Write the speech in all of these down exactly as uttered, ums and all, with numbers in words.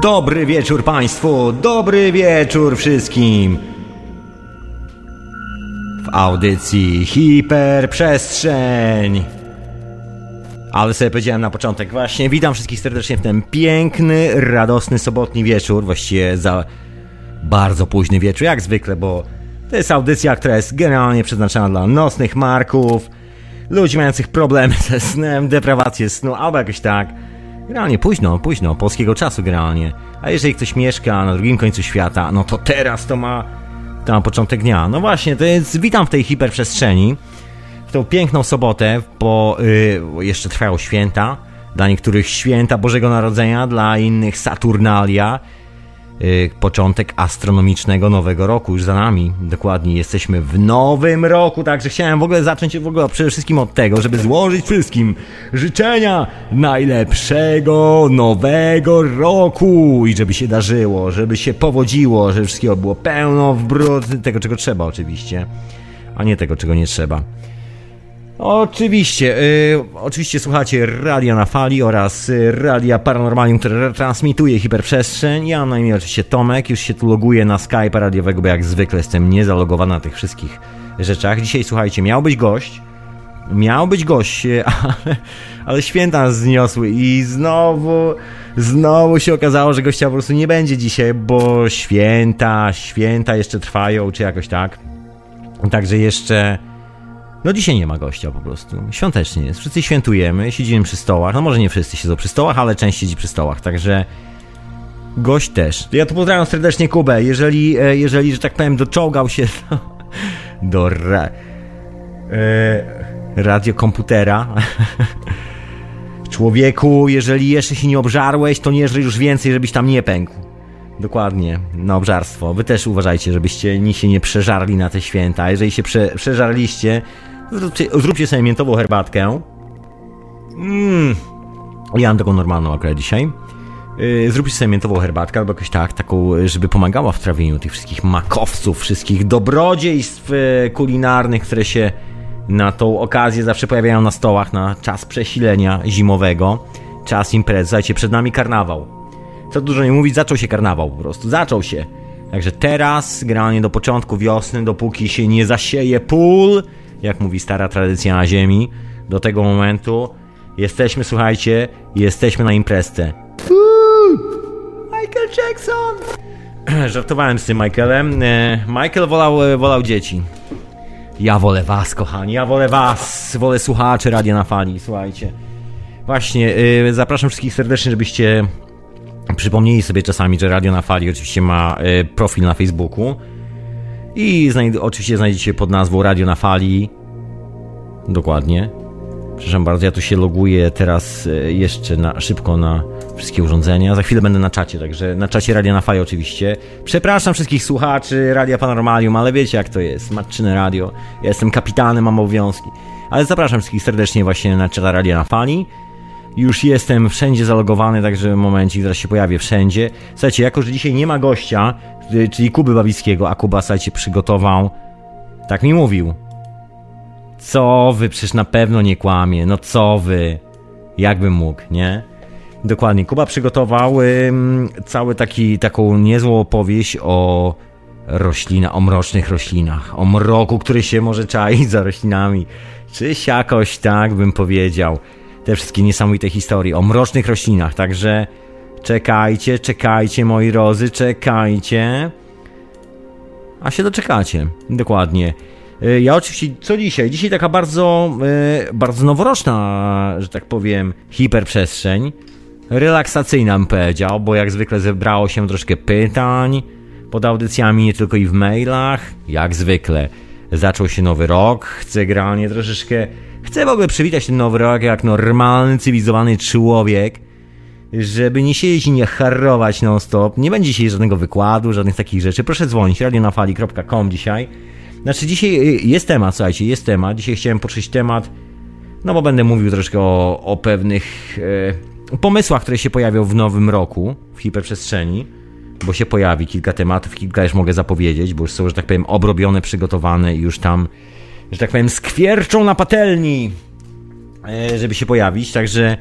Dobry wieczór Państwu, dobry wieczór wszystkim. W audycji Hiperprzestrzeń. Ale sobie powiedziałem na początek właśnie, witam wszystkich serdecznie w ten piękny, radosny, sobotni wieczór. Właściwie za bardzo późny wieczór, jak zwykle, bo to jest audycja, która jest generalnie przeznaczona dla nocnych marków, ludzi mających problemy ze snem, deprawację snu, albo jakoś tak. Generalnie późno, późno, polskiego czasu generalnie. A jeżeli ktoś mieszka na drugim końcu świata, no to teraz to ma, to ma początek dnia. No właśnie, to jest, witam w tej hiperprzestrzeni, w tą piękną sobotę, bo yy, jeszcze trwają święta. Dla niektórych święta Bożego Narodzenia, dla innych Saturnalia. Yy, początek astronomicznego nowego roku już za nami. Dokładnie, jesteśmy w nowym roku, także chciałem w ogóle zacząć w ogóle przede wszystkim od tego, żeby złożyć wszystkim życzenia najlepszego nowego roku i żeby się darzyło, żeby się powodziło, żeby wszystkiego było pełno w brud, tego czego trzeba oczywiście, a nie tego czego nie trzeba. Oczywiście, yy, oczywiście słuchacie Radia na Fali oraz yy, Radia Paranormalium, które transmituje hiperprzestrzeń. Ja mam na imię oczywiście Tomek, już się tu loguję na Skype'a radiowego, bo jak zwykle jestem niezalogowany na tych wszystkich rzeczach. Dzisiaj, słuchajcie, miał być gość, miał być gość, ale, ale święta nas zniosły i znowu, znowu się okazało, że gościa po prostu nie będzie dzisiaj, bo święta, święta jeszcze trwają, czy jakoś tak. Także jeszcze... No dzisiaj nie ma gościa po prostu. Świątecznie jest. Wszyscy świętujemy, siedzimy przy stołach. No może nie wszyscy siedzą przy stołach, ale część siedzi przy stołach. Także gość też. Ja tu pozdrawiam serdecznie Kubę. Jeżeli, jeżeli że tak powiem, doczołgał się do, do ra, e, radiokomputera. Człowieku, jeżeli jeszcze się nie obżarłeś, to nie żryj już więcej, żebyś tam nie pękł. Dokładnie, na obżarstwo. Wy też uważajcie, żebyście ni się nie przeżarli na te święta. Jeżeli się prze, przeżarliście, zróbcie, zróbcie sobie miętową herbatkę. Mmm. Ja mam taką normalną akurat dzisiaj. Yy, zróbcie sobie miętową herbatkę albo jakoś tak, taką, żeby pomagała w trawieniu tych wszystkich makowców, wszystkich dobrodziejstw kulinarnych, które się na tą okazję zawsze pojawiają na stołach, na czas przesilenia zimowego, czas imprez. Słuchajcie, przed nami karnawał. Co dużo nie mówić, zaczął się karnawał po prostu, zaczął się. Także teraz, generalnie do początku wiosny, dopóki się nie zasieje pól, jak mówi stara tradycja na ziemi, do tego momentu jesteśmy, słuchajcie, jesteśmy na imprezce. Michael Jackson! Żartowałem z tym Michaelem. Michael wolał, wolał dzieci. Ja wolę was, kochani, ja wolę was, wolę słuchaczy Radia na Fali, słuchajcie. Właśnie, yy, zapraszam wszystkich serdecznie, żebyście przypomnieli sobie czasami, że Radio na Fali oczywiście ma y, profil na Facebooku i znajd- oczywiście znajdziecie pod nazwą Radio na Fali. Dokładnie. Przepraszam bardzo, ja tu się loguję teraz y, jeszcze na, szybko na wszystkie urządzenia. Za chwilę będę na czacie, także na czacie Radia na Fali oczywiście. Przepraszam wszystkich słuchaczy Radia Paranormalium, ale wiecie jak to jest. Matczyne radio. Ja jestem kapitanem, mam obowiązki. Ale zapraszam wszystkich serdecznie właśnie na czata Radia na Fali. Już jestem wszędzie zalogowany, także momencik, zaraz się pojawię wszędzie. Słuchajcie, jako że dzisiaj nie ma gościa, czyli Kuby Bawickiego, a Kuba, słuchajcie, przygotował, tak mi mówił. Co wy, przecież na pewno nie kłamie, no co wy, jakbym mógł, nie? Dokładnie, Kuba przygotował ym, cały taki, taką niezłą opowieść o roślinach, o mrocznych roślinach, o mroku, który się może czaić za roślinami, czy jakoś tak bym powiedział. Te wszystkie niesamowite historie o mrocznych roślinach, także czekajcie, czekajcie moi drodzy, czekajcie, a się doczekacie, dokładnie. Ja oczywiście, co dzisiaj? Dzisiaj taka bardzo, bardzo noworoczna, że tak powiem, hiperprzestrzeń, relaksacyjna bym powiedział, bo jak zwykle zebrało się troszkę pytań pod audycjami, nie tylko i w mailach, jak zwykle. Zaczął się nowy rok, chcę generalnie troszeczkę... Chcę w ogóle przywitać ten nowy rok jak normalny, cywilizowany człowiek, żeby nie siedzieć i nie harrować non stop. Nie będzie dzisiaj żadnego wykładu, żadnych takich rzeczy. Proszę dzwonić, radio na fali kropka com dzisiaj. Znaczy dzisiaj jest temat, słuchajcie, jest temat. Dzisiaj chciałem poruszyć temat, no bo będę mówił troszkę o, o pewnych e, pomysłach, które się pojawią w nowym roku w hiperprzestrzeni, bo się pojawi kilka tematów, kilka już mogę zapowiedzieć, bo już są, że tak powiem, obrobione, przygotowane i już tam, że tak powiem, skwierczą na patelni, żeby się pojawić, także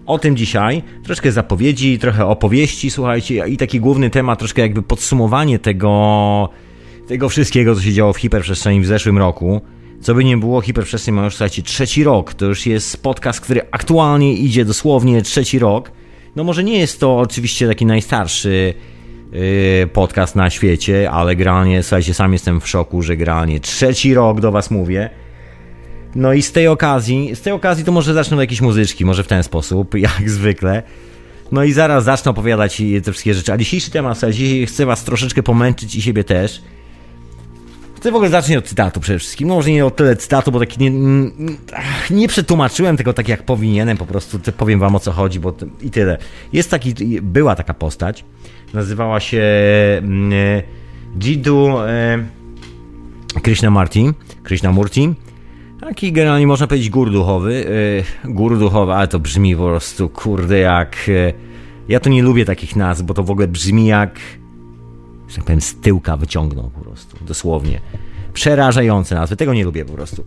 O tym dzisiaj, troszkę zapowiedzi, trochę opowieści, słuchajcie, i taki główny temat, troszkę jakby podsumowanie tego, tego wszystkiego, co się działo w hiperprzestrzeni w zeszłym roku. Co by nie było, hiperprzestrzeń ma już, słuchajcie, trzeci rok. To już jest podcast, który aktualnie idzie dosłownie trzeci rok. No może nie jest to oczywiście taki najstarszy yy, podcast na świecie, ale generalnie, słuchajcie, sam jestem w szoku, że generalnie trzeci rok do was mówię. No i z tej okazji, z tej okazji to może zacznę od jakiejś muzyczki, może w ten sposób, jak zwykle. No i zaraz zacznę opowiadać te wszystkie rzeczy. A dzisiejszy temat, słuchajcie, chcę was troszeczkę pomęczyć i siebie też. Chcę w ogóle zacząć od cytatu przede wszystkim. No może nie od tyle cytatu, bo taki nie, nie przetłumaczyłem tego tak jak powinienem, po prostu powiem wam o co chodzi, bo to, i tyle. Jest taki, była taka postać, nazywała się e, Jiddu e, Krishnamurti, Krishnamurti. Taki generalnie można powiedzieć gór duchowy, e, gór duchowy, ale to brzmi po prostu, kurde, jak... E, ja to nie lubię takich nazw, bo to w ogóle brzmi jak... że tak powiem, z tyłka wyciągnął po prostu, dosłownie. Przerażające nazwy, tego nie lubię po prostu.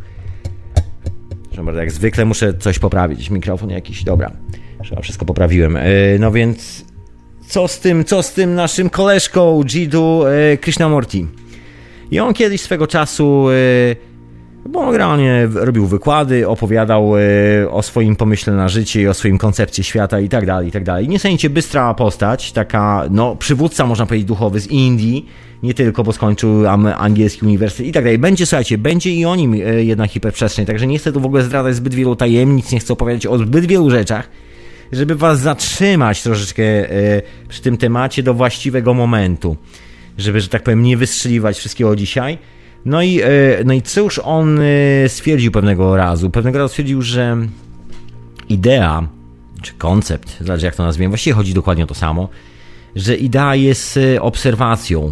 Jak zwykle muszę coś poprawić, mikrofon jakiś, dobra, chyba wszystko poprawiłem. No więc, co z tym, co z tym naszym koleżką Jiddu Krishnamurti? I on kiedyś swego czasu, bo on realnie robił wykłady, opowiadał o swoim pomyśle na życie i o swoim koncepcie świata i tak dalej, i tak dalej. Niesamowicie bystra postać, taka, no, przywódca, można powiedzieć, duchowy z Indii, nie tylko, bo skończył angielski uniwersytet i tak dalej. Będzie, słuchajcie, będzie i o nim jedna hiperprzestrzeń, także nie chcę tu w ogóle zdradzać zbyt wielu tajemnic, nie chcę opowiadać o zbyt wielu rzeczach, żeby was zatrzymać troszeczkę przy tym temacie do właściwego momentu, żeby, że tak powiem, nie wystrzeliwać wszystkiego dzisiaj. No i, no i cóż on stwierdził pewnego razu? Pewnego razu stwierdził, że idea, czy koncept, zależy jak to nazwiemy, właściwie chodzi dokładnie o to samo, że idea jest obserwacją.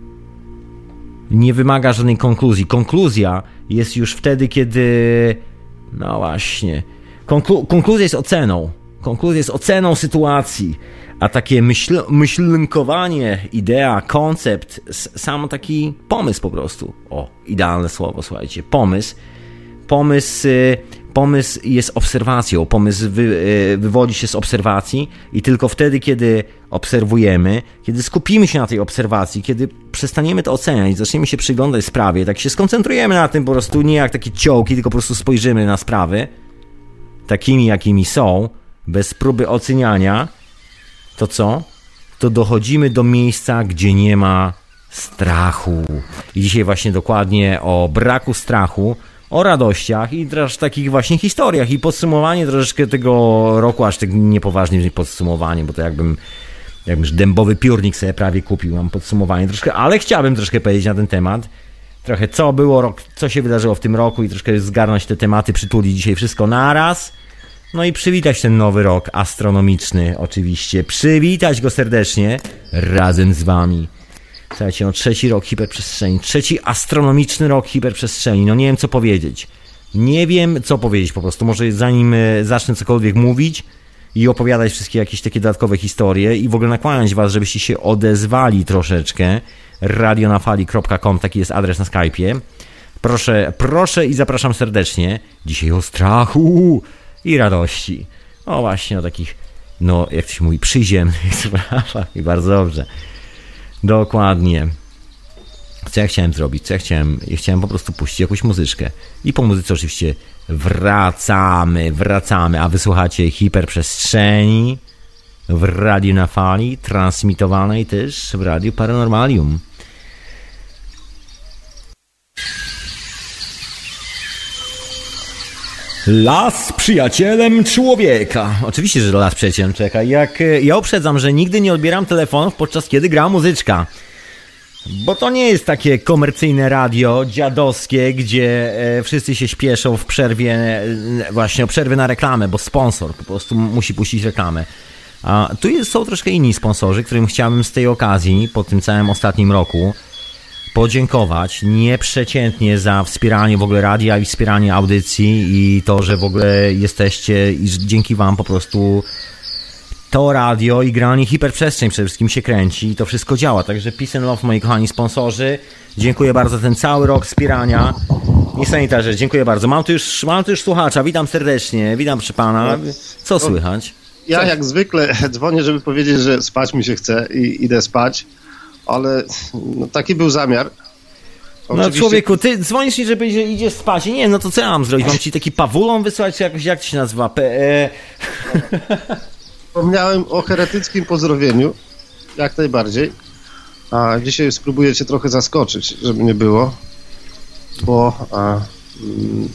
Nie wymaga żadnej konkluzji. Konkluzja jest już wtedy, kiedy... No właśnie. Konklu- konkluzja jest oceną. Konkluzja jest oceną sytuacji. A takie myśl, myślnkowanie, idea, koncept, sam taki pomysł po prostu. O, idealne słowo, słuchajcie. Pomysł. Pomysł, pomysł jest obserwacją. Pomysł wy, wywodzi się z obserwacji i tylko wtedy, kiedy obserwujemy, kiedy skupimy się na tej obserwacji, kiedy przestaniemy to oceniać, zaczniemy się przyglądać sprawie, tak się skoncentrujemy na tym po prostu nie jak takie ciołki, tylko po prostu spojrzymy na sprawy takimi, jakimi są, bez próby oceniania, to co? To dochodzimy do miejsca, gdzie nie ma strachu. I dzisiaj właśnie dokładnie o braku strachu, o radościach i też takich właśnie historiach i podsumowanie troszeczkę tego roku, aż tak niepoważnie podsumowanie, bo to jakbym jakbym dębowy piórnik sobie prawie kupił, mam podsumowanie troszkę, ale chciałbym troszkę powiedzieć na ten temat. Trochę co było, rok, co się wydarzyło w tym roku i troszkę zgarnąć te tematy, przytulić dzisiaj wszystko naraz. No i przywitać ten nowy rok astronomiczny oczywiście. Przywitać go serdecznie razem z wami. Słuchajcie, no trzeci rok hiperprzestrzeni. Trzeci astronomiczny rok hiperprzestrzeni. No nie wiem co powiedzieć. Nie wiem co powiedzieć po prostu. Może zanim zacznę cokolwiek mówić i opowiadać wszystkie jakieś takie dodatkowe historie i w ogóle nakłaniać was, żebyście się odezwali troszeczkę. radionafali kropka com, taki jest adres na Skype'ie. Proszę, proszę i zapraszam serdecznie. Dzisiaj o strachu i radości. O właśnie o takich, no jak to się mówi, przyziemnych sprawach. I bardzo dobrze. Dokładnie. Co ja chciałem zrobić? Co ja chciałem? Ja chciałem po prostu puścić jakąś muzyczkę. I po muzyce oczywiście wracamy, wracamy. A wysłuchacie hiperprzestrzeni w Radiu na Fali, transmitowanej też w Radiu Paranormalium. Las przyjacielem człowieka. Oczywiście, że las przyjacielem człowieka. Jak ja uprzedzam, że nigdy nie odbieram telefonów podczas kiedy gra muzyczka. Bo to nie jest takie komercyjne radio dziadowskie, gdzie e, wszyscy się śpieszą w przerwie, e, właśnie o przerwie na reklamę, bo sponsor po prostu musi puścić reklamę. A tu jest, są troszkę inni sponsorzy, którym chciałbym z tej okazji, po tym całym ostatnim roku, podziękować nieprzeciętnie za wspieranie w ogóle radia i wspieranie audycji i to, że w ogóle jesteście i dzięki wam po prostu to radio i granie hiperprzestrzeń przede wszystkim się kręci i to wszystko działa. Także peace and love, moi kochani sponsorzy. Dziękuję bardzo za ten cały rok wspierania. I sanitarze, dziękuję bardzo. Mam tu już, mam tu już słuchacza, witam serdecznie, witam przy pana. Co słychać? ja jak zwykle dzwonię, żeby powiedzieć, że spać mi się chce i idę spać, ale no, taki był zamiar. Oczywiście... No człowieku, ty dzwonisz mi, że idziesz spać i nie, no to co ja mam zrobić? Mam ci taki pawulon wysłać, czy jakoś, jak to się nazywa? P E... Wspomniałem o heretyckim pozdrowieniu, jak najbardziej, a dzisiaj spróbuję cię trochę zaskoczyć, żeby nie było, bo a, mm,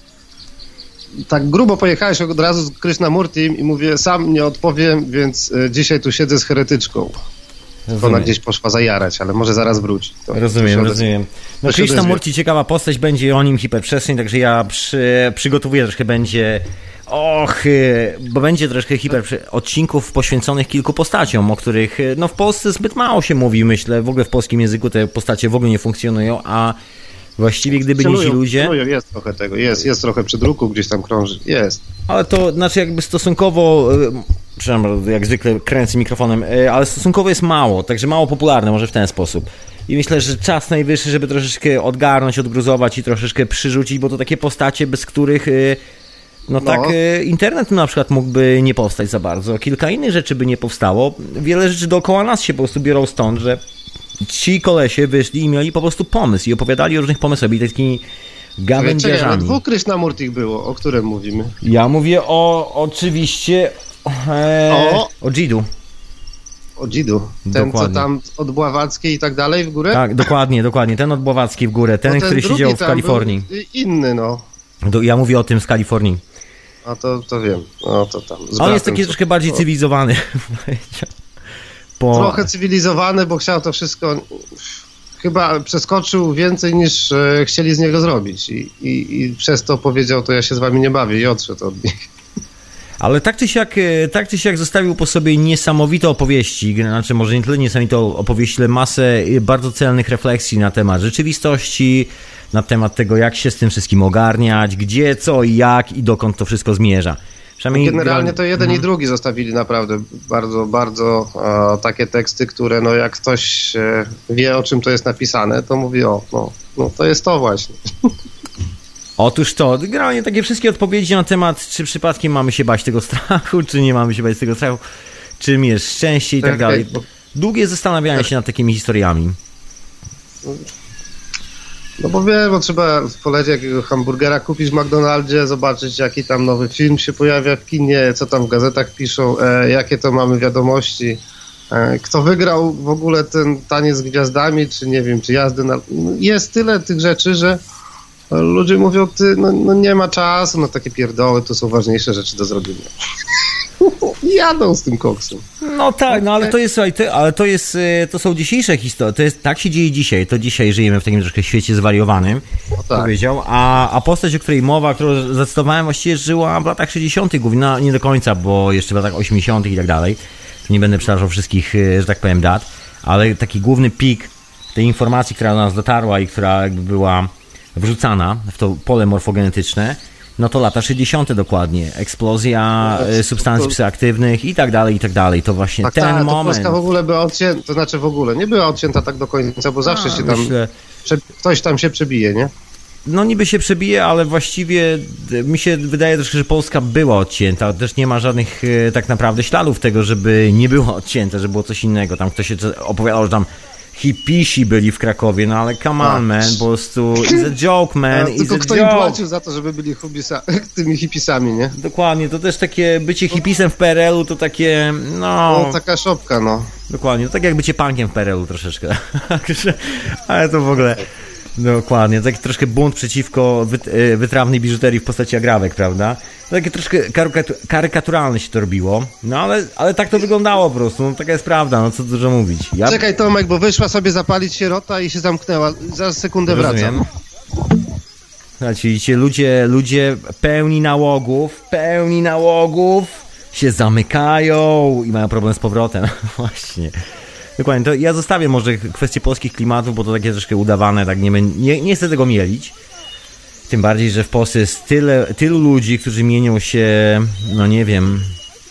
tak grubo pojechałeś od razu z Krishnamurtim i mówię, sam nie odpowiem, więc y, dzisiaj tu siedzę z heretyczką. Rozumiem. Ona gdzieś poszła zajarać, ale może zaraz wróci. To, rozumiem, to rozumiem. No Krishnamurti ciekawa postać, będzie o nim hiperprzestrzeń, także ja przy, przygotowuję troszkę będzie, och, bo będzie troszkę hiper odcinków poświęconych kilku postaciom, o których no w Polsce zbyt mało się mówi, myślę, w ogóle w polskim języku te postacie w ogóle nie funkcjonują, a właściwie gdyby nie ci ludzie... Jest trochę tego, jest, jest trochę przy druku, gdzieś tam krąży, jest. Ale to znaczy jakby stosunkowo, przepraszam, jak zwykle kręcę mikrofonem, ale stosunkowo jest mało, także mało popularne może w ten sposób. I myślę, że czas najwyższy, żeby troszeczkę odgarnąć, odgruzować i troszeczkę przyrzucić, bo to takie postacie, bez których... No, no tak, internet na przykład mógłby nie powstać za bardzo, kilka innych rzeczy by nie powstało. Wiele rzeczy dookoła nas się po prostu biorą stąd, że ci kolesie wyszli i mieli po prostu pomysł i opowiadali o różnych pomysłach, i takimi gawędziarzami. Ale dwóch Krishnamurtich było, o którym mówimy? Ja mówię o, oczywiście, e, o, o Jidu. O Jidu. Ten, dokładnie. Co tam od Bławackiej i tak dalej w górę? Tak, dokładnie, dokładnie. Ten od Bławackiej w górę, ten, no ten który siedział w Kalifornii. Inny, no. Ja mówię o tym z Kalifornii. A to, to wiem. No to tam. On jest taki troszkę bardziej cywilizowany. Po... Trochę cywilizowany, bo chciał to wszystko... Chyba przeskoczył więcej niż e, chcieli z niego zrobić. I, i, I przez to powiedział, to ja się z wami nie bawię i odszedł od nich. Ale tak czy siak, tak czy siak zostawił po sobie niesamowite opowieści, znaczy może nie tyle niesamowite opowieści, ale masę bardzo celnych refleksji na temat rzeczywistości, na temat tego, jak się z tym wszystkim ogarniać, gdzie, co i jak i dokąd to wszystko zmierza. Generalnie to jeden hmm. i drugi zostawili naprawdę bardzo, bardzo e, takie teksty, które no jak ktoś e, wie, o czym to jest napisane, to mówi, o, no, no to jest to właśnie. Otóż to, generalnie takie wszystkie odpowiedzi na temat, czy przypadkiem mamy się bać tego strachu, czy nie mamy się bać tego strachu, czym jest szczęście i tak, tak dalej. Bo długie zastanawianie się nad takimi historiami. No bo wiem, bo trzeba polecieć jakiego hamburgera kupić w McDonaldzie, zobaczyć jaki tam nowy film się pojawia w kinie, co tam w gazetach piszą, e, jakie to mamy wiadomości, e, kto wygrał w ogóle ten taniec z gwiazdami, czy nie wiem, czy jazdy na... Jest tyle tych rzeczy, że ludzie mówią, ty, no, no nie ma czasu na takie pierdoły, to są ważniejsze rzeczy do zrobienia. Jadą z tym koksem. No tak, no ale to jest, słuchaj, to, ale to jest, to są dzisiejsze historie, to jest, tak się dzieje dzisiaj, to dzisiaj żyjemy w takim troszkę świecie zwariowanym, no tak. Powiedział, a, a postać, o której mowa, którą zacytowałem, właściwie żyła w latach sześćdziesiątych, no, nie do końca, bo jeszcze w latach osiemdziesiątych i tak dalej, nie będę przytaczał wszystkich, że tak powiem, dat, ale taki główny pik tej informacji, która do nas dotarła i która jakby była wrzucana w to pole morfogenetyczne, no to lata sześćdziesiąte dokładnie. Eksplozja no, substancji psychoaktywnych i tak dalej, i tak dalej. To właśnie tak, ten ta, moment. To Polska w ogóle była odcięta, to znaczy w ogóle nie była odcięta tak do końca, bo zawsze A, się tam, myślę, prze, ktoś tam się przebije, nie? No niby się przebije, ale właściwie mi się wydaje troszkę, że Polska była odcięta. Też nie ma żadnych tak naprawdę śladów tego, żeby nie było odcięte, że było coś innego. Tam ktoś się opowiadał, że tam hipisi byli w Krakowie, no ale come on, man, po prostu it's a joke, man, it's tylko a kto joke. Im płacił za to, żeby byli hubisa, tymi hipisami, nie? Dokładnie, to też takie bycie hipisem w P R L u to takie, no... No taka szopka, no. Dokładnie, to tak jak bycie punkiem w P R L u troszeczkę, ale to w ogóle... Dokładnie, taki troszkę bunt przeciwko wytrawnej biżuterii w postaci agrawek, prawda? Takie troszkę karykaturalne się to robiło, no ale, ale tak to wyglądało po prostu, no taka jest prawda, no co dużo mówić. Ja... Czekaj Tomek, bo wyszła sobie zapalić sierota i się zamknęła, za sekundę wracam. Słuchajcie, widzicie, ludzie, ludzie pełni nałogów, pełni nałogów się zamykają i mają problem z powrotem, właśnie. Dokładnie, to ja zostawię może kwestię polskich klimatów, bo to takie troszkę udawane, tak nie, nie, nie chcę tego mielić. Tym bardziej, że w Polsce jest tyle, tylu ludzi, którzy mienią się, no nie wiem,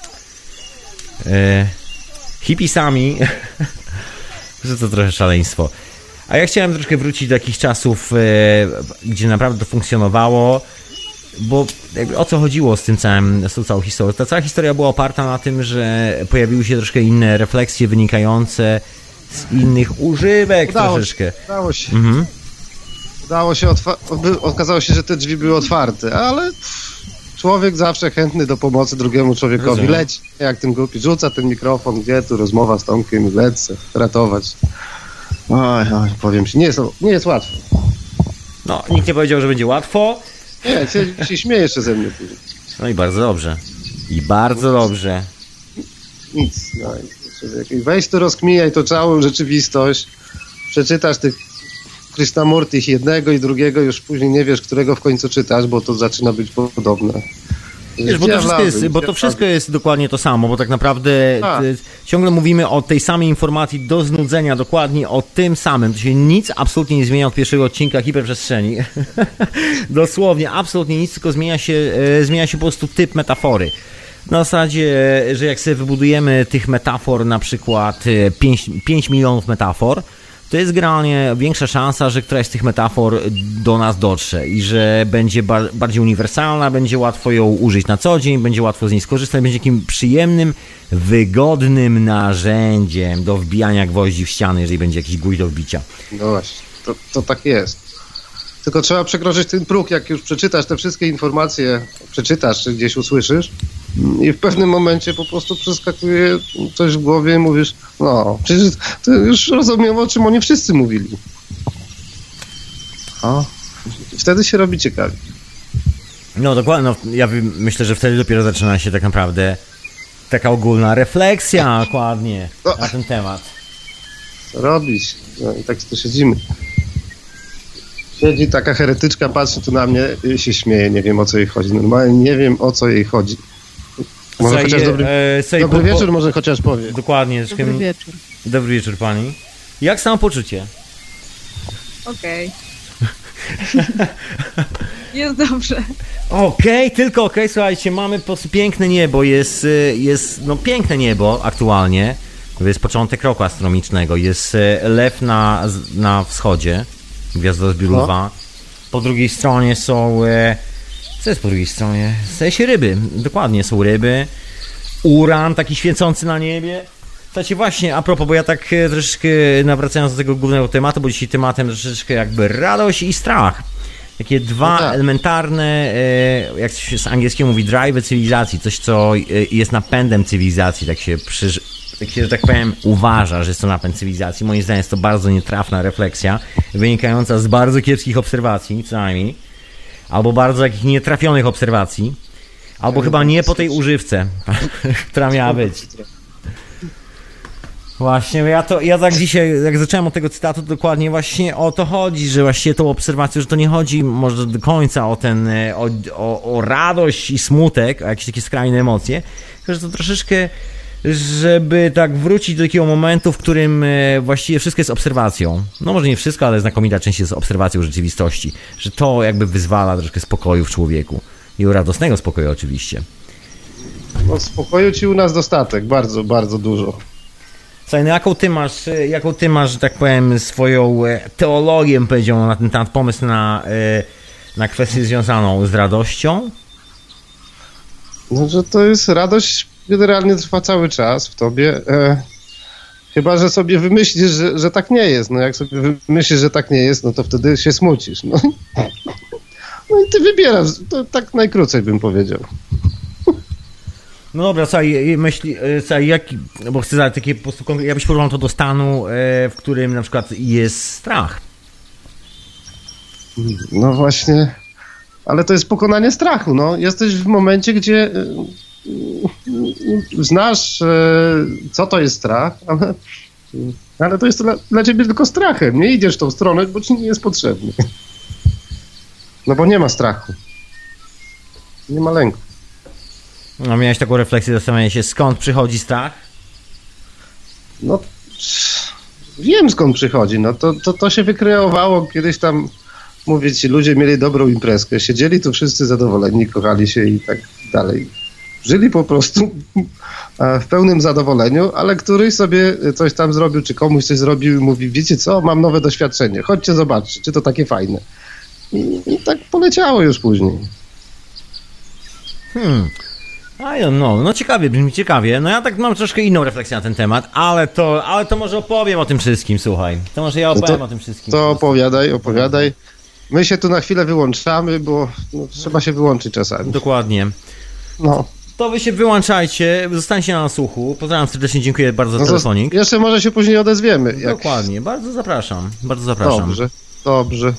e, hipisami, że to trochę szaleństwo. A ja chciałem troszkę wrócić do jakichś czasów, e, gdzie naprawdę to funkcjonowało. bo jakby o co chodziło z tym całym, z tą całą historią? Ta cała historia była oparta na tym, że pojawiły się troszkę inne refleksje wynikające z innych używek Udało troszeczkę. Się, udało się. Mhm. Udało się, otwa- okazało się, że te drzwi były otwarte, ale człowiek zawsze chętny do pomocy drugiemu człowiekowi. Rozumiem. Leci, jak ten głupi, rzuca ten mikrofon, gdzie tu rozmowa z Tomkiem, lecę, ratować. Oj, oj, powiem ci, nie jest, nie jest łatwo. No, nikt nie powiedział, że będzie łatwo. Nie, się, się śmieje jeszcze ze mnie. No i bardzo dobrze. I bardzo dobrze. Nic. No, i weź tu rozkminiaj to całą rzeczywistość, przeczytasz tych Krishnamurtych jednego i drugiego, już później nie wiesz, którego w końcu czytasz, bo to zaczyna być podobne. Wiesz, bo to, wszystko jest, bo to wszystko jest dokładnie to samo, bo tak naprawdę A. ty, ciągle mówimy o tej samej informacji do znudzenia, dokładnie o tym samym. To się nic absolutnie nie zmienia od pierwszego odcinka hiperprzestrzeni. Dosłownie, absolutnie nic, tylko zmienia się, e, zmienia się po prostu typ metafory. Na zasadzie, że jak sobie wybudujemy tych metafor, na przykład pięć milionów metafor, to jest generalnie większa szansa, że któraś z tych metafor do nas dotrze i że będzie bar- bardziej uniwersalna, będzie łatwo ją użyć na co dzień, będzie łatwo z niej skorzystać, będzie takim przyjemnym, wygodnym narzędziem do wbijania gwoździ w ściany, jeżeli będzie jakiś gwóźdź do wbicia. No właśnie, to, to tak jest. Tylko trzeba przekroczyć ten próg, jak już przeczytasz te wszystkie informacje, przeczytasz czy gdzieś usłyszysz i w pewnym momencie po prostu przeskakuje coś w głowie i mówisz, no, przecież to już rozumiem, o czym oni wszyscy mówili. O, wtedy się robi ciekawie. No dokładnie, no, ja myślę, że wtedy dopiero zaczyna się tak naprawdę taka ogólna refleksja dokładnie No. na ten temat. Co robić? No i tak to siedzimy. Siedzi taka heretyczka, patrzy tu na mnie i się śmieje, nie wiem o co jej chodzi. Normalnie nie wiem o co jej chodzi. Może Słuchaj, chociaż dobry, e, słuchaj, dobry po- po- wieczór może chociaż powie. Dokładnie. Dobry troszkę- wieczór. Dobry wieczór pani. Jak samopoczucie? Okej. Jest dobrze. Okej, tylko okej, słuchajcie, mamy po prostu piękne niebo, jest, y, jest no piękne niebo aktualnie, to jest początek roku astronomicznego, jest y, lew na, na wschodzie, gwiazdozbiór lwa, po drugiej stronie są, y, co jest po drugiej stronie? Staje się ryby, dokładnie są ryby, uran taki świecący na niebie. Słuchajcie, właśnie, a propos, bo ja tak e, troszeczkę nawracając do tego głównego tematu, bo dzisiaj tematem troszeczkę jakby radość i strach. Takie dwa No tak. elementarne, e, jak się z angielskiego mówi, drive cywilizacji, coś co e, jest napędem cywilizacji, tak się, przy, tak się, że tak powiem, uważa, że jest to napęd cywilizacji. Moim zdaniem jest to bardzo nietrafna refleksja, wynikająca z bardzo kiepskich obserwacji, co najmniej, albo bardzo takich nietrafionych obserwacji, albo chyba nie po tej używce, która miała być. Właśnie, ja to, ja tak dzisiaj, jak zacząłem od tego cytatu, to dokładnie właśnie o to chodzi, że właściwie tą obserwacją, że to nie chodzi może do końca o ten, o, o, o radość i smutek, o jakieś takie skrajne emocje, tylko że to troszeczkę, żeby tak wrócić do takiego momentu, w którym e, właściwie wszystko jest obserwacją. No może nie wszystko, ale znakomita część jest obserwacją rzeczywistości, że to jakby wyzwala troszkę spokoju w człowieku i radosnego spokoju oczywiście. No spokoju ci u nas dostatek, bardzo, bardzo dużo. Słuchaj, no jaką ty masz, jaką ty masz, że tak powiem, swoją teologię, bym powiedział, na ten temat, pomysł na, na kwestię związaną z radością? No, że to jest radość, generalnie trwa cały czas w tobie. E, chyba, że sobie wymyślisz, że, że tak nie jest. No jak sobie wymyślisz, że tak nie jest, no to wtedy się smucisz. No, no i ty wybierasz, to tak najkrócej bym powiedział. No dobra, słuchaj, myśli, słuchaj, jaki, bo chcę zadać takie po prostu, konkre- ja byś porównał to do stanu, w którym na przykład jest strach. No właśnie, ale to jest pokonanie strachu, no. Jesteś w momencie, gdzie y, y, znasz, y, co to jest strach, ale, ale to jest dla, dla ciebie tylko strachem. Nie idziesz w tą stronę, bo ci nie jest potrzebny. No bo nie ma strachu. Nie ma lęku. No, miałeś taką refleksję, zastanawiania się, skąd przychodzi strach? No, wiem skąd przychodzi. No to, to, to się wykreowało kiedyś tam, mówię ci, ludzie mieli dobrą imprezkę, siedzieli tu wszyscy zadowoleni, kochali się i tak dalej. Żyli po prostu w pełnym zadowoleniu, ale któryś sobie coś tam zrobił, czy komuś coś zrobił i mówi, wiecie co, mam nowe doświadczenie, chodźcie zobaczcie, czy to takie fajne. I, i tak poleciało już później. Hmm. I don't know. No ciekawie, brzmi ciekawie. No ja tak mam troszkę inną refleksję na ten temat, ale to, ale to może opowiem o tym wszystkim, słuchaj. To może ja opowiem to, o tym wszystkim. To opowiadaj, opowiadaj. My się tu na chwilę wyłączamy, bo no, trzeba się wyłączyć czasami. Dokładnie. No. To wy się wyłączajcie, zostańcie na słuchu. Pozdrawiam serdecznie, dziękuję bardzo za no telefonik. Jeszcze może się później odezwiemy. Jak... Dokładnie, bardzo zapraszam, bardzo zapraszam. Dobrze, dobrze.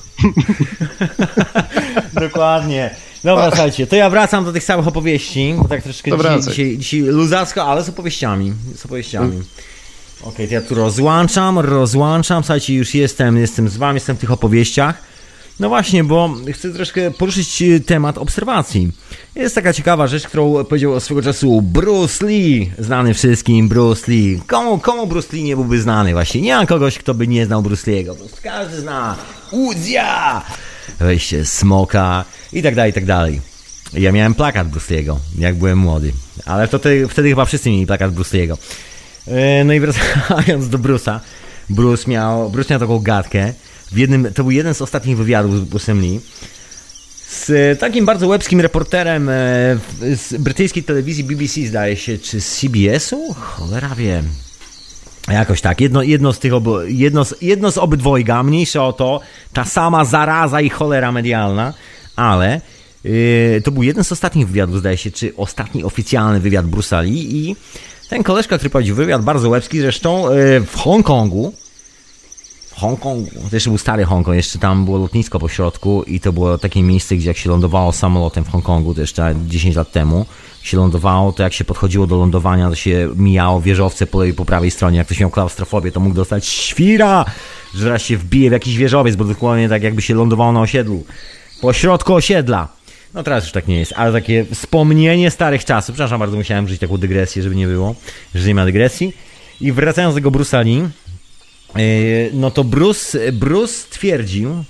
Dokładnie. Dobra, słuchajcie, to ja wracam do tych samych opowieści, bo tak troszkę dzisiaj, dzisiaj, dzisiaj luzacko, ale z opowieściami, z opowieściami. Hmm. Okej, okay, to ja tu rozłączam, rozłączam, słuchajcie, już jestem, jestem z wami, jestem w tych opowieściach. No właśnie, bo chcę troszkę poruszyć temat obserwacji. Jest taka ciekawa rzecz, którą powiedział swego czasu Bruce Lee, znany wszystkim Bruce Lee. Komu, komu Bruce Lee nie byłby znany właśnie? Nie ma kogoś, kto by nie znał Bruce Lee'ego. Każdy zna Udzia, wejście Smoka i tak dalej, i tak dalej. Ja miałem plakat Bruce Lee'ego, jak byłem młody. Ale to te, wtedy chyba wszyscy mieli plakat Bruce Lee'ego. No i wracając do Bruce'a. Bruce miał, Bruce miał taką gadkę. W jednym, to był jeden z ostatnich wywiadów z Bruce'em Lee z takim bardzo łebskim reporterem z brytyjskiej telewizji B B C, zdaje się, czy z C B S-u? Cholera wiem. Jakoś tak, jedno, jedno, z tych obu, jedno, z, jedno z obydwojga, mniejsze o to, ta sama zaraza i cholera medialna, ale yy, to był jeden z ostatnich wywiadów, zdaje się, czy ostatni oficjalny wywiad Bruce'a Lee i ten koleżka, który prowadził wywiad, bardzo łebski zresztą, yy, w Hongkongu, Hongkong, to jeszcze był stary Hongkong, jeszcze tam było lotnisko po środku i to było takie miejsce, gdzie jak się lądowało samolotem w Hongkongu, to jeszcze dziesięć lat temu, się lądowało, to jak się podchodziło do lądowania, to się mijało wieżowce po lewej, po prawej stronie, jak ktoś miał klaustrofobię, to mógł dostać świra, że zaraz się wbije w jakiś wieżowiec, bo dokładnie tak jakby się lądowało na osiedlu, po środku osiedla. No teraz już tak nie jest, ale takie wspomnienie starych czasów, przepraszam bardzo, musiałem użyć taką dygresję, żeby nie było, że nie ma dygresji. I wracając do tego Bruce'a Lee, no to Bruce, Bruce twierdził,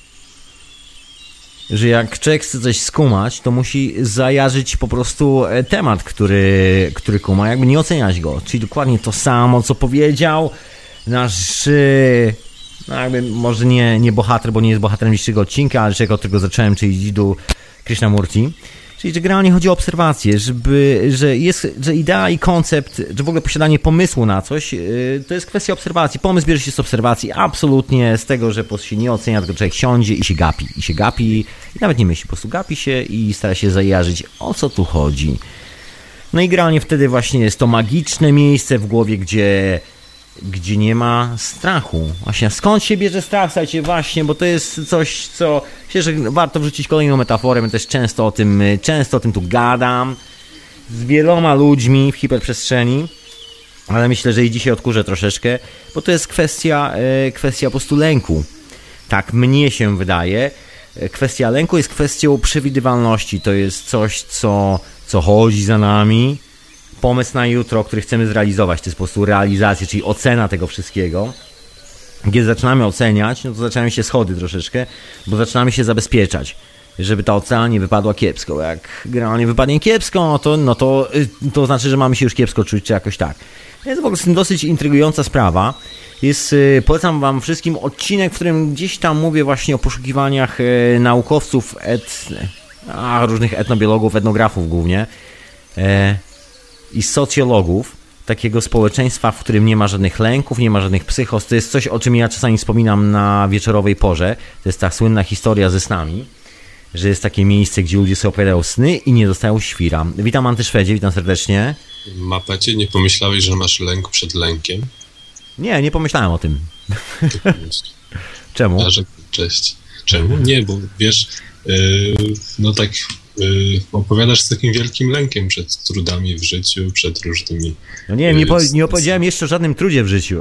że jak człowiek chce coś skumać, to musi zajarzyć po prostu temat, który, który kuma, jakby nie oceniać go. Czyli dokładnie to samo, co powiedział nasz, no jakby może nie, nie bohater, bo nie jest bohaterem dzisiejszego odcinka, ale człowiek, od którego zacząłem, czyli Jiddu Krishnamurti. Czyli że generalnie chodzi o obserwację, żeby, że, jest, że idea i koncept, że w ogóle posiadanie pomysłu na coś, yy, to jest kwestia obserwacji. Pomysł bierze się z obserwacji, absolutnie z tego, że po prostu się nie ocenia, tylko człowiek siądzie i się gapi. I się gapi i nawet nie myśli, po prostu gapi się i stara się zajarzyć, o co tu chodzi. No i generalnie wtedy właśnie jest to magiczne miejsce w głowie, gdzie... gdzie nie ma strachu. Właśnie, skąd się bierze strach? Słuchajcie, właśnie, bo to jest coś, co myślę, że warto wrzucić kolejną metaforę, ja też często o tym, często o tym tu gadam z wieloma ludźmi w hiperprzestrzeni, ale myślę, że i dzisiaj odkurzę troszeczkę, bo to jest kwestia, kwestia po prostu lęku. Tak mnie się wydaje. Kwestia lęku jest kwestią przewidywalności. To jest coś, co, co chodzi za nami. Pomysł na jutro, który chcemy zrealizować, to jest po prostu realizacja, czyli ocena tego wszystkiego. Kiedy zaczynamy oceniać, no to zaczynają się schody troszeczkę, bo zaczynamy się zabezpieczać, żeby ta ocena nie wypadła kiepsko. Jak generalnie wypadnie kiepsko, no to, no to, to znaczy, że mamy się już kiepsko czuć, czy jakoś tak. Jest w ogóle dosyć intrygująca sprawa. Jest, polecam wam wszystkim odcinek, w którym gdzieś tam mówię właśnie o poszukiwaniach naukowców, et, a, różnych etnobiologów, etnografów głównie, e, i socjologów, takiego społeczeństwa, w którym nie ma żadnych lęków, nie ma żadnych psychos. To jest coś, o czym ja czasami wspominam na wieczorowej porze. To jest ta słynna historia ze snami, że jest takie miejsce, gdzie ludzie sobie opowiadają sny i nie dostają świra. Witam Antyszwedzie, witam serdecznie. Mapecie, nie pomyślałeś, że masz lęk przed lękiem? Nie, nie pomyślałem o tym. Czemu? Cześć. Czemu? Nie, bo wiesz, yy, no tak... opowiadasz z takim wielkim lękiem przed trudami w życiu, przed różnymi... No nie, nie, po, nie opowiedziałem jeszcze o żadnym trudzie w życiu.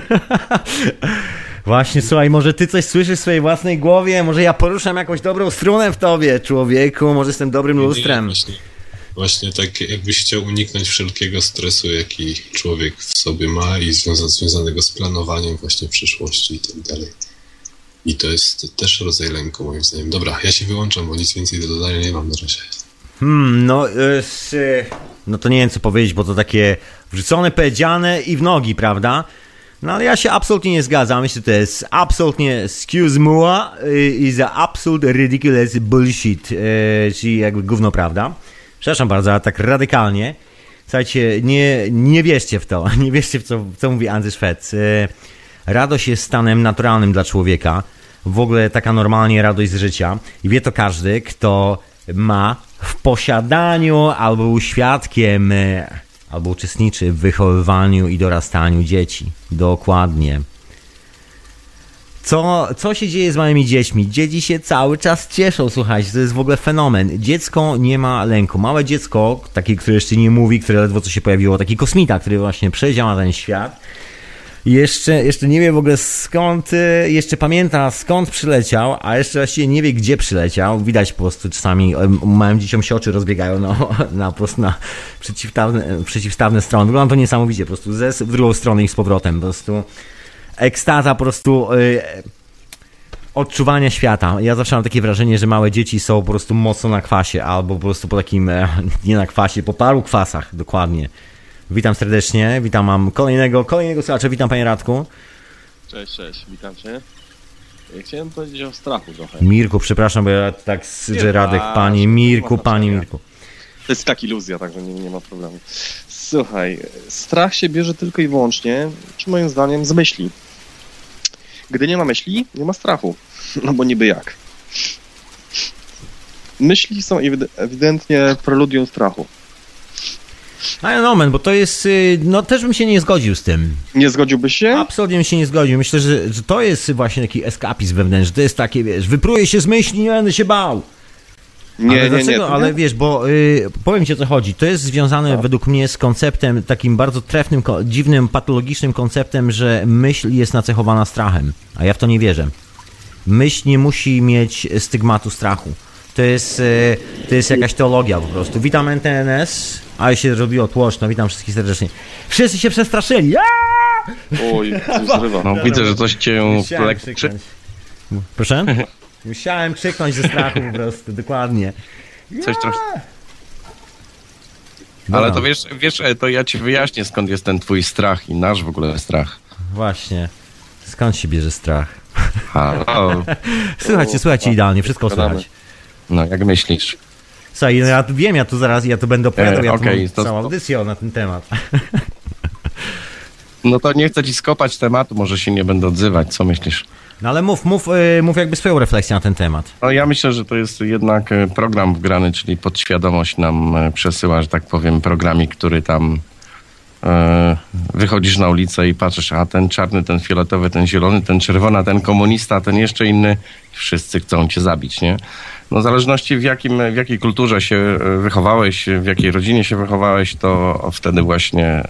Właśnie, słuchaj, może ty coś słyszysz w swojej własnej głowie, może ja poruszam jakąś dobrą strunę w tobie, człowieku, może jestem dobrym lustrem. Nie, właśnie, właśnie tak jakbyś chciał uniknąć wszelkiego stresu, jaki człowiek w sobie ma i związa, związanego z planowaniem właśnie przyszłości i tak dalej. I to jest też rodzaj lęku, moim zdaniem. Dobra, ja się wyłączam, bo nic więcej do dodania nie mam na razie. Hmm, no, yy, no to nie wiem co powiedzieć, bo to takie wrzucone, powiedziane i w nogi, prawda? No ale ja się absolutnie nie zgadzam. Myślę, że to jest absolutnie, excuse me, is a absolute ridiculous bullshit, yy, czyli jakby gówno, prawda? Przepraszam bardzo, ale tak radykalnie. Słuchajcie, nie, nie wierzcie w to, nie wierzcie w co, co mówi Andrzej Szwed. Radość jest stanem naturalnym dla człowieka. W ogóle taka normalnie radość z życia. I wie to każdy, kto ma w posiadaniu albo był świadkiem, albo uczestniczy w wychowywaniu i dorastaniu dzieci. Dokładnie. Co, co się dzieje z małymi dziećmi? Dzieci się cały czas cieszą, słuchajcie, to jest w ogóle fenomen. Dziecko nie ma lęku. Małe dziecko, takie, które jeszcze nie mówi, które ledwo co się pojawiło, taki kosmita, który właśnie przeleciał na ten świat, jeszcze, jeszcze nie wie w ogóle skąd, jeszcze pamięta skąd przyleciał, a jeszcze właściwie nie wie gdzie przyleciał. Widać po prostu czasami małym dzieciom się oczy rozbiegają na, na, po prostu na przeciwstawne, przeciwstawne strony. Wygląda to niesamowicie, po prostu ze, w drugą stronę i z powrotem, po prostu ekstaza po prostu y, odczuwania świata. Ja zawsze mam takie wrażenie, że małe dzieci są po prostu mocno na kwasie, albo po prostu po takim, e, nie na kwasie, po paru kwasach, dokładnie. Witam serdecznie, witam, mam kolejnego, kolejnego słuchacza, witam panie Radku. Cześć, cześć, witam cię. Chciałem powiedzieć o strachu trochę. Mirku, przepraszam, bo ja tak że Radek, panie Mirku, panie Mirku. To jest tak iluzja, także nie, nie ma problemu. Słuchaj, strach się bierze tylko i wyłącznie, czy moim zdaniem, z myśli. Gdy nie ma myśli, nie ma strachu. No bo niby jak. Myśli są ewidentnie preludium strachu. Ale no, man, bo to jest, no też bym się nie zgodził z tym. Nie zgodziłbyś się? Absolutnie bym się nie zgodził. Myślę, że, że to jest właśnie taki eskapizm wewnętrzny, to jest takie, wiesz, wypruję się z myśli, nie będę się bał. Nie, ale nie, nie, ale nie? Wiesz, bo y, powiem ci o co chodzi. To jest związane no. według mnie z konceptem, takim bardzo trefnym, ko- dziwnym, patologicznym konceptem, że myśl jest nacechowana strachem. A ja w to nie wierzę. Myśl nie musi mieć stygmatu strachu. To jest, y, to jest jakaś teologia po prostu. Witam N T N S, ale się zrobiło tłoczno. Witam wszystkich serdecznie. Wszyscy się przestraszyli. Aaaa! Oj, coś zrywa. No, widzę, że coś cię lekczy. Proszę? Musiałem krzyknąć ze strachu po prostu, dokładnie. Coś trochę... Ale to wiesz, wiesz, to ja ci wyjaśnię, skąd jest ten twój strach i nasz w ogóle strach. Właśnie. Skąd się bierze strach? Halo. Słuchajcie, słuchajcie, idealnie, wszystko słychać. No, jak myślisz? Słuchaj, no ja tu wiem, ja tu zaraz, ja tu będę opowiadał, ja tu okay, mam to... całą audycję na ten temat. No to nie chcę ci skopać tematu, może się nie będę odzywać, co myślisz? No ale mów, mów, mów jakby swoją refleksję na ten temat. No ja myślę, że to jest jednak program wgrany, czyli podświadomość nam przesyła, że tak powiem, programik, który tam e, wychodzisz na ulicę i patrzysz, a ten czarny, ten fioletowy, ten zielony, ten czerwony, a ten komunista, ten jeszcze inny, wszyscy chcą cię zabić, nie? No w zależności w, jakim, w jakiej kulturze się wychowałeś, w jakiej rodzinie się wychowałeś, to wtedy właśnie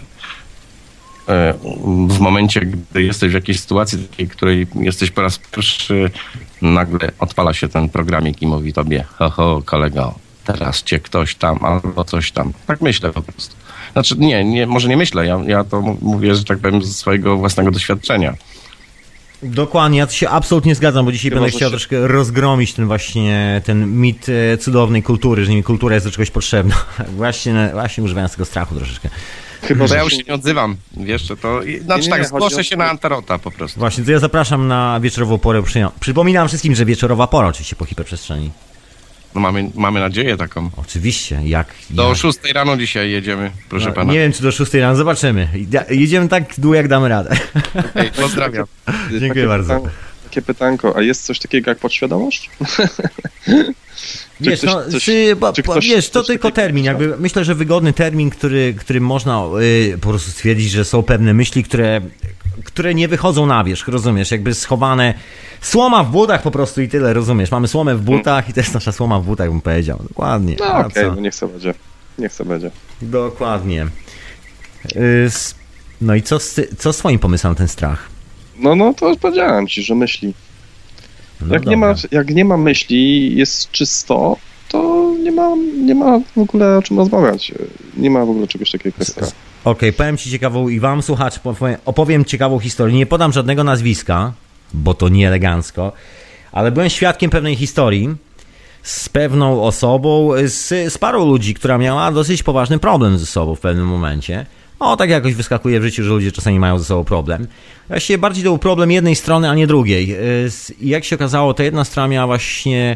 w momencie, gdy jesteś w jakiejś sytuacji takiej, której jesteś po raz pierwszy, nagle odpala się ten programik i mówi tobie, ho, ho, kolego, teraz cię ktoś tam albo coś tam. Tak myślę po prostu. Znaczy nie, nie może nie myślę, ja, ja to mówię, że tak powiem, ze swojego własnego doświadczenia. Dokładnie, ja to się absolutnie zgadzam, bo dzisiaj Chyba, będę chciał się... troszkę rozgromić ten właśnie, ten mit cudownej kultury, że kultura jest do czegoś potrzebna. Właśnie, właśnie używając tego strachu troszeczkę. Chyba, że ja już się nie odzywam, wiesz, to, to znaczy nie, tak, zgłoszę się o... na Antarota po prostu. Właśnie, to ja zapraszam na wieczorową porę. Przypominam wszystkim, że wieczorowa pora oczywiście po hiperprzestrzeni. No mamy, mamy nadzieję taką. Oczywiście, jak... Do jak... szóstej rano dzisiaj jedziemy, proszę no, pana. Nie wiem, czy do szóstej rano, zobaczymy. Jedziemy tak długo, jak damy radę. Ej, pozdrawiam. Dziękuję takie bardzo. Pytan- takie pytanko, a jest coś takiego jak podświadomość? Wiesz, ktoś, no, coś, czy, bo, ktoś, wiesz, to tylko takiego, termin, jakby myślę, że wygodny termin, który, który można y, po prostu stwierdzić, że są pewne myśli, które, które nie wychodzą na wierzch, rozumiesz, jakby schowane, słoma w butach po prostu i tyle, rozumiesz, mamy słomę w butach i to jest nasza słoma w butach, bym powiedział, dokładnie. No okej, okay, no niech sobie będzie, niech sobie będzie. Dokładnie. Y, no i co z, co z twoim pomysłem na ten strach? No, no to już powiedziałem ci, że myśli. No jak, nie ma, jak nie ma myśli, jest czysto, to nie ma, nie ma w ogóle o czym rozmawiać. Nie ma w ogóle czegoś takiego jak strach. Okej, okay, powiem ci ciekawą i wam, słuchacz, opowiem ciekawą historię. Nie podam żadnego nazwiska, bo to nie elegancko, ale byłem świadkiem pewnej historii z pewną osobą, z, z parą ludzi, która miała dosyć poważny problem ze sobą w pewnym momencie. O, tak jakoś wyskakuje w życiu, że ludzie czasami mają ze sobą problem. Właściwie bardziej to był problem jednej strony, a nie drugiej. I jak się okazało, ta jedna strona miała właśnie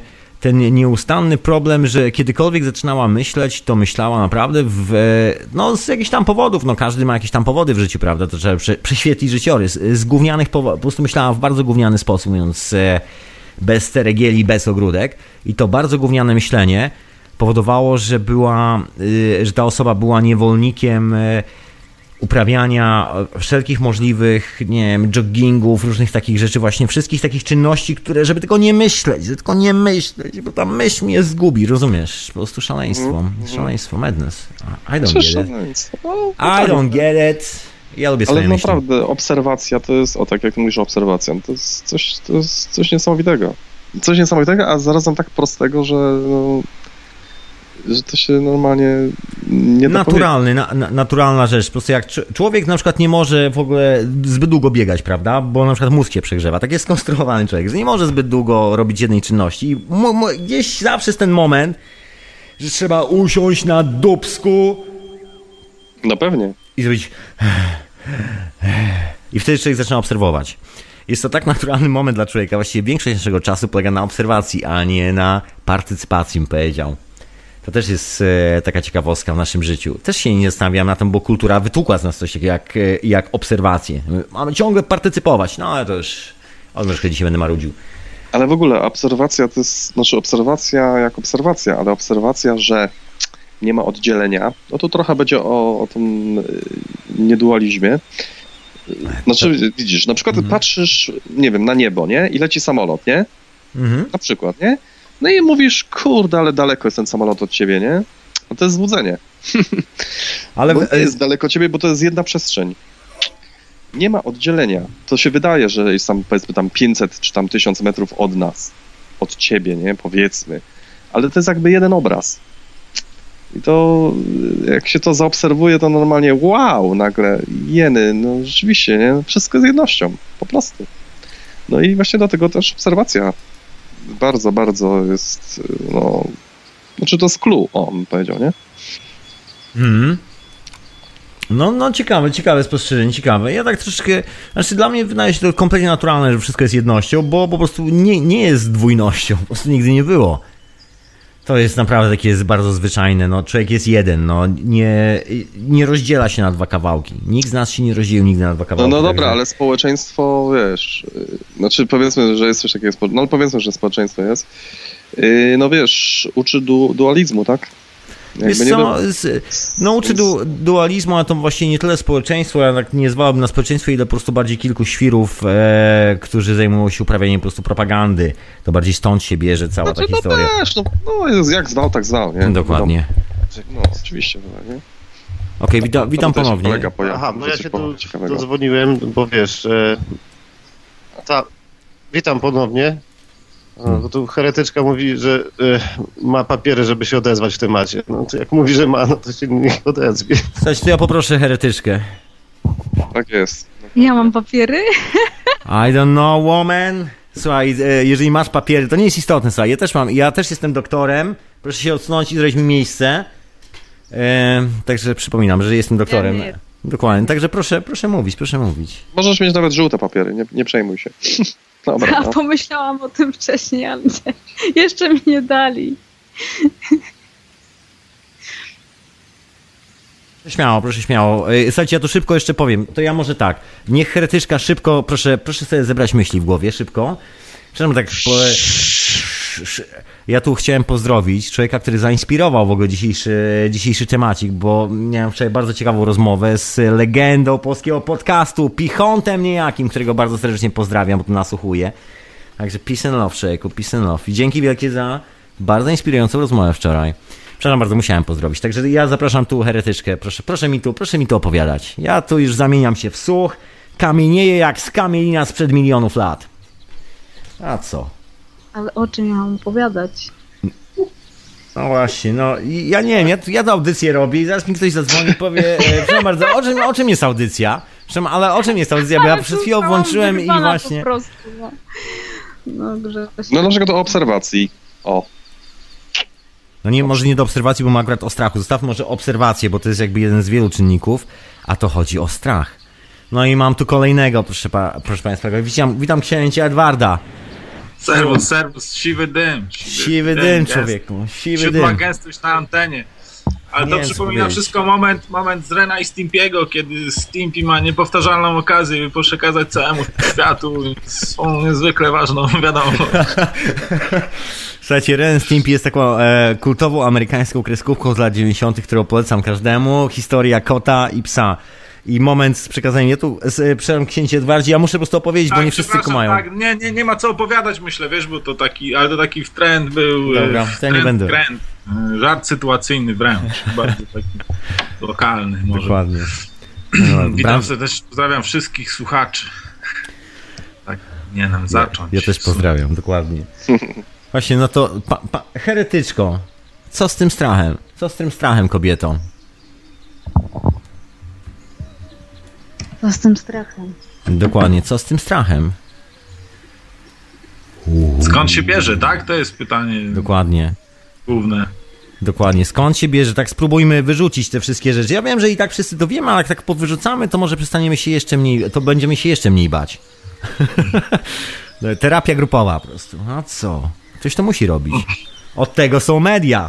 ten nieustanny problem, że kiedykolwiek zaczynała myśleć, to myślała naprawdę w, no z jakichś tam powodów, no każdy ma jakieś tam powody w życiu, prawda, to trzeba prze, prześwietlić życiorys, z gównianych powodów, po prostu myślała w bardzo gówniany sposób, mówiąc bez ceregieli, bez ogródek i to bardzo gówniane myślenie powodowało, że była, że ta osoba była niewolnikiem uprawiania wszelkich możliwych, nie wiem, joggingów, różnych takich rzeczy, właśnie wszystkich takich czynności, które, żeby tylko nie myśleć, żeby tylko nie myśleć, bo ta myśl mnie zgubi, rozumiesz? Po prostu szaleństwo, mm, szaleństwo, madness. I don't get it. I don't get it. Ja lubię swoje Ale myśli. naprawdę, obserwacja to jest, o tak jak mówisz, obserwacja, to jest coś, to jest coś niesamowitego. Coś niesamowitego, a zarazem tak prostego, że no, że to się normalnie nie da Naturalny, na, na, naturalna rzecz. Po prostu jak człowiek na przykład nie może w ogóle zbyt długo biegać, prawda? Bo na przykład mózg się przegrzewa. Tak jest skonstruowany człowiek, że nie może zbyt długo robić jednej czynności. I mu, mu, gdzieś zawsze jest ten moment, że trzeba usiąść na dupsku. No pewnie. I zrobić... I wtedy człowiek zaczyna obserwować. Jest to tak naturalny moment dla człowieka. Właściwie większość naszego czasu polega na obserwacji, a nie na partycypacji, bym powiedział. To też jest e, taka ciekawostka w naszym życiu. Też się nie zastanawiam na tym, bo kultura wytłukła z nas coś takiego jak, jak obserwacje. Mamy ciągle partycypować. No ale to już... Od troszkę dzisiaj będę marudził. Ale w ogóle obserwacja to jest... Znaczy obserwacja jak obserwacja, ale obserwacja, że nie ma oddzielenia, no to trochę będzie o, o tym niedualizmie. Znaczy to... widzisz, na przykład mhm. patrzysz, nie wiem, na niebo, nie? I leci samolot, nie? Mhm. Na przykład, nie? No i mówisz, kurde, ale daleko jest ten samolot od ciebie, nie? No to jest złudzenie. Ale bo nie jest daleko od ciebie, bo to jest jedna przestrzeń. Nie ma oddzielenia. To się wydaje, że jest tam, powiedzmy, tam pięćset czy tam tysiąc metrów od nas. Od ciebie, nie? Powiedzmy. Ale to jest jakby jeden obraz. I to, jak się to zaobserwuje, to normalnie wow, nagle, jeny, no rzeczywiście, nie? Wszystko jest jednością, po prostu. No i właśnie dlatego też obserwacja bardzo, bardzo jest, no, znaczy to jest clue, o, bym powiedział, nie? Hmm. No, no ciekawe, ciekawe spostrzeżenie, ciekawe. Ja tak troszeczkę, znaczy dla mnie wydaje się to kompletnie naturalne, że wszystko jest jednością, bo po prostu nie, nie jest dwójnością, po prostu nigdy nie było. To jest naprawdę takie jest bardzo zwyczajne, no człowiek jest jeden, no nie, nie rozdziela się na dwa kawałki. Nikt z nas się nie rozdzielił nigdy na dwa kawałki. No, no dobra, także... ale społeczeństwo, wiesz, znaczy powiedzmy, że jest coś takiego, no ale powiedzmy, że społeczeństwo jest, no wiesz, uczy du, dualizmu, tak? Wiesz co, do... no uczy du, dualizmu, ale to właściwie nie tyle społeczeństwo, ja tak nie zwałbym na społeczeństwo, ile po prostu bardziej kilku świrów, e, którzy zajmują się uprawianiem po prostu propagandy. To bardziej stąd się bierze cała znaczy, ta historia. No też, no, no jak zwał, tak zwał, nie? Dokładnie. No, oczywiście, nie? Okej, okay, witam, witam ponownie. Aha, no ja się tu dodzwoniłem, bo wiesz, e, ta, witam ponownie. No, bo tu heretyczka mówi, że y, ma papiery, żeby się odezwać w temacie. No to jak mówi, że ma, no to się niech odezwie. Słuchaj, to ja poproszę heretyczkę. Tak jest. Ja mam papiery? I don't know, woman. Słuchaj, jeżeli masz papiery, to nie jest istotne, słuchaj, ja też mam, ja też jestem doktorem. Proszę się odsunąć i zrobić mi miejsce. E, także przypominam, że jestem doktorem. Ja nie. Dokładnie, także proszę, proszę mówić, proszę mówić. Możesz mieć nawet żółte papiery, nie, nie przejmuj się. Dobra, ja no. pomyślałam o tym wcześniej, ale jeszcze mi nie dali. Śmiało, proszę śmiało. Słuchajcie, ja to szybko jeszcze powiem. To ja może tak. Niech heretyczka szybko, proszę, proszę sobie zebrać myśli w głowie, szybko. Przepraszam, tak... Po... Ja tu chciałem pozdrowić człowieka, który zainspirował w ogóle dzisiejszy, dzisiejszy temacik, bo miałem wczoraj bardzo ciekawą rozmowę z legendą polskiego podcastu, Pichontem niejakim, którego bardzo serdecznie pozdrawiam, bo tu nasłuchuję. Także peace and love, człowieku, peace and love. I dzięki wielkie za bardzo inspirującą rozmowę wczoraj. Przepraszam bardzo, musiałem pozdrowić. Także ja zapraszam tu heretyczkę. Proszę, proszę mi tu, proszę mi tu opowiadać. Ja tu już zamieniam się w słuch, kamienieję jak skamielina sprzed milionów lat. A co? Ale o czym ja mam opowiadać? No właśnie, no ja nie wiem, ja, ja tę audycję robię i zaraz mi ktoś zadzwoni i powie, e, przepraszam bardzo, o czym, o czym jest audycja? Przepraszam, ale o czym jest audycja? Bo ja przed chwilą włączyłem i właśnie... Po prostu, no. No, Grześ. No dlaczego do obserwacji? O. No nie, może nie do obserwacji, bo ma akurat o strachu. Zostawmy może obserwację, bo to jest jakby jeden z wielu czynników, a to chodzi o strach. No i mam tu kolejnego, proszę, pa, proszę Państwa, witam, witam księcia Edwarda. Serwus, serwus, siwy dym. Siwy, siwy dym, człowieku, siwy Siódma dym. gęstość na antenie. Ale to Nie, przypomina powiedzieć. wszystko moment, moment z Rena i Stimpiego, kiedy Stimpy ma niepowtarzalną okazję, by przekazać całemu światu swą niezwykle ważną wiadomość. Słuchajcie, Ren Stimpy jest taką e, kultową amerykańską kreskówką z lat dziewięćdziesiątych, którą polecam każdemu. Historia kota i psa. I moment z przekazaniem. Ja tu z, przepraszam, księcie Edwardzie, ja muszę po prostu opowiedzieć, bo nie wszyscy tylko mają. Tak, nie, nie, nie ma co opowiadać, myślę, wiesz, bo to taki, ale to taki trend był. Dobra, to ja nie będę. Trend, żart sytuacyjny wręcz, bardzo taki lokalny może. Dokładnie. No, Witam bram... serdecznie, pozdrawiam wszystkich słuchaczy. Tak, nie nam zacząć. Ja, ja też pozdrawiam, dokładnie. Właśnie, no to pa, pa, heretyczko, co z tym strachem? Co z tym strachem, kobieto? Co z tym strachem? Dokładnie, co z tym strachem? Skąd się bierze, tak? To jest pytanie Dokładnie. główne. Dokładnie. Skąd się bierze? Tak spróbujmy wyrzucić te wszystkie rzeczy. Ja wiem, że i tak wszyscy to wiemy, ale jak tak powyrzucamy, to może przestaniemy się jeszcze mniej, to będziemy się jeszcze mniej bać. Terapia grupowa po prostu. A co? Ktoś to musi robić. Od tego są media.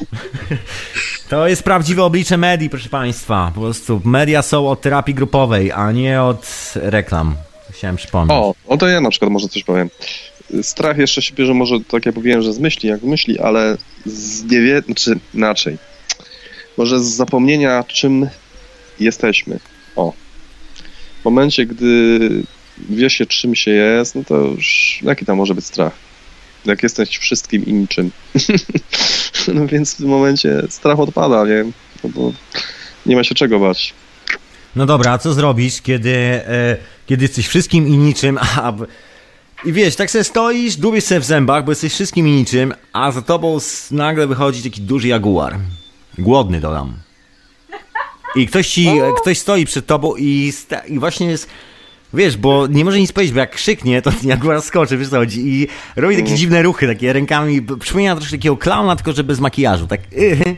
To jest prawdziwe oblicze medii, proszę państwa. Po prostu media są od terapii grupowej, a nie od reklam. Chciałem przypomnieć. O, o to ja na przykład może coś powiem. Strach jeszcze się bierze może, tak jak mówiłem, że z myśli, jak myśli, ale z niewie... znaczy inaczej. Może z zapomnienia, czym jesteśmy. O. W momencie, gdy wie się, czym się jest, no to już jaki tam może być strach? Jak jesteś wszystkim i niczym. No więc w tym momencie strach odpada, nie? No bo nie ma się czego bać. No dobra, a co zrobisz, kiedy, e, kiedy jesteś wszystkim i niczym, a... I wiesz, tak sobie stoisz, dłubiesz sobie w zębach, bo jesteś wszystkim i niczym, a za tobą nagle wychodzi taki duży jaguar. Głodny, dodam. I ktoś ci, ktoś stoi przed tobą i, sta- i właśnie jest... Wiesz, bo nie może nic powiedzieć, bo jak krzyknie, to jaguar skoczy, wiesz co chodzi, i robi takie dziwne ruchy, takie rękami, przypomina troszkę takiego klauna, tylko że bez makijażu, tak...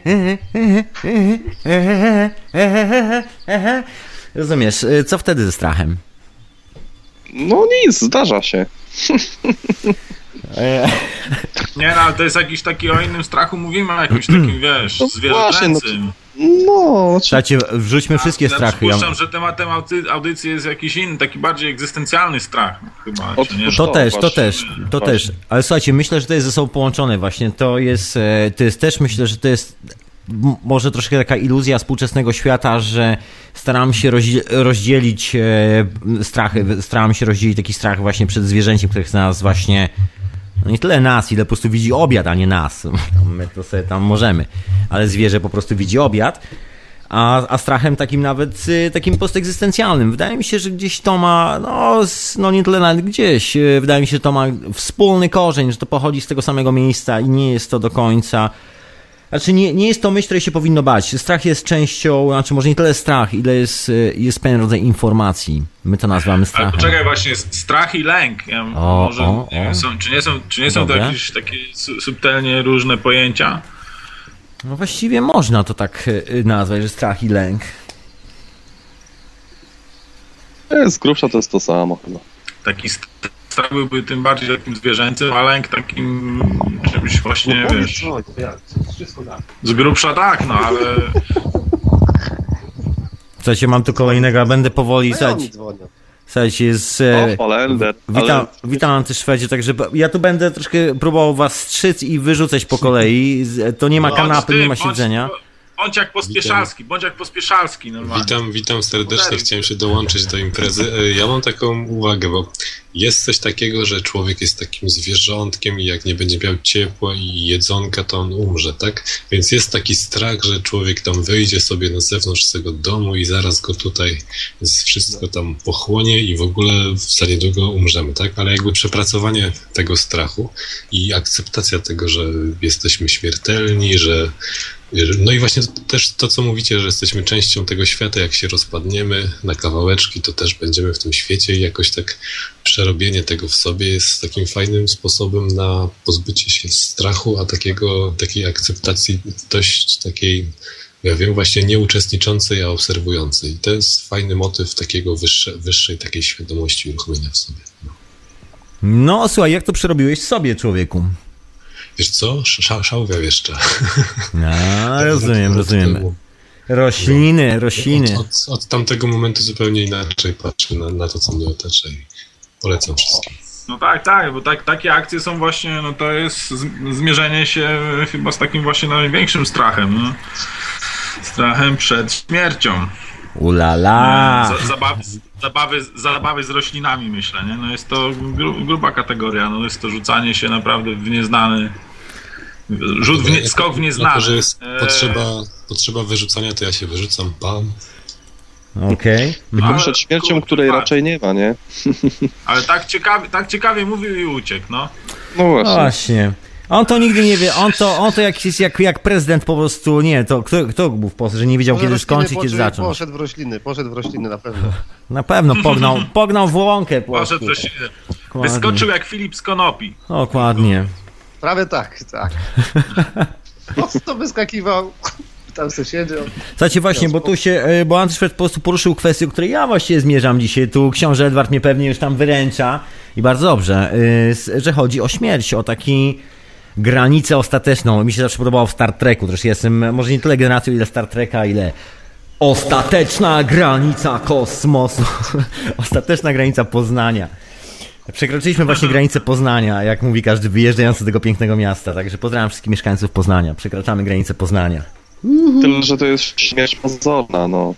Rozumiesz, co wtedy ze strachem? No nic, zdarza się. Nie, no, ale to jest jakiś taki, o innym strachu mówimy, o jakimś takim, wiesz, No właśnie, no zwierzęcym. No, znaczy... Słuchajcie, wrzućmy wszystkie ja strachy. przypuszczam, że tematem audy- audycji jest jakiś inny, taki bardziej egzystencjalny strach chyba, czy nie? To też, to właśnie, też, to właśnie. też. Ale słuchajcie, myślę, że to jest ze sobą połączone właśnie. To jest, e, to jest też, myślę, że to jest m- może troszkę taka iluzja współczesnego świata, że staramy się rozdzie- rozdzielić e, strachy, staramy się rozdzielić taki strach właśnie przed zwierzęciem, które chce nas właśnie, no nie tyle nas, ile po prostu widzi obiad, a nie nas. My to sobie tam możemy, ale zwierzę po prostu widzi obiad. A, a strachem takim nawet, y, takim postegzystencjalnym. Wydaje mi się, że gdzieś to ma, no, s- no nie tyle nawet gdzieś, y, wydaje mi się, że to ma wspólny korzeń, że to pochodzi z tego samego miejsca i nie jest to do końca, znaczy nie, nie jest to myśl, której się powinno bać. Strach jest częścią, znaczy może nie tyle strach, ile jest, y, jest pewien rodzaj informacji. My to nazywamy Ale strachem. poczekaj, właśnie, strach i lęk. Ja, O, może, o, nie wiem, o. Są, czy nie są, czy nie są to Dobre. jakieś takie su- subtelnie różne pojęcia? No właściwie można to tak y, nazwać, że strach i lęk. Z grubsza to jest to samo chyba. Taki st- strach byłby tym bardziej takim zwierzęcym, a lęk takim czymś właśnie, wiesz, z grubsza tak, no ale... Słuchajcie, mam tu kolejnego, a będę powoli, No i słuchajcie, oni dzwonią. słuchajcie, jest... O, E, Holender. Witam, Ale witam Antyszwedzie, także b- ja tu będę troszkę próbował was strzyc i wyrzucać po kolei. Z- To nie ma Bądź kanapy, ty, nie ma bądź- siedzenia. Bądź jak Pospieszalski, bądź jak Pospieszalski normalnie. Witam, witam serdecznie, chciałem się dołączyć do imprezy. E, Ja mam taką uwagę, bo jest coś takiego, że człowiek jest takim zwierzątkiem i jak nie będzie miał ciepła i jedzonka, to on umrze, tak? Więc jest taki strach, że człowiek tam wyjdzie sobie na zewnątrz swego domu i zaraz go tutaj z- wszystko tam pochłonie i w ogóle za niedługo umrzemy, tak? Ale jakby przepracowanie tego strachu i akceptacja tego, że jesteśmy śmiertelni, że no i właśnie to, też to, co mówicie, że jesteśmy częścią tego świata, jak się rozpadniemy na kawałeczki, to też będziemy w tym świecie i jakoś tak przerobienie tego w sobie jest takim fajnym sposobem na pozbycie się strachu, a takiego, takiej akceptacji dość takiej, ja wiem, właśnie nie uczestniczącej, a obserwującej. I to jest fajny motyw takiego wyższe, wyższej takiej świadomości uruchomienia w sobie. No. No, słuchaj, jak to przerobiłeś sobie, człowieku? Wiesz co? Szał, szałwiał jeszcze. No, rozumiem, rozumiem. Rośliny, rośliny. Od, od, od tamtego momentu zupełnie inaczej patrzę na, na to, co mnie otacza i polecam wszystkim. No tak, tak, bo tak, takie akcje są właśnie, no to jest zmierzenie się chyba z takim właśnie największym strachem, no. Strachem przed śmiercią. Ulala. Zabawy, zabawy, zabawy z roślinami, myślę, nie? No jest to gru, gruba kategoria, no jest to rzucanie się naprawdę w nieznany, rzut w nie, skok w nieznany. Jako, że jest potrzeba, potrzeba wyrzucania, to ja się wyrzucam, pam. Okej. Okay. Przed śmiercią, kur, której tak. raczej nie ma, nie? Ale tak ciekawie, tak ciekawie mówił i uciekł, no. No właśnie. No właśnie. On to nigdy nie wie, on to, on to jak, jak, jak prezydent po prostu, nie, to kto, kto był w Polsce, że nie wiedział Może kiedy skończyć, kiedy zacząć. Poszedł w rośliny, poszedł w rośliny na pewno. Na pewno pognał, pognał w łąkę. Poszedł w rośliny. Wyskoczył jak Filip z konopi. Dokładnie. Prawie tak, tak. Mocno wyskakiwał, tam sobie siedział. Słuchajcie, właśnie, bo tu się, bo Andrzej po prostu poruszył kwestię, o której ja właściwie zmierzam dzisiaj. Tu książę Edward mnie pewnie już tam wyręcza i bardzo dobrze, że chodzi o śmierć, o taki granicę ostateczną. Mi się zawsze podobało w Star Treku, też jestem może nie tyle generacją, ile Star Treka, ile ostateczna granica kosmosu, ostateczna granica Poznania. Przekroczyliśmy właśnie granicę Poznania, jak mówi każdy wyjeżdżający do tego pięknego miasta, także pozdrawiam wszystkich mieszkańców Poznania, przekraczamy granicę Poznania. Tyle, że to jest śmierć pozorna, no.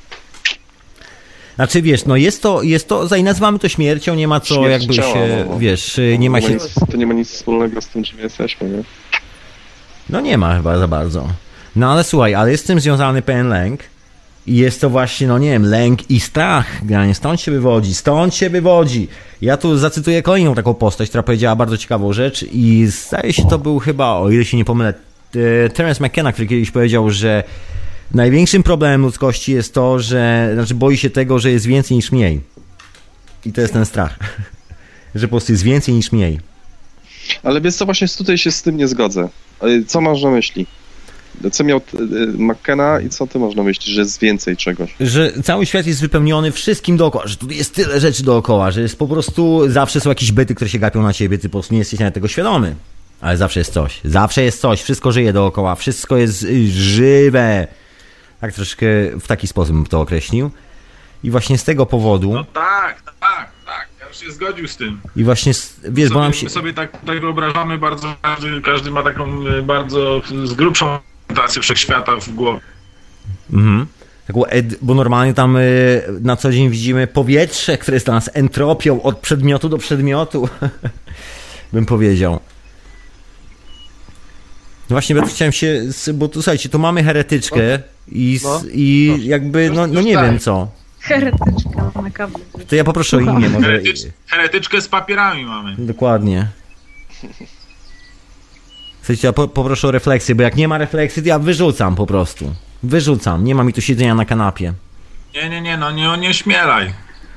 Znaczy wiesz, no jest to, jest to, nazywamy to śmiercią, nie ma co Śmierć jakby ciała, się, no, no. wiesz, nie, nie ma się... Nic, to nie ma nic wspólnego z tym, czym jesteśmy, nie? No nie ma chyba za bardzo. No ale słuchaj, ale jest z tym związany pewien lęk i jest to właśnie, no nie wiem, lęk i strach, granie, stąd się wywodzi, stąd się wywodzi. Ja tu zacytuję kolejną taką postać, która powiedziała bardzo ciekawą rzecz i zdaje się to był chyba, o ile się nie pomylę, Terence McKenna, który kiedyś powiedział, że największym problemem ludzkości jest to, że, znaczy boi się tego, że jest więcej niż mniej. I to jest ten strach. Że po prostu jest więcej niż mniej. Ale wiesz co, właśnie tutaj się z tym nie zgodzę. Co masz na myśli? Co miał McKenna i co ty masz na myśli, że jest więcej czegoś? Że cały świat jest wypełniony wszystkim dookoła, że tu jest tyle rzeczy dookoła, że jest po prostu, zawsze są jakieś byty, które się gapią na ciebie, ty po prostu nie jesteś nawet tego świadomy. Ale zawsze jest coś, zawsze jest coś, wszystko żyje dookoła, wszystko jest żywe. Tak troszkę w taki sposób bym to określił. I właśnie z tego powodu... No tak, tak, tak, ja już się zgodził z tym. I właśnie, wiesz, sobie, bo nam się... My sobie tak, tak wyobrażamy bardzo, każdy, każdy ma taką bardzo z grubszą orientację wszechświata w głowie. Mhm. Bo normalnie tam na co dzień widzimy powietrze, które jest dla nas entropią od przedmiotu do przedmiotu, bym powiedział. No właśnie, bo tu chciałem się, bo tu słuchajcie, tu mamy heretyczkę i, no, i jakby, no, no nie wiem co. Heretyczka na kable. To ja poproszę o imię może. Heretycz, heretyczkę z papierami mamy. Dokładnie. Słuchajcie, ja po, poproszę o refleksję, bo jak nie ma refleksji, to ja wyrzucam po prostu. Wyrzucam, nie ma mi tu siedzenia na kanapie. Nie, nie, nie, no nie, nie śmielaj.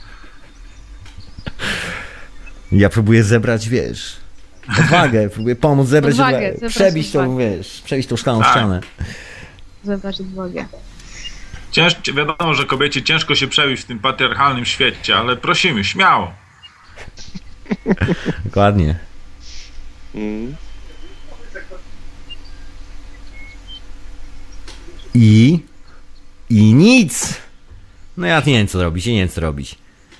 Ja próbuję zebrać, wiesz... Odwagę, próbuję pomóc zebrać, odwagę, odwagę. Przebić tą, wiesz, przebić tą szklaną tak. ścianę. Zebrać odwagę. Cięż, wiadomo, że kobiecie ciężko się przebić w tym patriarchalnym świecie, ale prosimy, śmiało. Dokładnie. Mm. I... I nic! No ja nie wiem co robić, ja nie wiem co robić.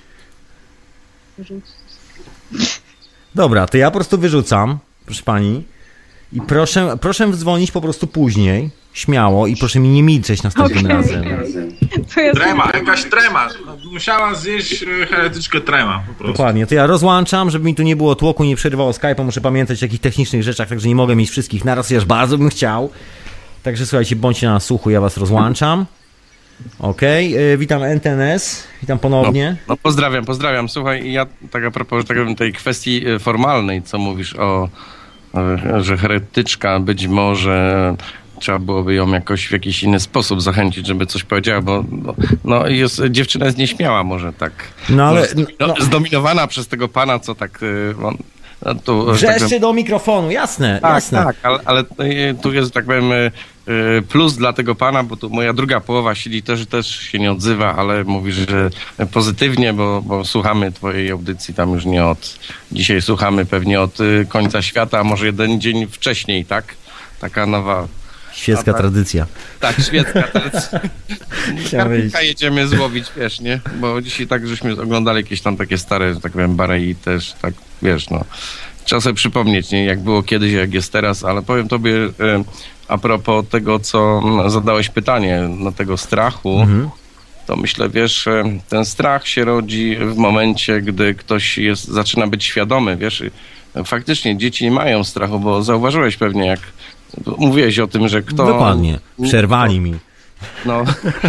Dobra, to ja po prostu wyrzucam, proszę pani, i proszę, proszę dzwonić po prostu później, śmiało, i proszę mi nie milczeć następnym okay. razem. To ja Trema, jakaś trema. Musiała zjeść heretyczkę trema po prostu. Dokładnie, to ja rozłączam, żeby mi tu nie było tłoku, nie przerywało Skype'a, muszę pamiętać o takich technicznych rzeczach, także nie mogę mieć wszystkich naraz, chociaż bardzo bym chciał. Także słuchajcie, bądźcie na słuchu, ja was rozłączam. Okej, okay. Witam N T N S, witam ponownie. No, no pozdrawiam, pozdrawiam. Słuchaj, ja tak a propos tej kwestii formalnej, co mówisz o, że heretyczka być może trzeba byłoby ją jakoś w jakiś inny sposób zachęcić, żeby coś powiedziała, bo no, no jest, dziewczyna jest nieśmiała może tak. No ale... No, zdominowana przez tego pana, co tak on, No, tu, Wrzeszczy tak, do mikrofonu, jasne, tak, jasne. Tak, ale, ale tu jest, tak powiem, plus dla tego pana, bo tu moja druga połowa siedzi też, też się nie odzywa, ale mówi, że pozytywnie, bo, bo słuchamy twojej audycji tam już nie od... Dzisiaj słuchamy pewnie od końca świata, a może jeden dzień wcześniej, tak? Taka nowa... Świecka tak, tradycja. Tak, świecka tradycja. Karpika jedziemy złowić, wiesz, nie? Bo dzisiaj tak, żeśmy oglądali jakieś tam takie stare, że tak powiem, bary i też tak, wiesz, no... Trzeba sobie przypomnieć, nie? Jak było kiedyś, jak jest teraz, ale powiem tobie e, a propos tego, co zadałeś pytanie, no tego strachu, mhm. to myślę, wiesz, ten strach się rodzi w momencie, gdy ktoś jest, zaczyna być świadomy, wiesz, faktycznie dzieci nie mają strachu, bo zauważyłeś pewnie, jak mówiłeś o tym, że kto... Dokładnie, przerwali kto, mi. No.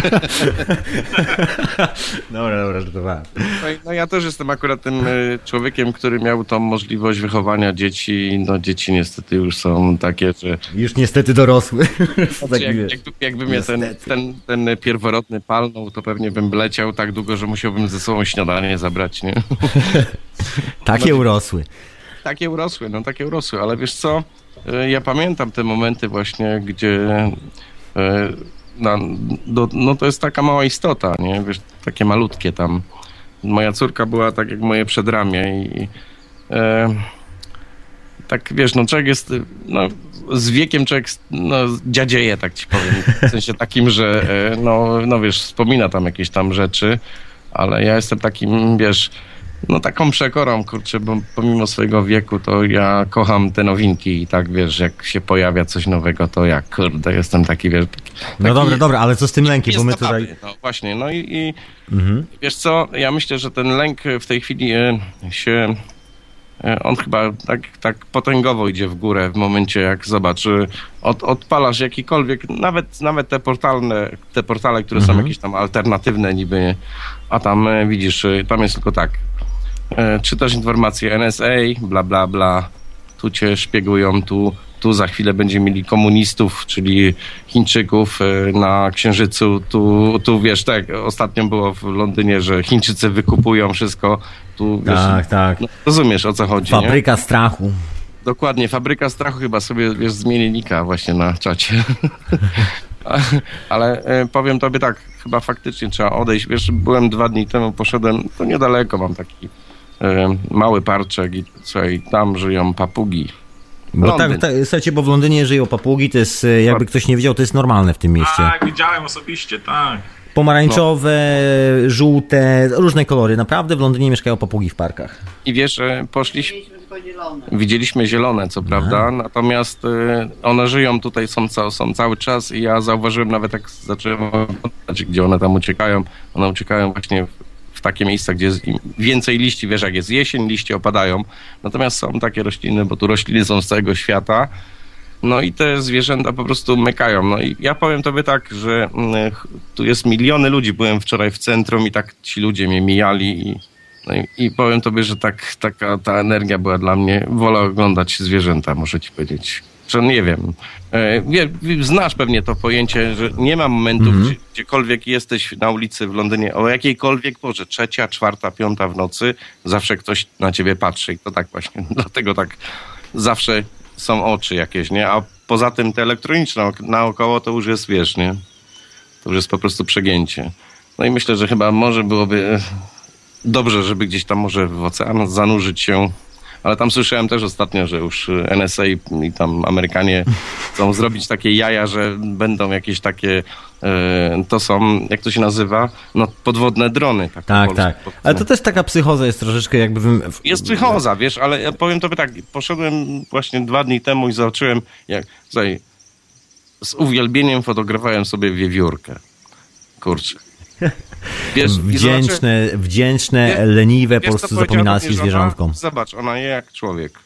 Dobra, dobra, żartowałem. No ja też jestem akurat tym człowiekiem, który miał tą możliwość wychowania dzieci. No dzieci niestety już są takie, że... Już niestety dorosły. Znaczy, jak, jakby, jakby mnie ten, ten, ten pierworodny palnął, to pewnie bym leciał tak długo, że musiałbym ze sobą śniadanie zabrać, nie? Takie urosły. Takie urosły, no takie urosły, ale wiesz co? Ja pamiętam te momenty właśnie, gdzie... No, do, no to jest taka mała istota, nie? Wiesz, takie malutkie tam. Moja córka była tak jak moje przedramię i e, tak wiesz, no człowiek jest, no z wiekiem człowiek no, dziadzieje, tak ci powiem. W sensie takim, że e, no, no wiesz, wspomina tam jakieś tam rzeczy, ale ja jestem takim, wiesz, no taką przekorą, kurczę, bo pomimo swojego wieku to ja kocham te nowinki i tak, wiesz, jak się pojawia coś nowego, to ja, kurde, jestem taki, wiesz... Taki, no dobra, dobra, ale co z tym lękiem, bo my zabawy, tutaj... No właśnie, no i, i mhm. wiesz co, ja myślę, że ten lęk w tej chwili e, się... E, on chyba tak, tak potęgowo idzie w górę w momencie, jak zobacz, od, odpalasz jakikolwiek, nawet, nawet te portalne, te portale, które mhm. są jakieś tam alternatywne niby, a tam e, widzisz, tam jest tylko tak, czytasz informacje N S A, bla, bla, bla, tu cię szpiegują, tu, tu za chwilę będziemy mieli komunistów, czyli Chińczyków na Księżycu, tu, tu wiesz, tak, ostatnio było w Londynie, że Chińczycy wykupują wszystko, tu wiesz, tak, tak. No, rozumiesz, o co chodzi, Fabryka nie? strachu. Dokładnie, fabryka strachu, chyba sobie, wiesz, zmieni nika właśnie na czacie. Ale e, powiem tobie tak, chyba faktycznie trzeba odejść, wiesz, byłem dwa dni temu, poszedłem, to niedaleko mam taki e, mały parczek i słuchaj, tam żyją papugi. Bo tak, tak, słuchajcie, bo w Londynie żyją papugi, to jest, jakby ktoś nie wiedział, to jest normalne w tym mieście. Tak, widziałem osobiście, tak. Pomarańczowe, no. żółte, różne kolory. Naprawdę w Londynie mieszkają papugi w parkach. I wiesz, poszliśmy... Widzieliśmy zielone, co prawda, Aha. natomiast y, one żyją tutaj, są, ca- są cały czas i ja zauważyłem nawet, jak zacząłem oglądać, gdzie one tam uciekają. One uciekają właśnie w, w takie miejsca, gdzie jest więcej liści, wiesz, jak jest jesień, liście opadają. Natomiast są takie rośliny, bo tu rośliny są z całego świata. No i te zwierzęta po prostu mykają. No i ja powiem tobie tak, że y, tu jest miliony ludzi. Byłem wczoraj w centrum i tak ci ludzie mnie mijali i No i, i powiem tobie, że tak, taka ta energia była dla mnie. Wolę oglądać zwierzęta, muszę ci powiedzieć. Że nie wiem. E, wie, znasz pewnie to pojęcie, że nie ma momentów, mm-hmm. gdzie, gdziekolwiek jesteś na ulicy w Londynie, o jakiejkolwiek porze, trzecia, czwarta, piąta w nocy, zawsze ktoś na ciebie patrzy. I to tak właśnie, dlatego tak zawsze są oczy jakieś, nie? A poza tym te elektroniczne naokoło to już jest, wiesz, nie? To już jest po prostu przegięcie. No i myślę, że chyba może byłoby... Dobrze, żeby gdzieś tam może w ocean zanurzyć się, ale tam słyszałem też ostatnio, że już N S A i tam Amerykanie chcą zrobić takie jaja, że będą jakieś takie, e, to są, jak to się nazywa, no podwodne drony. Tak, tak. tak. Ale to też taka psychoza jest troszeczkę jakby... W... Jest psychoza, wiesz, ale ja powiem tobie tak, poszedłem właśnie dwa dni temu i zobaczyłem, jak, słuchaj, z uwielbieniem fotografowałem sobie wiewiórkę. Kurczę. Wiesz, wdzięczne, wdzięczne, wiesz, leniwe, po prostu zapominalskie zwierzątkom. Zobacz, ona je jak człowiek.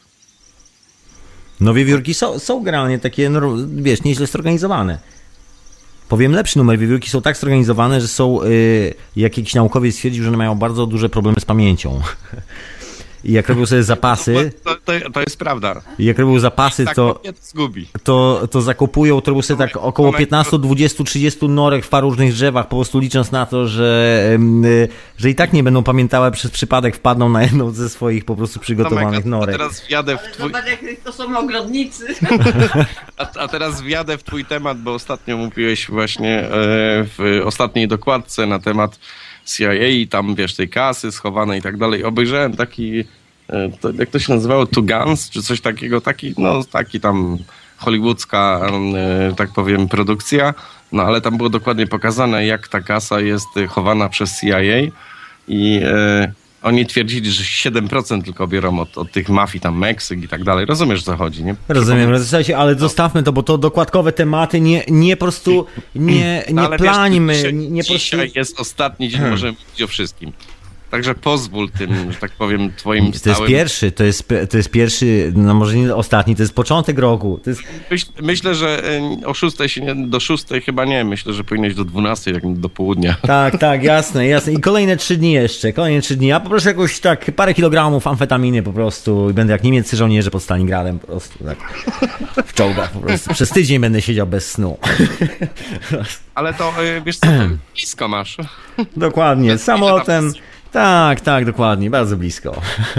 No wiewiórki są, są generalnie takie, no, wiesz, nieźle zorganizowane. Powiem lepszy numer, wiewiórki są tak zorganizowane, że są, yy, jak jakiś naukowiec stwierdził, że one mają bardzo duże problemy z pamięcią. I jak robił sobie zapasy... To, to, to jest prawda. I jak robił zapasy, tak, to, zgubi. to, to zakopują, to robił sobie tak około piętnaście, dwadzieścia, trzydzieści norek w paru różnych drzewach, po prostu licząc na to, że, że i tak nie będą pamiętały, przez przypadek wpadną na jedną ze swoich po prostu przygotowanych norek. A teraz wjadę w twój... Zobacz, jak to są ogrodnicy. A, a teraz wjadę w twój temat, bo ostatnio mówiłeś właśnie e, w ostatniej dokładce na temat C I A i tam, wiesz, tej kasy schowanej i tak dalej. Obejrzałem taki, e, to, jak to się nazywało, Two Guns, czy coś takiego, taki, no taki tam hollywoodzka, e, tak powiem, produkcja, no ale tam było dokładnie pokazane, jak ta kasa jest chowana przez C I A i e, oni twierdzili, że siedem procent tylko biorą od, od tych mafii, tam Meksyk i tak dalej. Rozumiesz, co chodzi, nie? Rozumiem, słuchajcie, ale zostawmy to, bo to dokładkowe tematy, nie, nie po prostu, nie, nie ale plańmy, wiesz, dzisiaj, nie, nie po prostu... dzisiaj jest ostatni dzień, możemy mówić o wszystkim. Także pozwól tym, że tak powiem, twoim To stałym... jest pierwszy, to jest, to jest pierwszy, no może nie ostatni, to jest początek roku. To jest... Myśl, myślę, że o szóstej się nie, do szóstej chyba nie, myślę, że powinieneś do dwunastej, jak do południa. Tak, tak, jasne, jasne. I kolejne trzy dni jeszcze, kolejne trzy dni. Ja poproszę jakoś tak parę kilogramów amfetaminy po prostu i będę jak niemieccy żołnierze pod Stalingradem po prostu, tak w czołgach po prostu. Przez tydzień będę siedział bez snu. Ale to, wiesz co, to blisko masz. Dokładnie, samolotem... Tak, tak, dokładnie, bardzo blisko.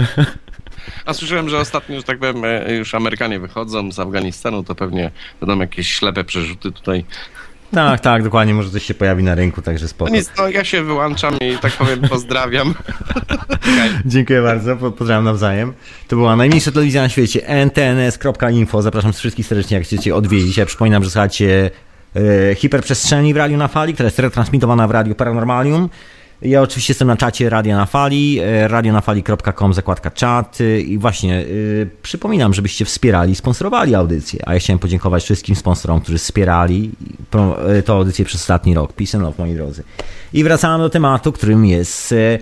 A słyszałem, że ostatnio, że tak powiem, już Amerykanie wychodzą z Afganistanu, to pewnie będą jakieś ślepe przerzuty tutaj. Tak, tak, dokładnie, może coś się pojawi na rynku, także spoko. No nic, no ja się wyłączam i tak powiem pozdrawiam. Dziękuję bardzo, pozdrawiam nawzajem. To była najmniejsza telewizja na świecie, N T N S kropka info. Zapraszam wszystkich serdecznie, jak chcecie odwiedzić. Ja przypominam, że słuchacie e, Hiperprzestrzeni w Radiu na Fali, która jest retransmitowana w Radiu Paranormalium. Ja oczywiście jestem na czacie Radia na Fali, radionafali kropka com, zakładka czat i właśnie yy, przypominam, żebyście wspierali, sponsorowali audycję, a ja chciałem podziękować wszystkim sponsorom, którzy wspierali tę audycję przez ostatni rok. Peace and love, moi drodzy. I wracamy do tematu, którym jest yy,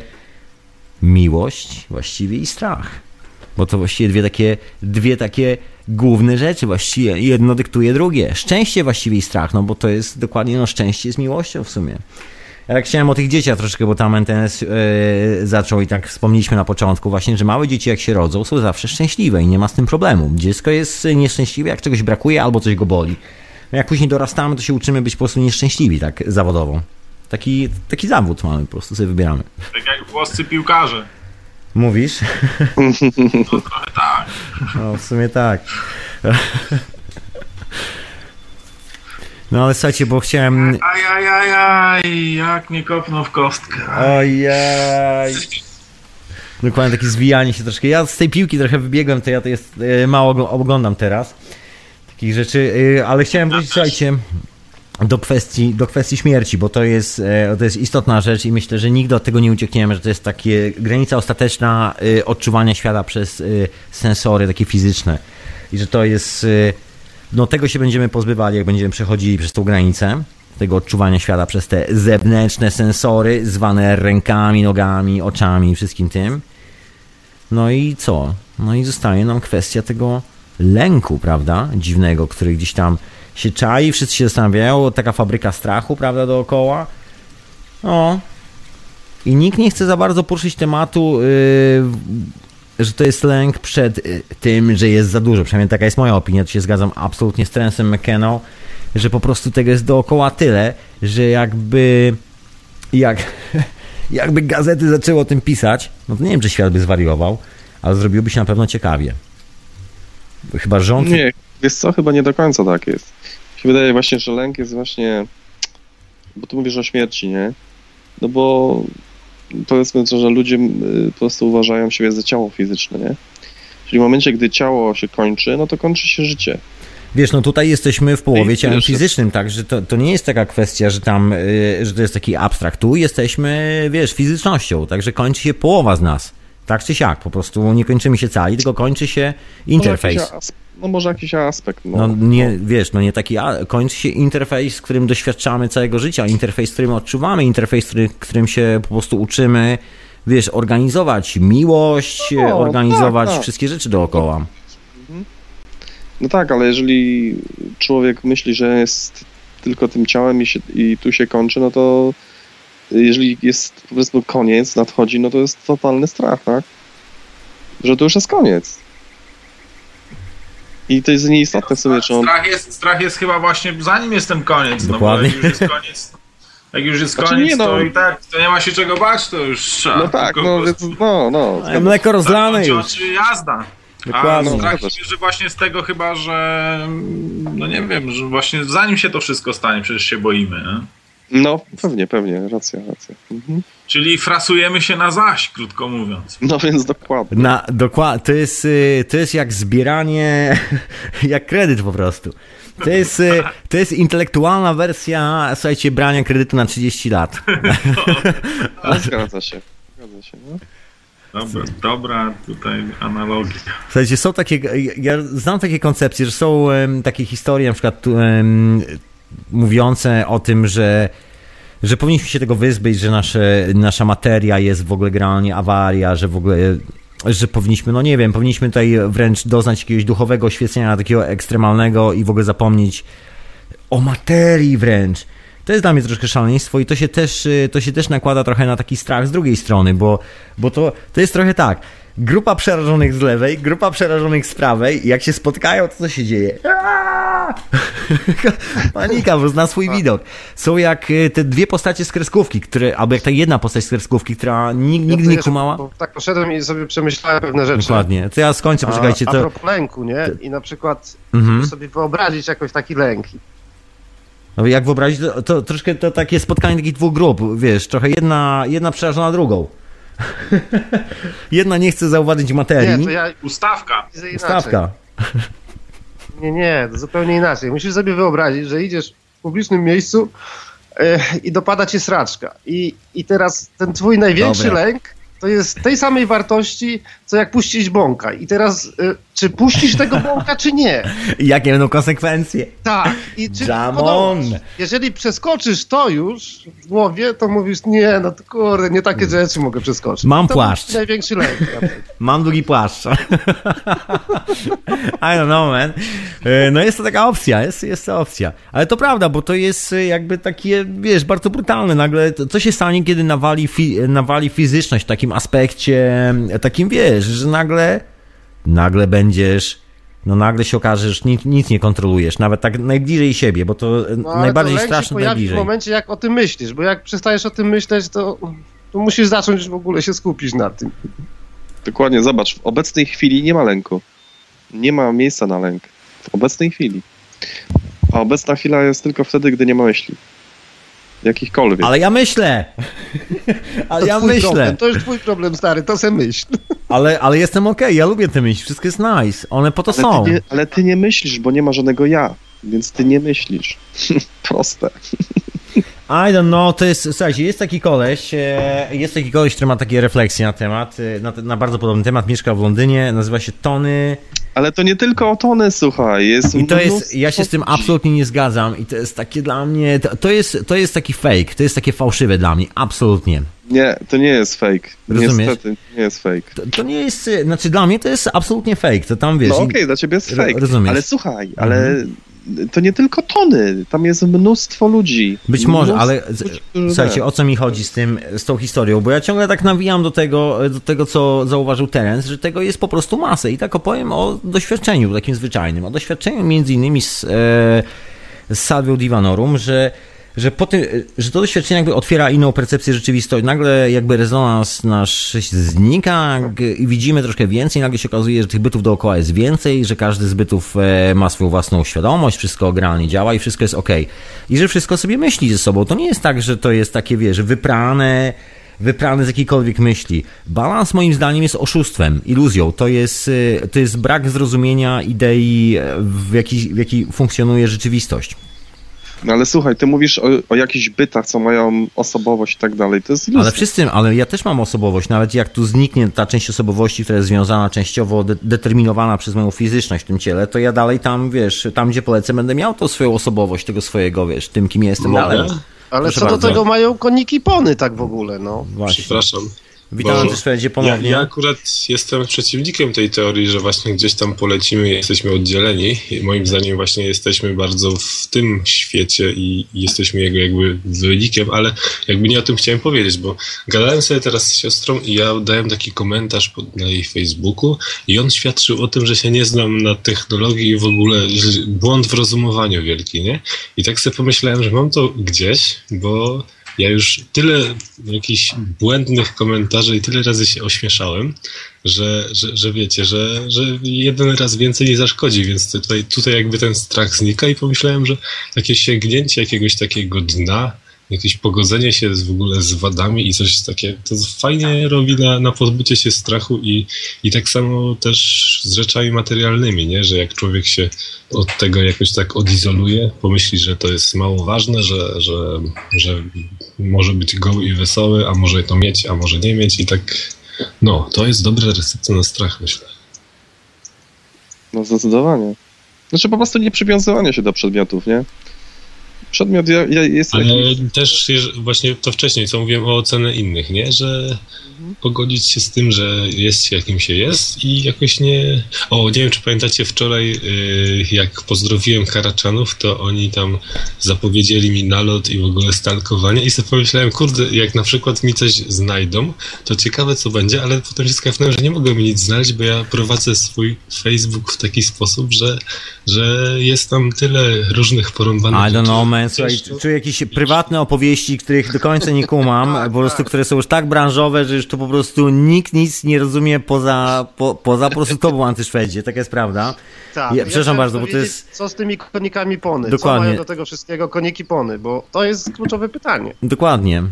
miłość właściwie i strach. Bo to właściwie dwie takie, dwie takie główne rzeczy właściwie. Jedno dyktuje drugie. Szczęście właściwie i strach, no bo to jest dokładnie no, szczęście z miłością w sumie. Ja tak chciałem o tych dzieciach troszeczkę, bo tam N T N S yy, zaczął i tak wspomnieliśmy na początku właśnie, że małe dzieci jak się rodzą są zawsze szczęśliwe i nie ma z tym problemu. Dziecko jest nieszczęśliwe, jak czegoś brakuje albo coś go boli. Jak później dorastamy, to się uczymy być po prostu nieszczęśliwi, tak zawodowo. Taki, taki zawód mamy, po prostu sobie wybieramy. Tak jak włoscy piłkarze. Mówisz? No trochę tak. No w sumie tak. No ale słuchajcie, bo chciałem... Ajajajaj, jak mnie kopnął w kostkę. Ojej. Dokładnie takie zwijanie się troszkę. Ja z tej piłki trochę wybiegłem, to ja to jest mało oglądam teraz. Takich rzeczy, ale chciałem wrócić, słuchajcie, do kwestii, do kwestii śmierci, bo to jest, to jest istotna rzecz i myślę, że nigdy od tego nie uciekniemy, że to jest takie granica ostateczna odczuwania świata przez sensory takie fizyczne i że to jest... No tego się będziemy pozbywali, jak będziemy przechodzili przez tą granicę, tego odczuwania świata przez te zewnętrzne sensory, zwane rękami, nogami, oczami, wszystkim tym. No i co? No i zostaje nam kwestia tego lęku, prawda? Dziwnego, który gdzieś tam się czai, wszyscy się zastanawiają, taka fabryka strachu, prawda, dookoła. No. I nikt nie chce za bardzo poruszyć tematu... Yy, że to jest lęk przed tym, że jest za dużo. Przynajmniej taka jest moja opinia, tu się zgadzam absolutnie z Terencem McKenną, że po prostu tego jest dookoła tyle, że jakby jak, jakby gazety zaczęły o tym pisać, no to nie wiem, czy świat by zwariował, ale zrobiłoby się na pewno ciekawie. Chyba rząd... Nie, wiesz co, chyba nie do końca tak jest. Mi się wydaje właśnie, że lęk jest właśnie, bo tu mówisz o śmierci, nie? No bo powiedzmy, że ludzie po prostu uważają siebie za ciało fizyczne, nie? Czyli w momencie, gdy ciało się kończy, no to kończy się życie. Wiesz, no tutaj jesteśmy w połowie ciałem fizycznym, tak, że to, to nie jest taka kwestia, że tam, yy, że to jest taki abstrakt. Tu jesteśmy, wiesz, fizycznością, także kończy się połowa z nas. Tak czy siak, po prostu nie kończymy się cali, tylko kończy się interfejs. No może jakiś aspekt. No, no nie, wiesz, no nie taki, a, kończy się interfejs, w którym doświadczamy całego życia, interfejs, w którym odczuwamy, interfejs, który, którym się po prostu uczymy, wiesz, organizować miłość, no, organizować tak, tak. wszystkie rzeczy dookoła. No tak, ale jeżeli człowiek myśli, że jest tylko tym ciałem i, się, i tu się kończy, no to jeżeli jest, powiedzmy, koniec, nadchodzi, no to jest totalny strach, tak? że to już jest koniec. I to jest nieistotne sobie, czy on... Strach jest, strach jest chyba właśnie zanim jest ten koniec, Dokładnie. no bo jak już jest koniec, jak już jest Znaczy koniec, nie, no. to i tak to nie ma się czego bać, to już trzeba. No tak, tylko no, po więc, prostu no, no. A mleko rozlane już. Czy jazda. Dokładnie. A strach No, że właśnie z tego chyba, że no nie wiem, że właśnie zanim się to wszystko stanie, przecież się boimy, nie? No, pewnie, pewnie, racja, racja. Mhm. Czyli frasujemy się na zaś, krótko mówiąc. No więc dokładnie. Na, dokładnie, to jest, y, to jest jak zbieranie, jak kredyt po prostu. To jest, y, to jest intelektualna wersja, słuchajcie, brania kredytu na trzydzieści lat. Ale zgadza się, zgadza się, no. Dobra, dobra tutaj analogia. Słuchajcie, są takie, ja znam takie koncepcje, że są um, takie historie na przykład um, mówiące o tym, że że powinniśmy się tego wyzbyć, że nasze, nasza materia jest w ogóle generalnie awaria, że w ogóle, że powinniśmy, no nie wiem, powinniśmy tutaj wręcz doznać jakiegoś duchowego oświecenia, takiego ekstremalnego i w ogóle zapomnieć o materii wręcz. To jest dla mnie troszkę szaleństwo i to się też, to się też nakłada trochę na taki strach z drugiej strony, bo, bo to, to jest trochę tak. Grupa przerażonych z lewej, grupa przerażonych z prawej i jak się spotkają, to co się dzieje? Panika, bo zna swój widok. Są jak te dwie postacie z kreskówki, które, albo jak ta jedna postać z kreskówki, która nig, nigdy nie kumała. Bo tak poszedłem i sobie przemyślałem pewne rzeczy. Dokładnie. To ja skończę, poczekajcie. A, to... a propos lęku, nie? I na przykład Mhm. sobie wyobrazić jakoś taki lęk. No jak wyobrazić, to, to troszkę to takie spotkanie takich dwóch grup, wiesz, trochę jedna, jedna przerażona drugą. Jedna nie chce zauważyć materii. Nie, to ja Ustawka. widzę inaczej. Stawka. Nie, nie, to zupełnie inaczej. Musisz sobie wyobrazić, że idziesz w publicznym miejscu yy, i dopada cię sraczka. I, I teraz ten twój największy Dobra. lęk to jest tej samej wartości, co jak puścić bąka. I teraz, yy, czy puścisz tego bąka, czy nie? I jakie będą konsekwencje? Tak. I czy Jamon. podołasz? Jeżeli przeskoczysz to już w głowie, to mówisz, nie, no to kurde, nie takie rzeczy mogę przeskoczyć. Mam to płaszcz. jest największy lęk. Mam długi płaszcz. I don't know, man. E, No jest to taka opcja, jest, jest to opcja. Ale to prawda, bo to jest e, jakby takie, wiesz, bardzo brutalne. Nagle, to- co się stanie, kiedy nawali, fi, nawali fizyczność w takim aspekcie, e, takim, wiesz, że nagle, nagle będziesz, no nagle się okaże, że nic, nic nie kontrolujesz, nawet tak najbliżej siebie, bo to e, No, ale najbardziej to lęk się straszne pojawi najbliżej. w momencie, jak o tym myślisz, bo jak przestajesz o tym myśleć, to, to musisz zacząć w ogóle się skupić na tym. Dokładnie, zobacz, w obecnej chwili nie ma lęku. Nie ma miejsca na lęk. W obecnej chwili. A obecna chwila jest tylko wtedy, gdy nie ma myśli. Jakichkolwiek. Ale ja myślę! Ale To ja twój myślę! Problem. To już twój problem, stary, to se myśl. Ale, ale jestem okej, ja lubię te myśli, wszystko jest nice, one po to ale, są. ty nie, ale ty nie myślisz, bo nie ma żadnego ja. Więc ty nie myślisz. Proste. I don't know, to jest, słuchajcie, jest taki koleś, e, jest taki koleś, który ma takie refleksje na temat, e, na, na bardzo podobny temat, mieszka w Londynie, nazywa się Tony Ale to nie tylko o Tony, słuchaj. Jest i to jest, mnóstwo ja się z tym ludzi. absolutnie nie zgadzam i to jest takie dla mnie, to, to jest, to jest taki fake, to jest takie fałszywe dla mnie, absolutnie. Nie, to nie jest fake. Rozumiesz? Niestety, nie jest fake. To, to nie jest, e, znaczy dla mnie to jest absolutnie fake, to tam wiesz. No i- okej, dla ciebie jest Ro- fake. rozumiesz. Ale słuchaj, ale to nie tylko Tony. Tam jest mnóstwo ludzi. Być może, Mnóstwo ale z- ludzi, którzy- słuchajcie, o co mi chodzi z tym, z tą historią, bo ja ciągle tak nawijam do tego, do tego, co zauważył Terence, że tego jest po prostu masę i tak opowiem o doświadczeniu takim zwyczajnym, o doświadczeniu między innymi z, e, z Salvią Divanorum, że że, po tym, że to doświadczenie jakby otwiera inną percepcję rzeczywistości. Nagle jakby rezonans nasz znika g- i widzimy troszkę więcej. Nagle się okazuje, że tych bytów dookoła jest więcej, że każdy z bytów e, ma swoją własną świadomość, wszystko generalnie działa i wszystko jest okej. I że wszystko sobie myśli ze sobą. To nie jest tak, że to jest takie, wiesz, wyprane, wyprane z jakiejkolwiek myśli. Balans moim zdaniem jest oszustwem, iluzją. To jest, e, to jest brak zrozumienia idei, e, w jakiej, w jakiej funkcjonuje rzeczywistość. No ale słuchaj, ty mówisz o, o jakichś bytach, co mają osobowość i tak dalej. To jest iluzja. Ale wszyscy, ale ja też mam osobowość, nawet jak tu zniknie ta część osobowości, która jest związana częściowo, de- determinowana przez moją fizyczność w tym ciele, to ja dalej tam, wiesz, tam gdzie polecę, będę miał tą swoją osobowość, tego swojego, wiesz, tym kim jestem Mogę? dalej. Ale Proszę co bardzo. do tego mają koniki pony tak w ogóle, no. Właśnie. Przepraszam. Witam Antyszwedzie ponownie. Ja, ja akurat jestem przeciwnikiem tej teorii, że właśnie gdzieś tam polecimy i jesteśmy oddzieleni. I moim zdaniem właśnie jesteśmy bardzo w tym świecie i jesteśmy jego jakby wynikiem, ale jakby nie o tym chciałem powiedzieć, bo gadałem sobie teraz z siostrą i ja dałem taki komentarz pod, na jej Facebooku i on świadczył o tym, że się nie znam na technologii i w ogóle błąd w rozumowaniu wielki, nie? I tak sobie pomyślałem, że mam to gdzieś, bo ja już tyle jakichś błędnych komentarzy i tyle razy się ośmieszałem, że, że, że wiecie, że, że jeden raz więcej nie zaszkodzi, więc tutaj, tutaj jakby ten strach znika i pomyślałem, że takie sięgnięcie jakiegoś takiego dna, jakieś pogodzenie się z, w ogóle z wadami i coś takie, to fajnie robi na, na pozbycie się strachu i, i tak samo też z rzeczami materialnymi, nie? Że jak człowiek się od tego jakoś tak odizoluje, pomyśli, że to jest mało ważne, że, że, że może być goły i wesoły, a może to mieć, a może nie mieć i tak, no, to jest dobra recepcja na strach, myślę. No zdecydowanie. Znaczy po prostu nie przywiązywanie się do przedmiotów, nie? Przedmiot ja, ja jest Ale jakiś... też właśnie to wcześniej, co mówiłem o ocenę innych, nie? Że pogodzić się z tym, że jest się jakim się jest i jakoś nie... O, nie wiem, czy pamiętacie wczoraj, jak pozdrowiłem Karaczanów, to oni tam zapowiedzieli mi nalot i w ogóle stalkowanie i sobie pomyślałem, kurde, jak na przykład mi coś znajdą, to ciekawe co będzie, ale potem się skapnąłem, że nie mogę mi nic znaleźć, bo ja prowadzę swój Facebook w taki sposób, że, że jest tam tyle różnych porąbanych I don't know, man. Słuchaj, czuję jakieś prywatne opowieści, których do końca nie kumam, po prostu, które są już tak branżowe, że już to po prostu nikt nic nie rozumie poza, po, poza po prostu tobą, Antyszwedzie, taka jest prawda. Tak, ja, przepraszam ja bardzo, bo to jest... Co z tymi konikami pony? Dokładnie. Co mają do tego wszystkiego koniki pony? Bo to jest kluczowe pytanie. Dokładnie.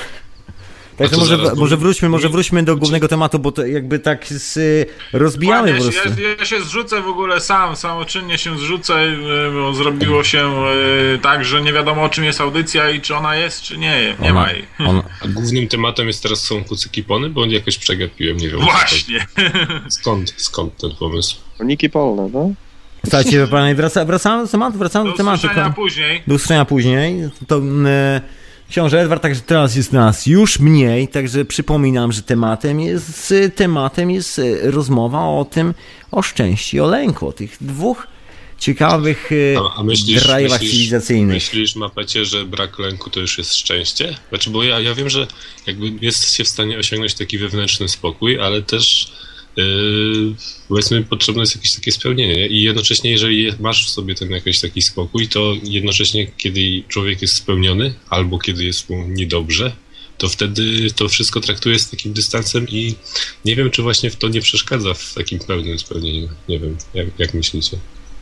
Także może, zaraz, może wróćmy, może wróćmy do głównego tematu, bo to jakby tak z, rozbijamy ja po prostu. Się, ja, ja się zrzucę w ogóle sam, samoczynnie się zrzucę, bo zrobiło się tak, że nie wiadomo o czym jest audycja i czy ona jest, czy nie, nie ona, ma jej. Ona... A głównym tematem jest teraz są kucyki pony, bo jakoś przegapiłem, nie wiem. Właśnie. Skąd, skąd ten pomysł? Koniki polne, no? Słuchajcie, panie, wraca, wracamy do tematu, wracamy do, Do tematu. usłyszenia później. Do usłyszenia później. To, e, książę Edward, także teraz jest nas już mniej, także przypominam, że tematem jest, tematem jest rozmowa o tym, o szczęściu i o lęku, o tych dwóch ciekawych a, a myślisz, drajwach myślisz, cywilizacyjnych. Myślisz, Mapecie, że brak lęku to już jest szczęście? Znaczy, bo ja, ja wiem, że jakby jest się w stanie osiągnąć taki wewnętrzny spokój, ale też yy, powiedzmy potrzebne jest jakieś takie spełnienie, nie? I jednocześnie jeżeli masz w sobie ten jakiś taki spokój, to jednocześnie kiedy człowiek jest spełniony albo kiedy jest mu niedobrze, to wtedy to wszystko traktuje z takim dystansem i nie wiem, czy właśnie w to nie przeszkadza w takim pełnym spełnieniu. Nie wiem, jak, jak myślicie?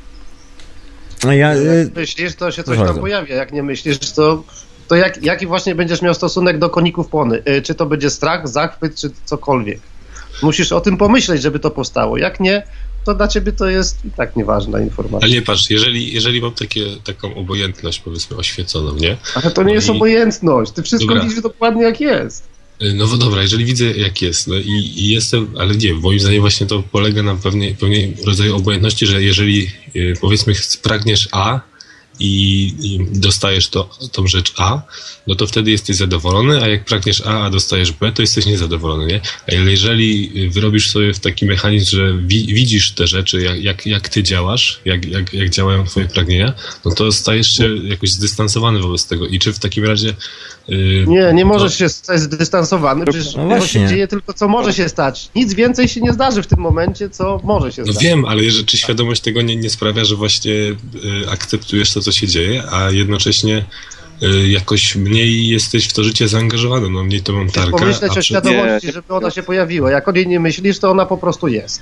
Ja, Jak myślisz, to się coś tam pojawia. Jak nie myślisz, to, to jak, jaki właśnie będziesz miał stosunek do koników pony? Czy to będzie strach, zachwyt, czy cokolwiek? Musisz o tym pomyśleć, żeby to powstało. Jak nie, to dla ciebie to jest i tak nieważna informacja. Ale nie, patrz, jeżeli, jeżeli mam takie, taką obojętność, powiedzmy, oświeconą, nie? Ale to nie jest I... obojętność. Ty wszystko Dobra. widzisz dokładnie jak jest. No dobra, jeżeli widzę jak jest, no i, i jestem, ale nie, moim zdaniem właśnie to polega na pewnej, pewnej rodzaju obojętności, że jeżeli powiedzmy pragniesz A i, i dostajesz to, tą rzecz A, no to wtedy jesteś zadowolony, a jak pragniesz A, a dostajesz B, to jesteś niezadowolony, nie? A jeżeli wyrobisz sobie w taki mechanizm, że wi widzisz te rzeczy, jak, jak, jak ty działasz, jak, jak, jak działają twoje pragnienia, no to stajesz się jakoś zdystansowany wobec tego. I czy w takim razie... Yy, nie, nie możesz się stać zdystansowany, przecież no to się dzieje tylko co może się stać. Nic więcej się nie zdarzy w tym momencie, co może się no stać. No wiem, ale jeżeli, czy świadomość tego nie, nie sprawia, że właśnie y, akceptujesz to, co się dzieje, a jednocześnie y, jakoś mniej jesteś w to życie zaangażowany, no mniej to mam targa. Pomyśleć o przed... świadomości, żeby ona się pojawiła. Jak o niej nie myślisz, to ona po prostu jest.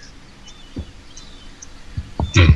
Hmm.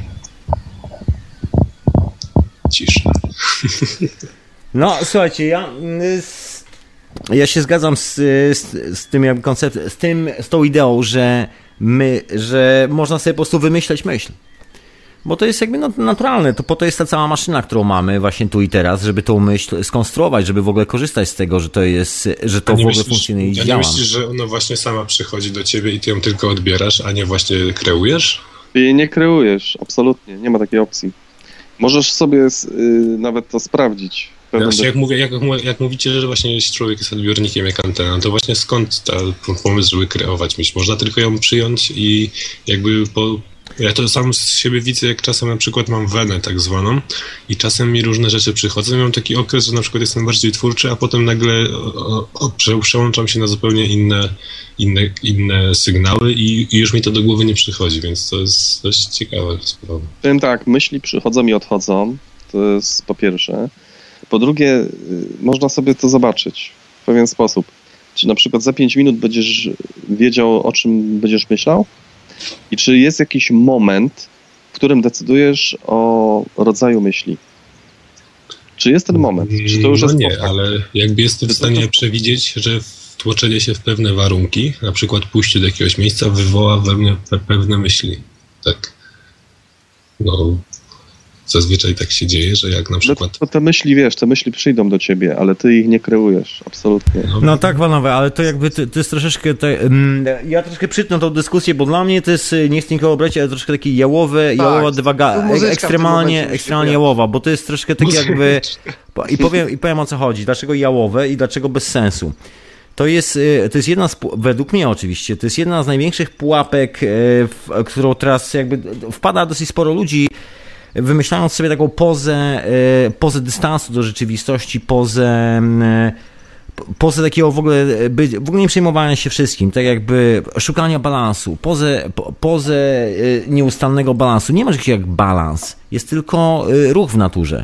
Cisza. No, słuchajcie, ja, ja się zgadzam z, z, z tym jakby konceptem, z tym, z tą ideą, że my, że można sobie po prostu wymyśleć myśl. Bo to jest jakby naturalne, to po to jest ta cała maszyna, którą mamy właśnie tu i teraz, żeby tą myśl skonstruować, żeby w ogóle korzystać z tego, że to jest, że to w ogóle myślisz, funkcjonuje i ja działa. nie myślisz, że ona właśnie sama przychodzi do ciebie i ty ją tylko odbierasz, a nie właśnie kreujesz? Ty jej nie kreujesz, absolutnie, nie ma takiej opcji. Możesz sobie y, nawet to sprawdzić. Znaczy, jak, mówię, jak, jak mówicie, że właśnie człowiek jest odbiornikiem jak antena, to właśnie skąd ta pomysł, żeby kreować myśl? Można tylko ją przyjąć i jakby po... Ja to sam z siebie widzę, jak czasem na przykład mam wenę tak zwaną i czasem mi różne rzeczy przychodzą. Mam taki okres, że na przykład jestem bardziej twórczy, a potem nagle o, o, prze, przełączam się na zupełnie inne, inne, inne sygnały i, i już mi to do głowy nie przychodzi, więc to jest dość ciekawe sprawa. Powiem tak, myśli przychodzą i odchodzą, to jest po pierwsze. Po drugie, można sobie to zobaczyć w pewien sposób. Czy na przykład za pięć minut będziesz wiedział, o czym będziesz myślał? I czy jest jakiś moment, w którym decydujesz o rodzaju myśli? Czy jest ten moment? Czy to już no jest nie, powstał? ale jakby jestem w stanie to... przewidzieć, że wtłoczenie się w pewne warunki, na przykład pójście do jakiegoś miejsca, wywoła we mnie pe- pewne myśli. Tak. No, zazwyczaj tak się dzieje, że jak na przykład... No, te myśli, wiesz, te myśli przyjdą do ciebie, ale ty ich nie kreujesz, absolutnie. No, no tak, panowie, ale to jakby to, to jest troszeczkę... To, um, ja troszkę przytnę tą dyskusję, bo dla mnie to jest, nie chcę nikogo obrać, ale troszkę taki jałowy, tak, jałowa dywaga, ekstremalnie, ekstremalnie jałowa, bo to jest troszkę tak jakby... I powiem, I powiem o co chodzi, dlaczego jałowe i dlaczego bez sensu. To jest, to jest jedna z, według mnie oczywiście, to jest jedna z największych pułapek, w którą teraz jakby wpada dosyć sporo ludzi, wymyślając sobie taką pozę, pozę dystansu do rzeczywistości, pozę, pozę takiego w ogóle, w ogóle nie przejmowania się wszystkim, tak jakby szukania balansu, pozę, pozę nieustannego balansu. Nie ma czegoś jak balans, jest tylko ruch w naturze.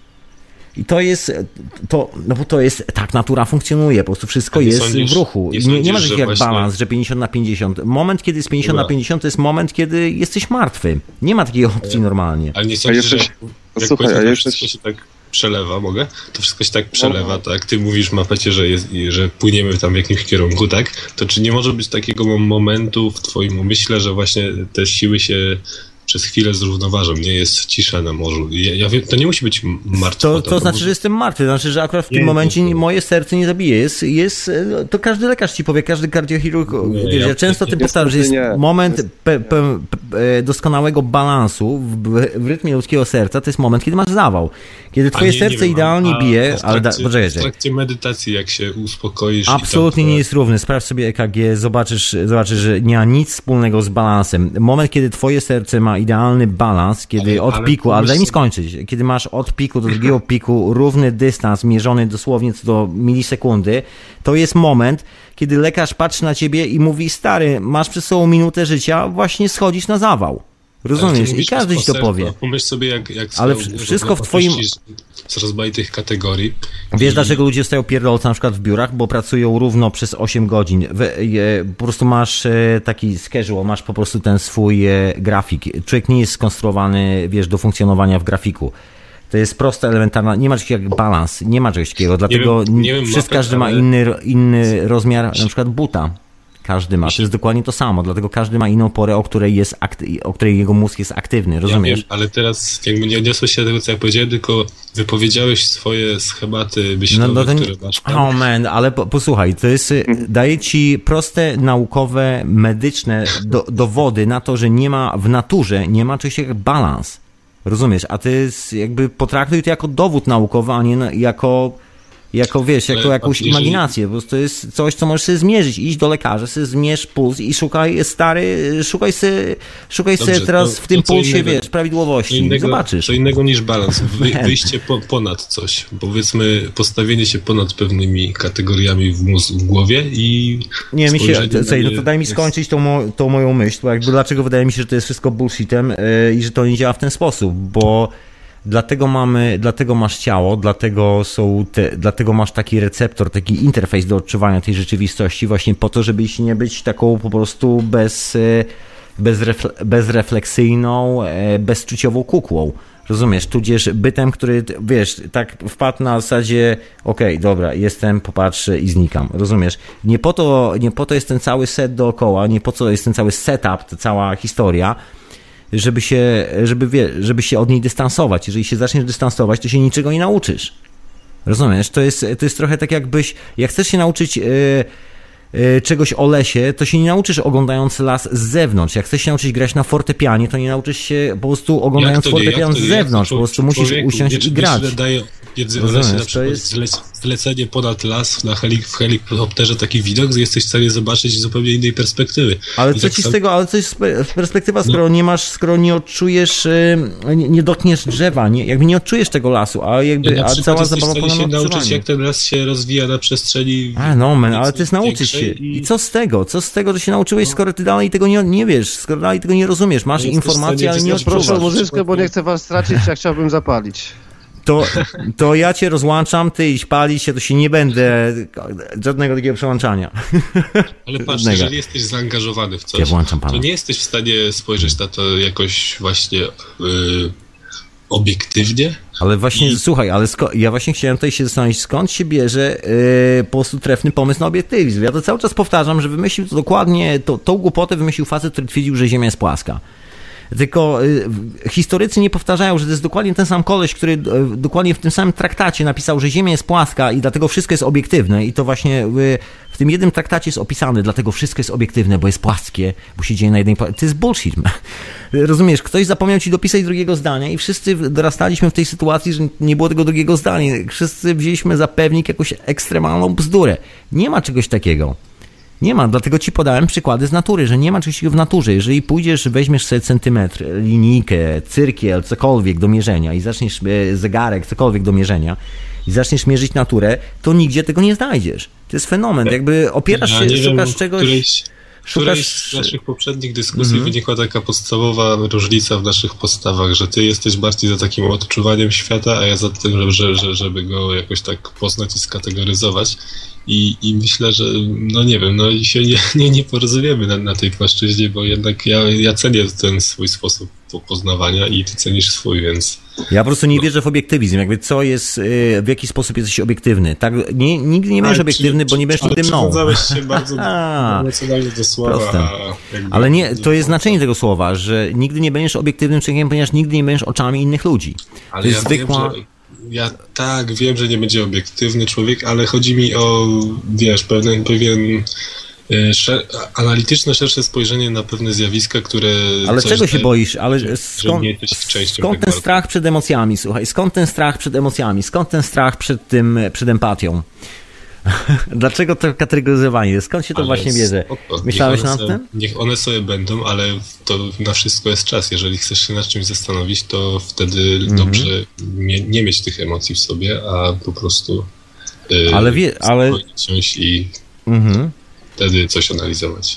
I to jest, to, no bo to jest, tak natura funkcjonuje, po prostu wszystko jest sądzisz, w ruchu. Nie, nie, nie ma czegoś jak właśnie... balans, że pięćdziesiąt na pięćdziesiąt. Moment, kiedy jest pięćdziesiąt na pięćdziesiąt, to jest moment, kiedy jesteś martwy. Nie ma takiej opcji normalnie. Ale nie sądzisz, że jak, jak Słuchaj, a to wszystko się tak przelewa, mogę? To wszystko się tak przelewa, tak? Ty mówisz, Mapecie, że, jest, że płyniemy tam w jakimś kierunku, tak? To czy nie może być takiego momentu w twoim umyśle, że właśnie te siły się... przez chwilę zrównoważą, nie jest cisza na morzu. Ja, ja wiem, to nie musi być martwe. To, to, to znaczy, może... że jestem martwy, to znaczy, że akurat w tym nie, momencie nie, moje serce nie zabije. Jest, jest, to każdy lekarz ci powie, każdy kardiochirurg, nie, wiesz, ja, ja często o tym powtarzam, że jest nie. moment pe, pe, pe, doskonałego balansu w, w rytmie ludzkiego serca, to jest moment, kiedy masz zawał. Kiedy twoje nie, serce nie wiem, idealnie a, bije, a ale da, poczekaj, w trakcie medytacji, jak się uspokoisz... Absolutnie tam, nie jest równy. Sprawdź sobie E K G, zobaczysz, zobaczysz, że nie ma nic wspólnego z balansem. Moment, kiedy twoje serce ma idealny balans, kiedy ale, od ale piku, ale daj mi skończyć, kiedy masz od piku do drugiego piku równy dystans mierzony dosłownie co do milisekundy, to jest moment, kiedy lekarz patrzy na ciebie i mówi, stary, masz przed sobą minutę życia, właśnie schodzisz na zawał. Rozumiesz? I każdy ci to powie. Pomyśl sobie, jak, jak ale wszystko w twoim... z rozmaitych kategorii. Wiesz, I... dlaczego ludzie dostają pierdolca na przykład w biurach? Bo pracują równo przez osiem godzin. Po prostu masz taki schedule, masz po prostu ten swój grafik. Człowiek nie jest skonstruowany, wiesz, do funkcjonowania w grafiku. To jest prosta, elementarna, nie ma czegoś jak balans, nie ma czegoś takiego, dlatego nie wiem, nie wiem, każdy ma inny, inny rozmiar, na przykład buta. Każdy ma, to jest dokładnie to samo, dlatego każdy ma inną porę, o której, jest akty- o której jego mózg jest aktywny, rozumiesz? Ja wiem, ale teraz jakby nie odniosłeś się do tego, co ja powiedziałem, tylko wypowiedziałeś swoje schematy myślowe, no, no to, które masz tam. Oh man, ale po, posłuchaj, to jest, daje ci proste, naukowe, medyczne do, dowody na to, że nie ma w naturze, nie ma czegoś jak balans, rozumiesz? A ty jakby potraktuj to jako dowód naukowy, a nie jako... Jako, wiesz, jako jakąś jeżeli... imaginację, po prostu to jest coś, co możesz sobie zmierzyć. Idź do lekarza, sobie zmierz puls i szukaj, stary, szukaj sobie, szukaj sobie teraz to, w tym pulsie, innego, wiesz, prawidłowości. Innego, zobaczysz. Co innego niż balans. Wy, wyjście po, ponad coś. Powiedzmy, postawienie się ponad pewnymi kategoriami w, mózg, w głowie i... Nie, mi się, to, co, no to daj mi skończyć tą, mo, tą moją myśl, bo jakby dlaczego wydaje mi się, że to jest wszystko bullshitem yy, i że to nie działa w ten sposób, bo Dlatego mamy, dlatego masz ciało, dlatego są te, dlatego masz taki receptor, taki interfejs do odczuwania tej rzeczywistości właśnie po to, żebyś nie być taką po prostu bez, bezrefle, bezrefleksyjną, bezczuciową kukłą. Rozumiesz? Tudzież bytem, który, wiesz, tak wpadł na zasadzie okej, okay, dobra, jestem, popatrzę i znikam. Rozumiesz? Nie po to, nie po to jest ten cały set dookoła, nie po co jest ten cały setup, ta cała historia, żeby się, żeby, wie, żeby się od niej dystansować. Jeżeli się zaczniesz dystansować, to się niczego nie nauczysz. Rozumiesz? To jest, to jest trochę tak jakbyś, jak chcesz się nauczyć yy, czegoś o lesie, to się nie nauczysz oglądając las z zewnątrz. Jak chcesz się nauczyć grać na fortepianie, to nie nauczysz się po prostu oglądając fortepian z zewnątrz. Po prostu musisz usiąść i grać. Między o lesie na przykład jest... zlecenie ponad las na helik- w helikopterze taki widok, że jesteś w stanie zobaczyć z zupełnie innej perspektywy. Ale I co tak ci sam... z tego, ale coś z perspektywa, skoro no. nie masz, skoro nie odczujesz, nie, nie dotkniesz drzewa, nie, jakby nie odczujesz tego lasu, a jakby ja a cała zabawa polega na się nauczyć, jak ten las się rozwija na przestrzeni... A no, man, ale to jest nauczyć się. I... I co z tego? Co z tego, że się nauczyłeś, skoro ty dalej tego nie, nie wiesz, skoro dalej tego nie rozumiesz, masz no informacje, ale nie odczuwasz. Proszę o łożysko, bo nie chcę was stracić, ja chciałbym zapalić. To, to ja cię rozłączam, ty idź palić się, to się nie będę żadnego takiego przełączania. Ale patrz, jeżeli jesteś zaangażowany w coś, ja włączam pana. to nie jesteś w stanie spojrzeć na to jakoś właśnie yy, obiektywnie. Ale właśnie, I... słuchaj, ale sko- ja właśnie chciałem tutaj się zastanowić, skąd się bierze yy, po prostu trefny pomysł na obiektywizm. Ja to cały czas powtarzam, że wymyślił to dokładnie, to, tą głupotę wymyślił facet, który twierdził, że Ziemia jest płaska. Tylko y, historycy nie powtarzają, że to jest dokładnie ten sam koleś, który y, dokładnie w tym samym traktacie napisał, że Ziemia jest płaska i dlatego wszystko jest obiektywne i to właśnie y, w tym jednym traktacie jest opisane, dlatego wszystko jest obiektywne, bo jest płaskie, bo się dzieje na jednej... To jest bullshit. Rozumiesz, ktoś zapomniał ci dopisać drugiego zdania i wszyscy dorastaliśmy w tej sytuacji, że nie było tego drugiego zdania. Wszyscy wzięliśmy za pewnik jakąś ekstremalną bzdurę. Nie ma czegoś takiego. Nie ma, dlatego ci podałem przykłady z natury, że nie ma czegoś takiego w naturze. Jeżeli pójdziesz, weźmiesz sobie centymetr, linijkę, cyrkiel, cokolwiek do mierzenia i zaczniesz, zegarek, cokolwiek do mierzenia i zaczniesz mierzyć naturę, to nigdzie tego nie znajdziesz. To jest fenomen, jakby opierasz ja się, nie szukasz wiem, czegoś... Którejś... W którejś z naszych poprzednich dyskusji mm-hmm. wynikła taka podstawowa różnica w naszych postawach, że ty jesteś bardziej za takim odczuwaniem świata, a ja za tym, że, że, żeby go jakoś tak poznać i skategoryzować. I, i myślę, że no nie wiem, no i się nie, nie, nie porozumiemy na, na tej płaszczyźnie, bo jednak ja, ja cenię ten swój sposób poznawania i ty cenisz swój, więc... Ja po prostu nie wierzę w obiektywizm, jakby co jest, w jaki sposób jesteś obiektywny. Tak, nie, nigdy nie będziesz obiektywny, bo nie będziesz nigdy mną. Ale się bardzo emocjonalnie do słowa. Ale nie, to jest znaczenie tego słowa, że nigdy nie będziesz obiektywnym człowiekiem, ponieważ nigdy nie będziesz oczami innych ludzi. Ale to jest ja zwykła... wiem, że... Ja tak wiem, że nie będzie obiektywny człowiek, ale chodzi mi o, wiesz, pewien, pewien szer- analityczne, szersze spojrzenie na pewne zjawiska, które... Ale czego się daje, boisz? Ale że, skąd, że skąd ten strach przed emocjami? Słuchaj, skąd ten strach przed emocjami? Skąd ten strach przed tym, przed empatią? Dlaczego to kategoryzowanie? Skąd się to ale właśnie bierze? Spoko. Myślałeś nad sobie, tym? Niech one sobie będą, ale to na wszystko jest czas. Jeżeli chcesz się nad czymś zastanowić, to wtedy mm-hmm. dobrze nie, nie mieć tych emocji w sobie, a po prostu yy, ale wie, ale... siąść i mm-hmm. wtedy coś analizować.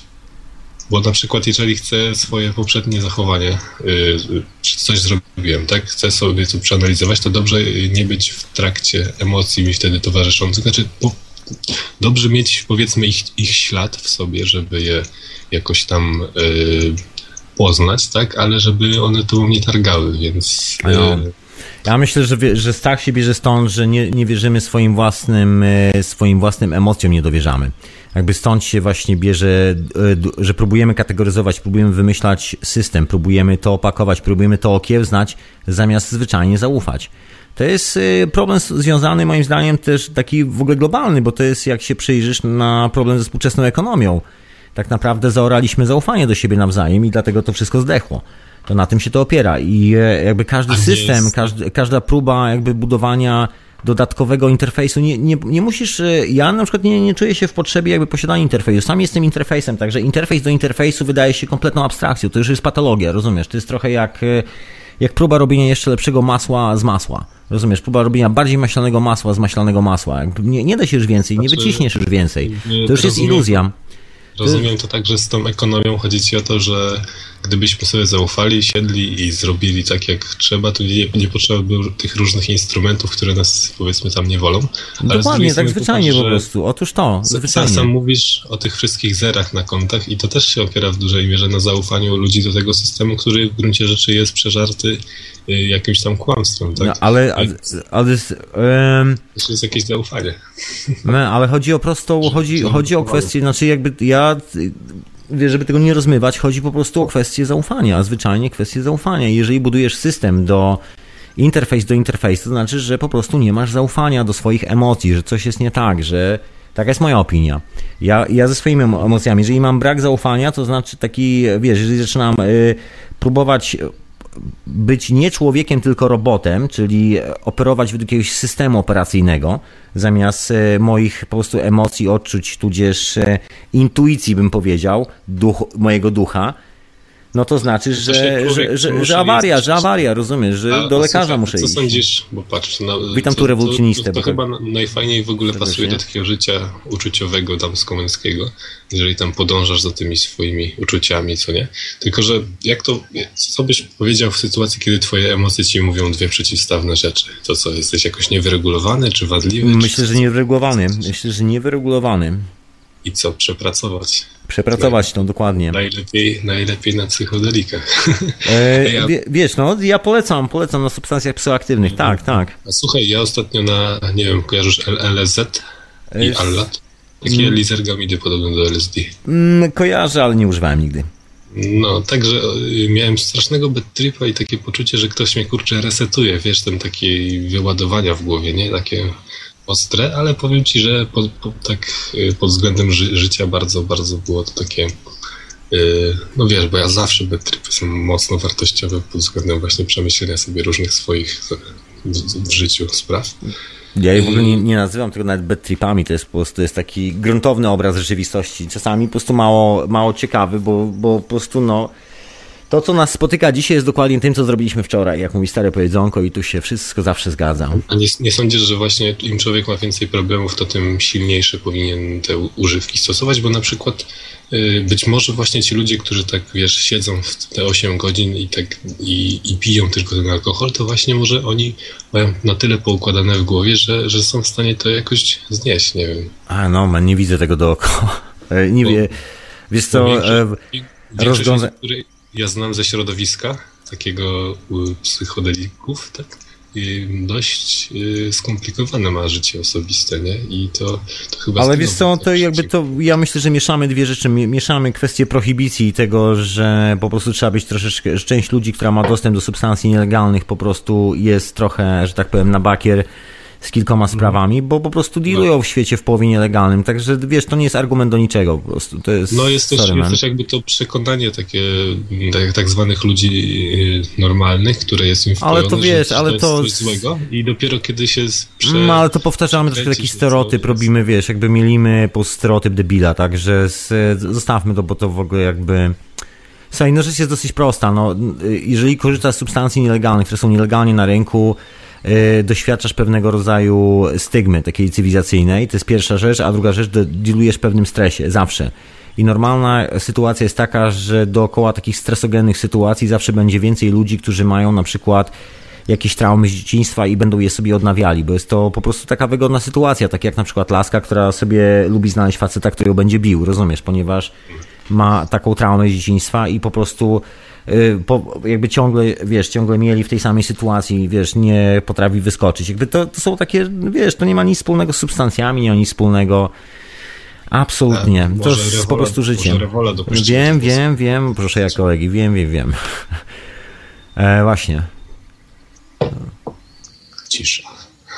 Bo na przykład jeżeli chcę swoje poprzednie zachowanie, yy, coś zrobiłem, tak? Chcę sobie to przeanalizować, to dobrze nie być w trakcie emocji mi wtedy towarzyszących. Znaczy, po, dobrze mieć, powiedzmy, ich, ich ślad w sobie, żeby je jakoś tam yy, poznać, tak? Ale żeby one tu nie targały, więc... Yy, ja myślę, że, że strach się bierze stąd, że nie, nie wierzymy swoim własnym, swoim własnym emocjom, nie dowierzamy. Jakby stąd się właśnie bierze, że próbujemy kategoryzować, próbujemy wymyślać system, próbujemy to opakować, próbujemy to okiełznać, zamiast zwyczajnie zaufać. To jest problem związany moim zdaniem też taki w ogóle globalny, bo to jest, jak się przyjrzysz, na problem ze współczesną ekonomią. Tak naprawdę zaoraliśmy zaufanie do siebie nawzajem i dlatego to wszystko zdechło. To na tym się to opiera i jakby każdy system, każdy, każda próba jakby budowania dodatkowego interfejsu, nie, nie, nie musisz, ja na przykład nie, nie czuję się w potrzebie jakby posiadania interfejsu, sam jestem interfejsem, także interfejs do interfejsu wydaje się kompletną abstrakcją, to już jest patologia, rozumiesz, to jest trochę jak, jak próba robienia jeszcze lepszego masła z masła, rozumiesz, próba robienia bardziej maślanego masła z maślanego masła, nie, nie da się już więcej, nie wyciśniesz już więcej, to już jest iluzja. Rozumiem to tak, że z tą ekonomią chodzi ci o to, że gdybyśmy sobie zaufali, siedli i zrobili tak jak trzeba, to nie, nie potrzeba by tych różnych instrumentów, które nas, powiedzmy, tam nie wolą. Ale dokładnie, tak zwyczajnie po prostu. Otóż to, zwyczajnie. Sam mówisz o tych wszystkich zerach na kontach i to też się opiera w dużej mierze na zaufaniu ludzi do tego systemu, który w gruncie rzeczy jest przeżarty jakimś tam kłamstwem, tak? No, ale... ale, ale um, to jest jakieś zaufanie. No, ale chodzi o prostą, chodzi, chodzi o kwestię, znaczy jakby ja... żeby tego nie rozmywać, chodzi po prostu o kwestię zaufania, zwyczajnie kwestię zaufania. Jeżeli budujesz system do interfejs do interfejsu, to znaczy, że po prostu nie masz zaufania do swoich emocji, że coś jest nie tak, że Taka jest moja opinia. Ja, ja ze swoimi emocjami, jeżeli mam brak zaufania, to znaczy taki, wiesz, jeżeli zaczynam y, próbować być nie człowiekiem, tylko robotem, czyli operować według jakiegoś systemu operacyjnego, zamiast y, moich po prostu emocji, odczuć, tudzież y, intuicji, bym powiedział, duch, mojego ducha, no to znaczy, że, że, że, że, że awaria, że awaria, rozumiesz, że a, do lekarza słuchaj, muszę co iść. Co sądzisz, bo patrz, no, Witam to, tu rewolucjonistę. To, to, to bo chyba najfajniej w ogóle pasuje do takiego życia uczuciowego, damsko-męskiego, jeżeli tam podążasz za tymi swoimi uczuciami, co nie? Tylko, że jak to, co byś powiedział w sytuacji, kiedy twoje emocje ci mówią dwie przeciwstawne rzeczy? To co, jesteś jakoś niewyregulowany, czy wadliwy? Myślę, czy że niewyregulowany. Myślę, że niewyregulowany. I co, przepracować? Przepracować to, dokładnie. Najlepiej, najlepiej na psychodelikach. E, ja... wie, wiesz, no, ja polecam, polecam na substancjach psychoaktywnych, tak, tak. A słuchaj, ja ostatnio na, nie wiem, kojarzysz L S Z i E, Allat? Takie mm. lizergamidy podobne do L S D. Mm, kojarzę, ale nie używałem nigdy. No, także miałem strasznego bad tripa i takie poczucie, że ktoś mnie, kurczę, resetuje, wiesz, ten takie wyładowania w głowie, nie? Takie ostre, ale powiem ci, że pod, pod, tak pod względem ży, życia bardzo, bardzo było to takie, yy, no wiesz, bo ja zawsze bad tripy są mocno wartościowe pod względem właśnie przemyślenia sobie różnych swoich w, w życiu spraw. Ja w ogóle nie, nie nazywam tego nawet bad tripami, to jest po prostu jest taki gruntowny obraz rzeczywistości, czasami po prostu mało, mało ciekawy, bo, bo po prostu no to, co nas spotyka dzisiaj, jest dokładnie tym, co zrobiliśmy wczoraj, jak mówi stare powiedzonko, i tu się wszystko zawsze zgadza. A nie, nie sądzisz, że właśnie im człowiek ma więcej problemów, to tym silniejszy powinien te używki stosować? Bo na przykład yy, być może właśnie ci ludzie, którzy tak, wiesz, siedzą w te osiem godzin i tak i, i piją tylko ten alkohol, to właśnie może oni mają na tyle poukładane w głowie, że, że są w stanie to jakoś znieść, nie wiem. A no, man, nie widzę tego dookoła. Nie Bo, wie, wiesz co, większość, rozgląda... Ja znam ze środowiska takiego psychodelików, tak? I dość y, skomplikowane ma życie osobiste, nie? I to, to chyba... Ale wiesz co, to jakby to, ja myślę, że mieszamy dwie rzeczy. Mieszamy kwestię prohibicji i tego, że po prostu trzeba być troszeczkę... Część ludzi, która ma dostęp do substancji nielegalnych, po prostu jest trochę, że tak powiem, na bakier z kilkoma sprawami, bo po prostu dealują w świecie w połowie nielegalnym, także wiesz, to nie jest argument do niczego po prostu, to jest... No jest też, sorry, jest też jakby to przekonanie takie tak, tak zwanych ludzi normalnych, które jest im wpojone, ale to wiesz, że, ale że to jest coś złego i dopiero kiedy się prze... No ale to powtarzamy troszkę taki stereotyp, robimy, wiesz, jakby mielimy po stereotyp debila, także z, zostawmy to, bo to w ogóle jakby... Słuchaj, no rzecz jest dosyć prosta, no jeżeli korzystasz z substancji nielegalnych, które są nielegalnie na rynku, doświadczasz pewnego rodzaju stygmy takiej cywilizacyjnej, to jest pierwsza rzecz, a druga rzecz, dealujesz w pewnym stresie, zawsze. I normalna sytuacja jest taka, że dookoła takich stresogennych sytuacji zawsze będzie więcej ludzi, którzy mają na przykład jakieś traumy z dzieciństwa i będą je sobie odnawiali, bo jest to po prostu taka wygodna sytuacja, tak jak na przykład laska, która sobie lubi znaleźć faceta, który ją będzie bił, rozumiesz, ponieważ ma taką traumę z dzieciństwa i po prostu po, jakby ciągle, wiesz, ciągle mieli w tej samej sytuacji, wiesz, nie potrafi wyskoczyć. Jakby to, to są takie, wiesz, to nie ma nic wspólnego z substancjami, nie ma nic wspólnego. Absolutnie. A, to jest rewola, po prostu życie. Wiem, wiem, wiem, proszę jak kolegi, wiem, wiem, wiem. E, właśnie. Cisza.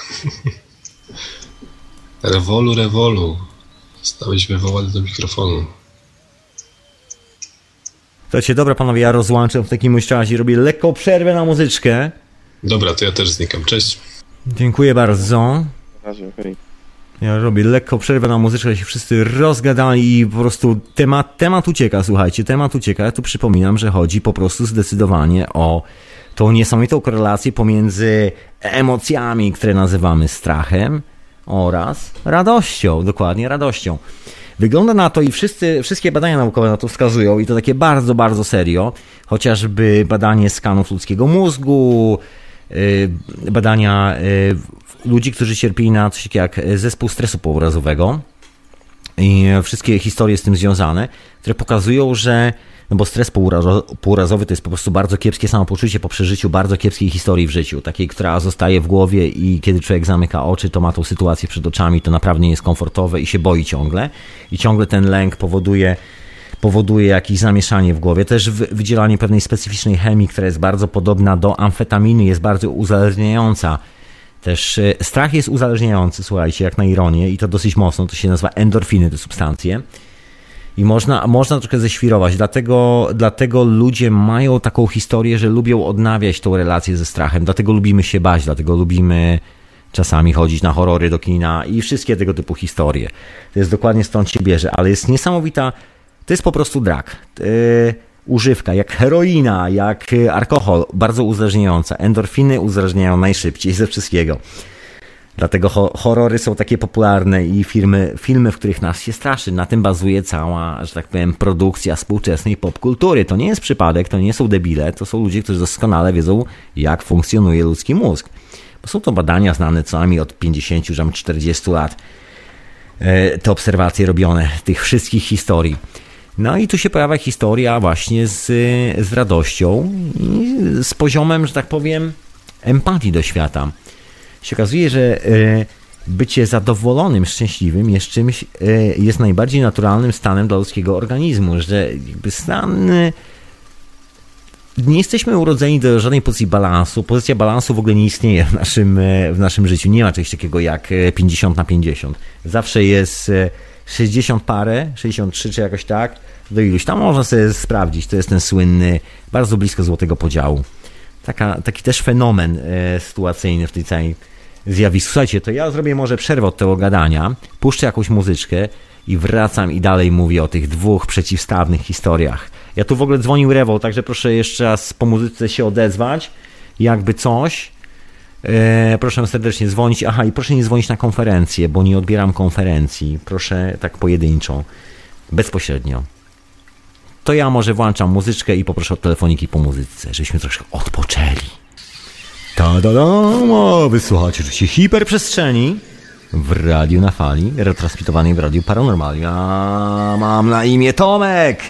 Rewolu, rewolu. Stałeś wywołany do mikrofonu. Słuchajcie, dobra panowie, ja rozłączam w takim razie, robię lekką przerwę na muzyczkę. Dobra, to ja też znikam. Cześć. Dziękuję bardzo. Na razie, okej. Ja robię lekką przerwę na muzyczkę, się wszyscy rozgadali i po prostu temat, temat ucieka, słuchajcie, temat ucieka. Ja tu przypominam, że chodzi po prostu zdecydowanie o tą niesamowitą korelację pomiędzy emocjami, które nazywamy strachem, oraz radością, dokładnie radością. Wygląda na to i wszyscy, wszystkie badania naukowe na to wskazują i to takie bardzo, bardzo serio, chociażby badanie skanów ludzkiego mózgu, yy, badania yy, ludzi, którzy cierpili na coś takiego jak zespół stresu pourazowego i wszystkie historie z tym związane, które pokazują, że no bo stres pourazowy to jest po prostu bardzo kiepskie samopoczucie po przeżyciu bardzo kiepskiej historii w życiu, takiej, która zostaje w głowie i kiedy człowiek zamyka oczy, to ma tą sytuację przed oczami, to naprawdę nie jest komfortowe i się boi ciągle. I ciągle ten lęk powoduje, powoduje jakieś zamieszanie w głowie. Też wydzielanie pewnej specyficznej chemii, która jest bardzo podobna do amfetaminy, jest bardzo uzależniająca Też strach jest uzależniający, słuchajcie, jak na ironię i to dosyć mocno, to się nazywa endorfiny, te substancje. I można, można troszkę ześwirować, dlatego, dlatego ludzie mają taką historię, że lubią odnawiać tą relację ze strachem, dlatego lubimy się bać, dlatego lubimy czasami chodzić na horrory do kina i wszystkie tego typu historie. To jest dokładnie stąd się bierze, ale jest niesamowita, to jest po prostu drag. Yy, używka, jak heroina, jak alkohol, bardzo uzależniająca. Endorfiny uzależniają najszybciej ze wszystkiego. Dlatego ho- horrory są takie popularne i filmy, filmy, w których nas się straszy. Na tym bazuje cała, że tak powiem, produkcja współczesnej popkultury. To nie jest przypadek, to nie są debile, to są ludzie, którzy doskonale wiedzą, jak funkcjonuje ludzki mózg. Bo są to badania znane co najmniej od pięćdziesięciu, że czterdziestu lat. Te obserwacje robione tych wszystkich historii. No i tu się pojawia historia właśnie z, z radością i z poziomem, że tak powiem, empatii do świata. Się okazuje, że bycie zadowolonym, szczęśliwym jest czymś, jest najbardziej naturalnym stanem dla ludzkiego organizmu, że jakby stan... Nie jesteśmy urodzeni do żadnej pozycji balansu. Pozycja balansu w ogóle nie istnieje w naszym, w naszym życiu. Nie ma czegoś takiego jak pięćdziesiąt na pięćdziesiąt. Zawsze jest sześćdziesiąt parę, sześćdziesiąt trzy czy jakoś tak, do iluś. Tam można sobie sprawdzić. To jest ten słynny, bardzo blisko złotego podziału. Taka, taki też fenomen e, sytuacyjny w tej całej zjawisku. Słuchajcie, to ja zrobię może przerwę od tego gadania, puszczę jakąś muzyczkę i wracam i dalej mówię o tych dwóch przeciwstawnych historiach. Ja tu w ogóle dzwonił Rewol, także proszę jeszcze raz po muzyce się odezwać, jakby coś. E, proszę serdecznie dzwonić. Aha, i proszę nie dzwonić na konferencję, bo nie odbieram konferencji. Proszę tak pojedynczo, bezpośrednio. To ja może włączam muzyczkę i poproszę o telefoniki po muzyce, żebyśmy troszkę odpoczęli. Ta-da-da! Wysłuchacie oczywiście Hiperprzestrzeni w Radiu na Fali, retransmitowanej w Radiu Paranormalia. Mam na imię Tomek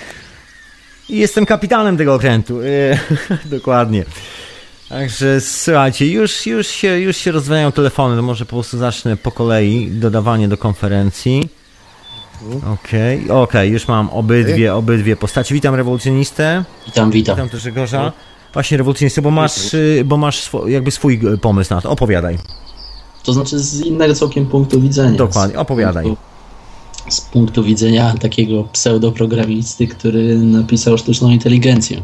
i jestem kapitanem tego okrętu. Dokładnie. Także słuchajcie, już, już, się, już się rozwijają telefony, to może po prostu zacznę po kolei dodawanie do konferencji. Okej, okay, okej, okay, już mam obydwie, obydwie postacie. Witam rewolucjonistę. Witam, witam. Witam też Grzegorza. Właśnie rewolucjonistę, bo masz, bo masz swo, jakby swój pomysł na to. Opowiadaj. To znaczy z innego całkiem punktu widzenia. Dokładnie, opowiadaj. Z punktu, z punktu widzenia takiego pseudoprogramisty, który napisał sztuczną inteligencję.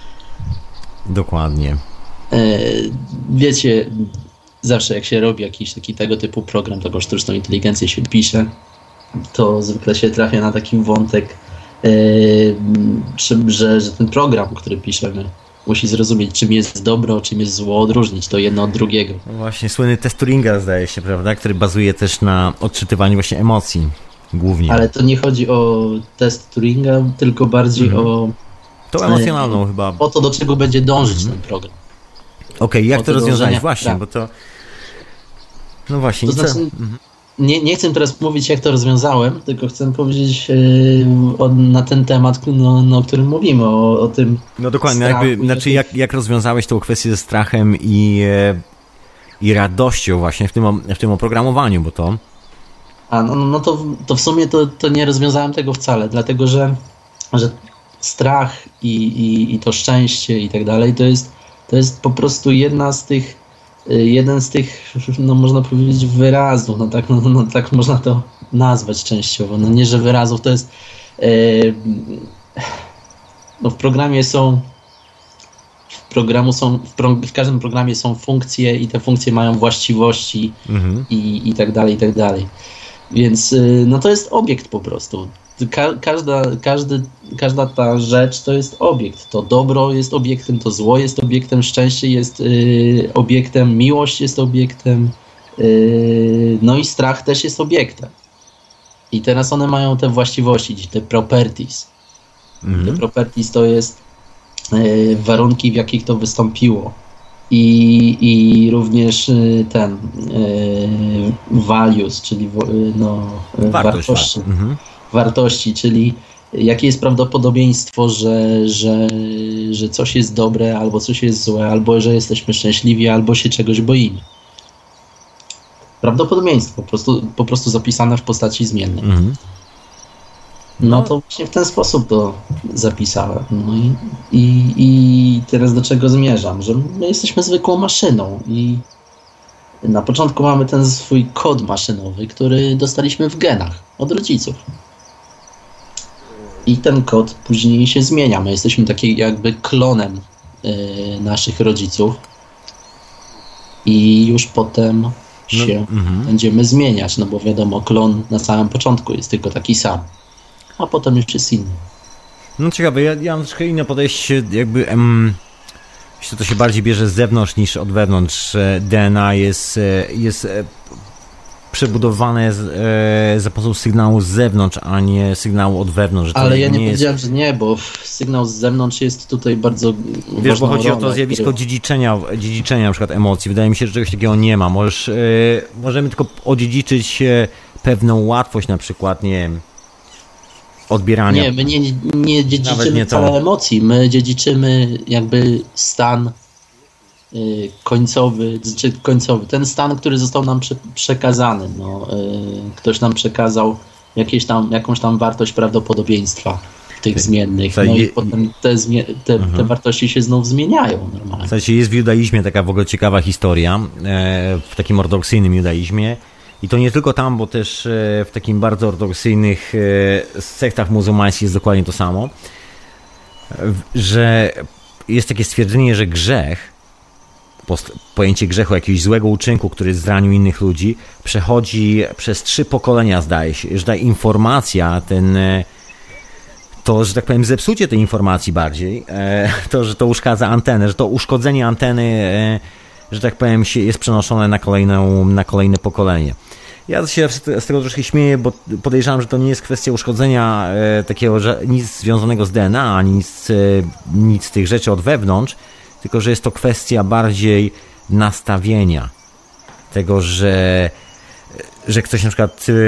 Dokładnie. E, wiecie, zawsze jak się robi jakiś taki tego typu program, taką sztuczną inteligencję się pisze, to zwykle się trafia na taki wątek, yy, że, że ten program, który piszemy, musi zrozumieć, czym jest dobro, czym jest zło, odróżnić to jedno od drugiego. No właśnie, słynny test Turinga, zdaje się, prawda, który bazuje też na odczytywaniu właśnie emocji głównie. Ale to nie chodzi o test Turinga, tylko bardziej mhm. o... Tą emocjonalną yy, chyba. O to, do czego będzie dążyć mhm. ten program. Okej, okay, jak o to rozwiązać? Właśnie, tak. Bo to... No właśnie. To znaczy... Mhm. Nie, nie chcę teraz mówić, jak to rozwiązałem, tylko chcę powiedzieć yy, o, na ten temat, no, no, o którym mówimy, o, o tym. No dokładnie, jakby, znaczy jak, jak rozwiązałeś tą kwestię ze strachem i, i radością właśnie w tym, w tym oprogramowaniu, bo to... A, no, no to, to w sumie to, to nie rozwiązałem tego wcale, dlatego że, że strach i, i, i to szczęście i tak dalej, to jest, to jest po prostu jedna z tych jeden z tych, no można powiedzieć, wyrazów, no tak, no, no tak można to nazwać częściowo, no nie, że wyrazów, to jest yy, no w programie są w programu są w, pro, w każdym programie są funkcje i te funkcje mają właściwości mhm. i, i tak dalej, i tak dalej, więc yy, no to jest obiekt po prostu. Ka- każda, każdy, każda ta rzecz to jest obiekt. To dobro jest obiektem, to zło jest obiektem, szczęście jest yy, obiektem, miłość jest obiektem, yy, no i strach też jest obiektem. I teraz one mają te właściwości, te properties. Mhm. Te properties to jest yy, warunki, w jakich to wystąpiło. I, i również yy, ten yy, values, czyli yy, no, wartość. wartości. Mhm. wartości, czyli jakie jest prawdopodobieństwo, że, że, że coś jest dobre, albo coś jest złe, albo że jesteśmy szczęśliwi, albo się czegoś boimy. Prawdopodobieństwo, po prostu, po prostu zapisane w postaci zmiennej. Mhm. No to właśnie w ten sposób to zapisałem. No i, i, i teraz do czego zmierzam? Że my jesteśmy zwykłą maszyną i Na początku mamy ten swój kod maszynowy, który dostaliśmy w genach od rodziców. I ten kod później się zmienia. My jesteśmy takim jakby klonem y, naszych rodziców. I już potem się no, mm-hmm. będziemy zmieniać, no bo wiadomo, klon na samym początku jest tylko taki sam, a potem już jest inny. No ciekawe, ja, ja mam troszkę inne podejście, jakby em, myślę, to się bardziej bierze z zewnątrz niż od wewnątrz. D N A jest, jest przebudowane z, e, za pomocą sygnału z zewnątrz, a nie sygnału od wewnątrz. Ale ja nie, nie powiedziałem, jest... że nie, bo sygnał z zewnątrz jest tutaj bardzo Wiesz, bo chodzi rolę, o to zjawisko który... dziedziczenia, dziedziczenia na przykład emocji. Wydaje mi się, że czegoś takiego nie ma. Możesz, e, możemy tylko odziedziczyć pewną łatwość na przykład, nie wiem, odbierania. Nie, my nie, nie dziedziczymy nie wcale emocji, my dziedziczymy jakby stan y, końcowy, czy końcowy, ten stan, który został nam prze, przekazany. No, y, ktoś nam przekazał jakieś tam, jakąś tam wartość prawdopodobieństwa tych zmiennych, no i potem te, zmie- te, uh-huh. te wartości się znów zmieniają normalnie. W sensie jest w judaizmie taka w ogóle ciekawa historia, e, w takim ortodoksyjnym judaizmie. I to nie tylko tam, bo też w takim bardzo ortodoksyjnych sektach muzułmańskich jest dokładnie to samo, że jest takie stwierdzenie, że grzech, pojęcie grzechu, jakiegoś złego uczynku, który zranił innych ludzi, przechodzi przez trzy pokolenia, zdaje się, że ta informacja, ten, to, że tak powiem, zepsucie tej informacji bardziej, to, że to uszkadza antenę, że to uszkodzenie anteny, że tak powiem, jest przenoszone na, kolejną, na kolejne pokolenie. Ja się z tego troszkę śmieję, bo podejrzewam, że to nie jest kwestia uszkodzenia e, takiego, że nic związanego z D N A, ani nic, e, nic z tych rzeczy od wewnątrz, tylko że jest to kwestia bardziej nastawienia. Tego, że, że ktoś na przykład e,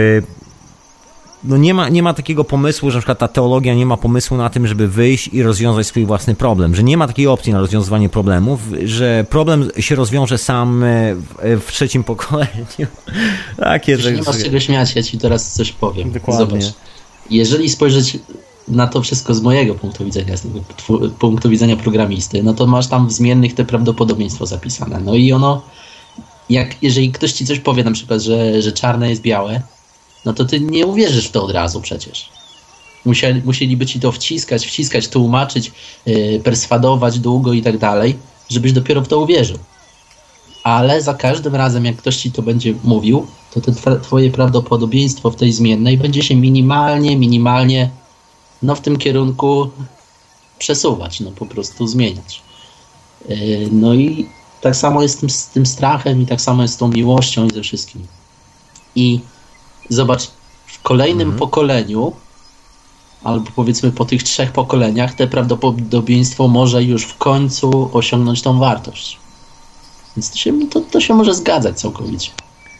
no nie ma, nie ma takiego pomysłu, że na przykład ta teologia nie ma pomysłu na tym, żeby wyjść i rozwiązać swój własny problem, że nie ma takiej opcji na rozwiązywanie problemów, że problem się rozwiąże sam w, w trzecim pokoleniu. Takie, że nie masz czego śmiać, ja ci teraz coś powiem. Dokładnie. Zobacz, jeżeli spojrzeć na to wszystko z mojego punktu widzenia, z punktu widzenia programisty, no to masz tam w zmiennych te prawdopodobieństwo zapisane. No i ono, jak jeżeli ktoś ci coś powie, na przykład, że, że czarne jest białe, no to ty nie uwierzysz w to od razu przecież. Musieli, musieliby ci to wciskać, wciskać, tłumaczyć, yy, perswadować długo i tak dalej, żebyś dopiero w to uwierzył. Ale za każdym razem, jak ktoś ci to będzie mówił, to te tw- twoje prawdopodobieństwo w tej zmiennej będzie się minimalnie, minimalnie no w tym kierunku przesuwać, no po prostu zmieniać. Yy, no i tak samo jest z tym, z tym strachem i tak samo jest z tą miłością i ze wszystkim. I zobacz, w kolejnym mhm. pokoleniu, albo powiedzmy po tych trzech pokoleniach, te prawdopodobieństwo może już w końcu osiągnąć tą wartość. Więc to się, to, to się może zgadzać całkowicie.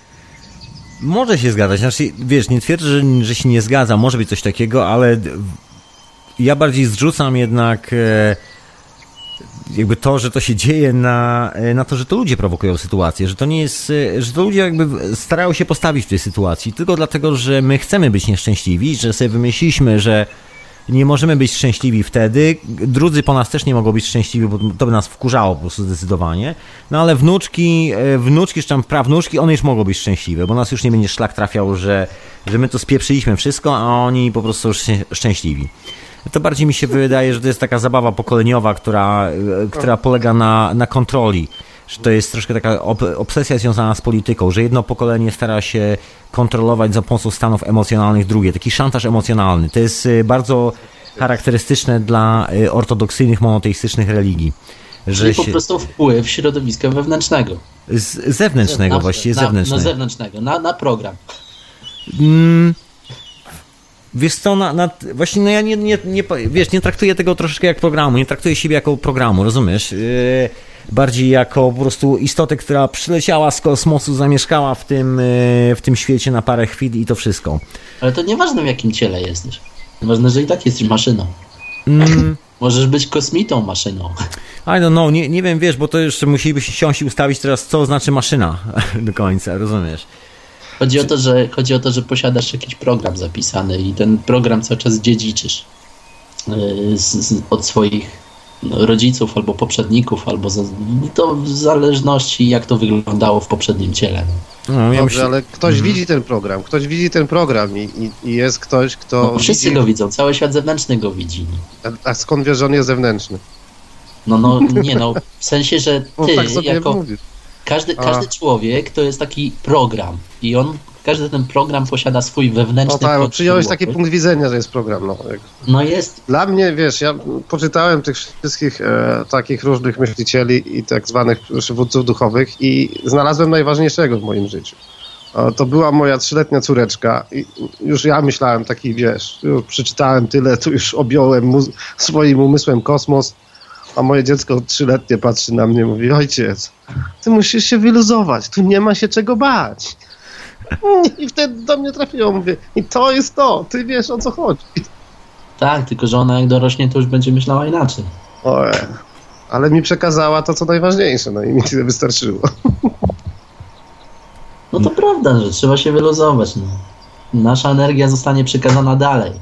Może się zgadzać. Znaczy, wiesz, nie twierdzę, że, że się nie zgadza. Może być coś takiego, ale ja bardziej zrzucam jednak e, jakby to, że to się dzieje na, na to, że to ludzie prowokują sytuację, że to nie jest, że to ludzie jakby starają się postawić w tej sytuacji tylko dlatego, że my chcemy być nieszczęśliwi, że sobie wymyśliliśmy, że nie możemy być szczęśliwi wtedy, drudzy po nas też nie mogą być szczęśliwi, bo to by nas wkurzało po prostu zdecydowanie, no ale wnuczki, wnuczki czy tam prawnuczki, one już mogą być szczęśliwe, bo nas już nie będzie szlak trafiał, że, że my to spieprzyliśmy wszystko, a oni po prostu już szczęśliwi. To bardziej mi się wydaje, że to jest taka zabawa pokoleniowa, która, która polega na, na kontroli. Że to jest troszkę taka obsesja związana z polityką, że jedno pokolenie stara się kontrolować za pomocą stanów emocjonalnych drugie. Taki szantaż emocjonalny. To jest bardzo charakterystyczne dla ortodoksyjnych, monoteistycznych religii. Że Czyli po się... prostu wpływ środowiska wewnętrznego. Z zewnętrznego na, właściwie, na, zewnętrznego. No zewnętrznego, na, na program. Mm. Wiesz co, na, na, właśnie no ja nie, nie, nie, wiesz, nie traktuję tego troszeczkę jak programu, nie traktuję siebie jako programu, rozumiesz? Yy, bardziej jako po prostu istotę, która przyleciała z kosmosu, zamieszkała w tym, yy, w tym świecie na parę chwil i to wszystko. Ale to nieważne w jakim ciele jesteś. Ważne, że i tak jesteś maszyną. Mm. Możesz być kosmitą maszyną. I don't know, nie, nie wiem, wiesz, bo to jeszcze musielibyśmy siąść i ustawić teraz, co znaczy maszyna do końca, rozumiesz? Chodzi o to, że, chodzi o to, że posiadasz jakiś program zapisany i ten program cały czas dziedziczysz yy, z, z, od swoich rodziców, albo poprzedników, albo za, to w zależności jak to wyglądało w poprzednim ciele. No, ja Dobrze, myślę... ale ktoś mhm. widzi ten program, ktoś widzi ten program i, i, i jest ktoś, kto... No, wszyscy widzi... go widzą, cały świat zewnętrzny go widzi. A, a skąd wiesz, że on jest zewnętrzny? No, no, nie no, w sensie, że ty tak jako... Mówisz. Każdy, każdy człowiek to jest taki program i on, każdy ten program posiada swój wewnętrzny... No tak, przyjąłeś taki punkt widzenia, że jest program. No, no jest. Dla mnie, wiesz, ja poczytałem tych wszystkich e, takich różnych myślicieli i tak zwanych przywódców duchowych i znalazłem najważniejszego w moim życiu. E, to była moja trzyletnia córeczka i już ja myślałem taki, wiesz, już przeczytałem tyle, tu już objąłem mu, swoim umysłem kosmos. A moje dziecko trzyletnie patrzy na mnie i mówi: ojciec, ty musisz się wyluzować, tu nie ma się czego bać. I wtedy do mnie trafiło, mówię, i to jest to, ty wiesz, o co chodzi. Tak, tylko że ona jak dorośnie, to już będzie myślała inaczej. Oj, ale mi przekazała to, co najważniejsze, no i mi tyle wystarczyło. No to prawda, że trzeba się wyluzować. No. Nasza energia zostanie przekazana dalej.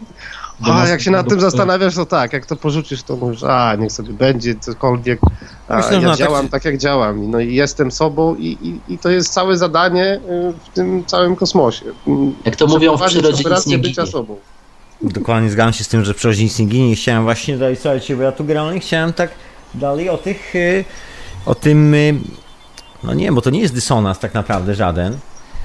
A jak się nad tym zastanawiasz, to tak, jak to porzucisz, to mówisz, a niech sobie będzie cokolwiek, a Myślę, ja no, działam tak, tak jak działam, no i jestem sobą i, i, i to jest całe zadanie w tym całym kosmosie. Jak to mówią w przyrodzie, nic nie bycia sobą. Dokładnie zgadzam się z tym, że w przyrodzie nic nie ginie. Chciałem właśnie dalej, słuchajcie, bo ja tu generalnie chciałem tak dalej o tych, o tym, no nie, bo to nie jest dysonans tak naprawdę żaden.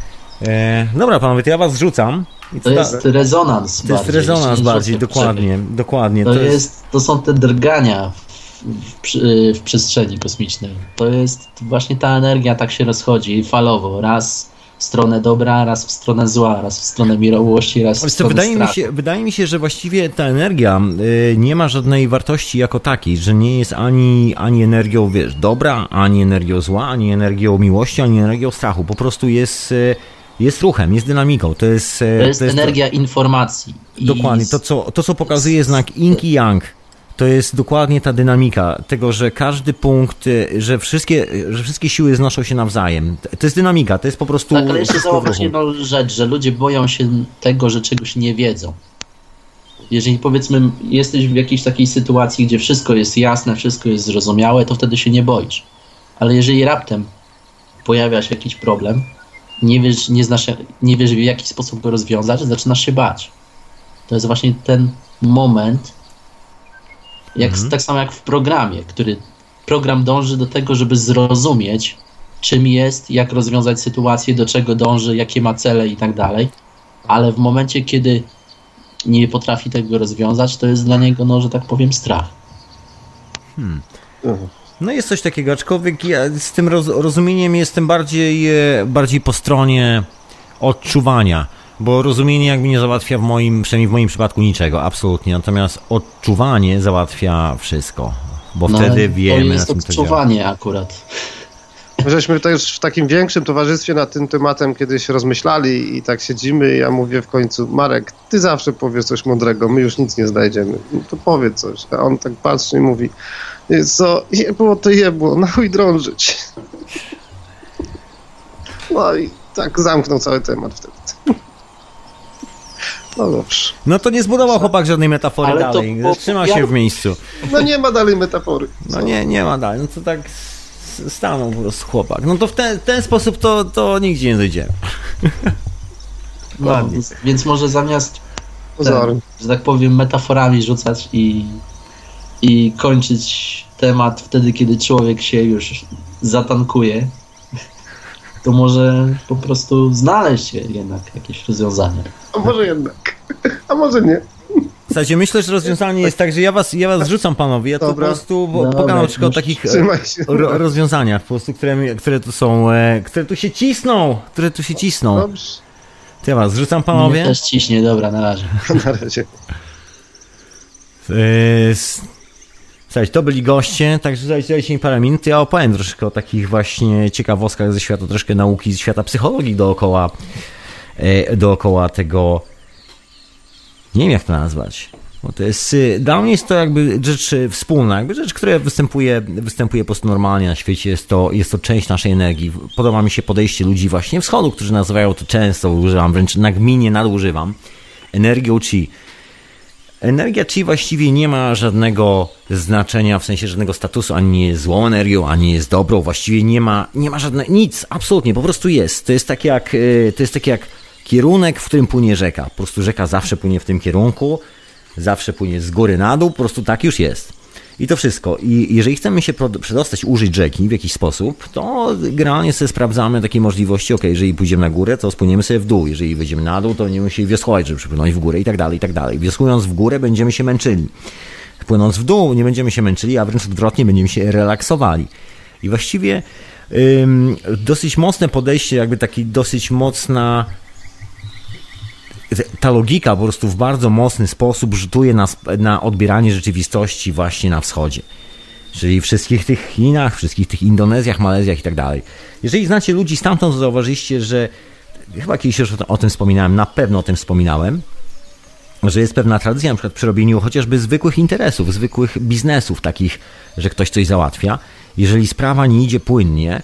E, dobra panowie, to ja was zrzucam. I to jest ta... rezonans To bardziej, jest rezonans bardziej, dokładnie, dokładnie. To, to, jest, jest, to są te drgania w, w, w przestrzeni kosmicznej. To jest właśnie ta energia tak się rozchodzi falowo, raz w stronę dobra, raz w stronę zła, raz w stronę miłości, raz w stronę wydaje mi się, wydaje mi się, że właściwie ta energia y, nie ma żadnej wartości jako takiej, że nie jest ani, ani energią, wiesz, dobra, ani energią zła, ani energią miłości, ani energią strachu. Po prostu jest... Y, Jest ruchem, jest dynamiką. To jest, to jest, to jest energia to, informacji. Dokładnie. To co, to, co pokazuje znak Yin i Yang, to jest dokładnie ta dynamika tego, że każdy punkt, że wszystkie, że wszystkie siły znoszą się nawzajem. To jest dynamika, to jest po prostu... Tak, ale jeszcze zauważ jedną rzecz, że ludzie boją się tego, że czegoś nie wiedzą. Jeżeli powiedzmy jesteś w jakiejś takiej sytuacji, gdzie wszystko jest jasne, wszystko jest zrozumiałe, to wtedy się nie boisz. Ale jeżeli raptem pojawia się jakiś problem, nie wiesz, nie znasz, nie wiesz w jaki sposób go rozwiązać, zaczynasz się bać. To jest właśnie ten moment, jak, mhm. tak samo jak w programie, który program dąży do tego, żeby zrozumieć, czym jest, jak rozwiązać sytuację, do czego dąży, jakie ma cele i tak dalej, ale w momencie, kiedy nie potrafi tego rozwiązać, to jest dla niego, no, że tak powiem, strach. Hmm. Mhm. No jest coś takiego, aczkolwiek ja z tym roz, rozumieniem jestem bardziej, bardziej po stronie odczuwania, bo rozumienie jakby nie załatwia w moim, przynajmniej w moim przypadku niczego, absolutnie, natomiast odczuwanie załatwia wszystko, bo no, wtedy wiemy, to jest na czym odczuwanie to działa. Akurat. Żeśmy to już w takim większym towarzystwie nad tym tematem kiedyś rozmyślali i tak siedzimy i ja mówię w końcu: Marek, ty zawsze powiesz coś mądrego, my już nic nie znajdziemy, no to powiedz coś. A on tak patrzy i mówi: co, jebło to jebło, na chuj drążyć. No i tak zamknął cały temat wtedy. No dobrze. No to nie zbudował chłopak żadnej metafory ale dalej, zatrzymał się w miejscu. No nie ma dalej metafory. No nie, nie ma dalej, no to tak stanął po prostu chłopak. No to w ten, ten sposób to, to nigdzie nie dojdziemy. No, więc może zamiast ten, że tak powiem, metaforami rzucać i i kończyć temat wtedy, kiedy człowiek się już zatankuje, to może po prostu znaleźć jednak jakieś rozwiązanie. A może jednak, a może nie. W zasadzie myślę, że rozwiązanie jest tak, że ja was, ja was zrzucam, panowie, ja to Dobra. po prostu pokażę tylko o takich ro, rozwiązaniach, po prostu, które, które tu są, e, które tu się cisną, które tu się cisną. Dobrze. To ja was zrzucam, panowie. Mnie też ciśnie, dobra, na razie. Na razie. E, Słuchajcie, to byli goście, także dajcie mi parę minut. Ja opowiem troszkę o takich właśnie ciekawostkach ze świata, troszkę nauki, ze świata psychologii dookoła, e, dookoła tego, nie wiem jak to nazwać, bo to jest, dla mnie jest to jakby rzecz wspólna, jakby rzecz, która występuje, występuje po prostu normalnie na świecie, jest to, jest to część naszej energii. Podoba mi się podejście ludzi właśnie wschodu, którzy nazywają to często, używam wręcz nagminnie nadużywam, energią chi. energia chi właściwie nie ma żadnego znaczenia, w sensie żadnego statusu, ani nie jest złą energią, ani nie jest dobrą, właściwie nie ma, nie ma żadnego, nic, absolutnie, po prostu jest. To jest tak jak, to jest tak jak kierunek, w którym płynie rzeka. Po prostu rzeka zawsze płynie w tym kierunku, zawsze płynie z góry na dół, po prostu tak już jest. I to wszystko. I jeżeli chcemy się przedostać, użyć rzeki w jakiś sposób, to generalnie sobie sprawdzamy takie możliwości, ok, jeżeli pójdziemy na górę, to spłyniemy sobie w dół, jeżeli wejdziemy na dół, to będziemy musieli wiosłować, żeby przepłynąć w górę i tak dalej, i tak dalej. Wiosłując w górę będziemy się męczyli. Płynąc w dół nie będziemy się męczyli, a wręcz odwrotnie będziemy się relaksowali. I właściwie ym, dosyć mocne podejście, jakby taki dosyć mocna... Ta logika po prostu w bardzo mocny sposób rzutuje na, na odbieranie rzeczywistości właśnie na wschodzie. Czyli wszystkich tych Chinach, wszystkich tych Indonezjach, Malezjach i tak dalej. Jeżeli znacie ludzi stamtąd, to zauważyliście, że chyba kiedyś już o tym wspominałem, na pewno o tym wspominałem, że jest pewna tradycja na przykład przy robieniu chociażby zwykłych interesów, zwykłych biznesów takich, że ktoś coś załatwia. Jeżeli sprawa nie idzie płynnie,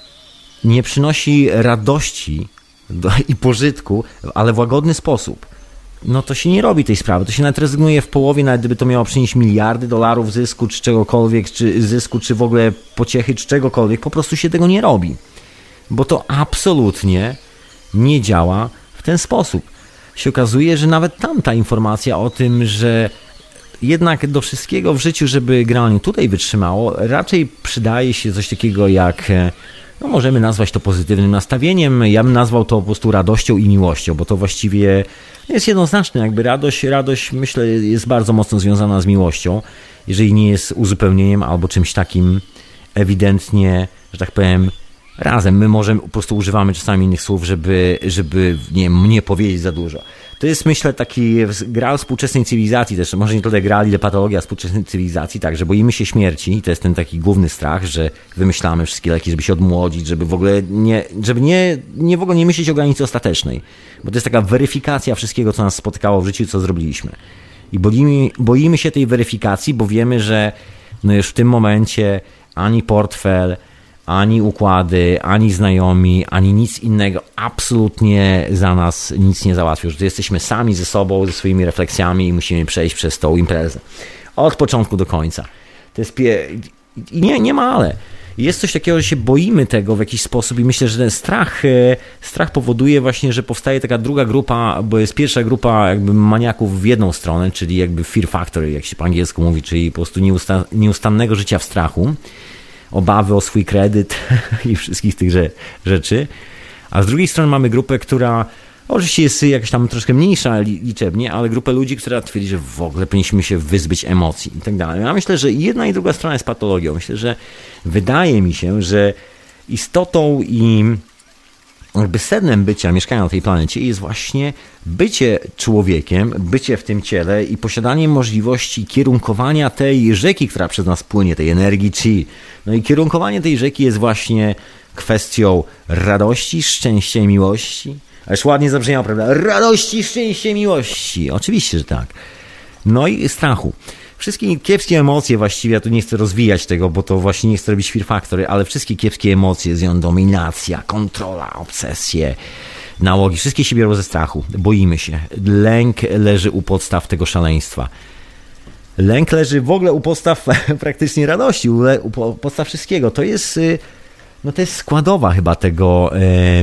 nie przynosi radości i pożytku, ale w łagodny sposób, no to się nie robi tej sprawy, to się nawet rezygnuje w połowie, nawet gdyby to miało przynieść miliardy dolarów zysku, czy czegokolwiek, czy zysku, czy w ogóle pociechy, czy czegokolwiek, po prostu się tego nie robi, bo to absolutnie nie działa w ten sposób. Się okazuje, że nawet tamta informacja o tym, że jednak do wszystkiego w życiu, żeby generalnie tutaj wytrzymało, raczej przydaje się coś takiego jak... No możemy nazwać to pozytywnym nastawieniem, ja bym nazwał to po prostu radością i miłością, bo to właściwie jest jednoznaczne, jakby radość, radość myślę jest bardzo mocno związana z miłością, jeżeli nie jest uzupełnieniem albo czymś takim ewidentnie, że tak powiem, razem. My możemy, po prostu używamy czasami innych słów, żeby, żeby nie, nie powiedzieć za dużo. To jest, myślę, taki gra współczesnej cywilizacji też, może nie tyle gra, ile patologia współczesnej cywilizacji, tak, że boimy się śmierci i to jest ten taki główny strach, że wymyślamy wszystkie leki, żeby się odmłodzić, żeby w ogóle nie, żeby nie, nie w ogóle nie myśleć o granicy ostatecznej, bo to jest taka weryfikacja wszystkiego, co nas spotkało w życiu, co zrobiliśmy. I boimy, boimy się tej weryfikacji, bo wiemy, że no już w tym momencie ani portfel, ani układy, ani znajomi, ani nic innego absolutnie za nas nic nie załatwią, że jesteśmy sami ze sobą, ze swoimi refleksjami i musimy przejść przez tą imprezę. Od początku do końca. To jest pie... I nie, nie ma ale. Jest coś takiego, że się boimy tego w jakiś sposób i myślę, że ten strach, strach powoduje właśnie, że powstaje taka druga grupa, bo jest pierwsza grupa jakby maniaków w jedną stronę, czyli jakby fear factory, jak się po angielsku mówi, czyli po prostu nieusta... nieustannego życia w strachu, obawy o swój kredyt i wszystkich tych rzeczy. A z drugiej strony mamy grupę, która oczywiście jest jakaś tam troszkę mniejsza liczebnie, ale grupę ludzi, która twierdzi, że w ogóle powinniśmy się wyzbyć emocji i tak dalej. Ja myślę, że jedna i druga strona jest patologią. Myślę, że wydaje mi się, że istotą i jakby sednem bycia, mieszkania na tej planecie jest właśnie bycie człowiekiem, bycie w tym ciele i posiadanie możliwości kierunkowania tej rzeki, która przez nas płynie, tej energii chi. No i kierunkowanie tej rzeki jest właśnie kwestią radości, szczęścia i miłości. Ależ ładnie zabrzmiało, prawda? Radości, szczęścia i miłości. Oczywiście, że tak. No i strachu. Wszystkie kiepskie emocje właściwie, ja tu nie chcę rozwijać tego, bo to właśnie nie chcę robić fear factory, ale wszystkie kiepskie emocje, z nią dominacja, kontrola, obsesje, nałogi, wszystkie się biorą ze strachu. Boimy się. Lęk leży u podstaw tego szaleństwa. Lęk leży w ogóle u podstaw praktycznie radości, u podstaw wszystkiego. To jest, no to jest składowa chyba tego,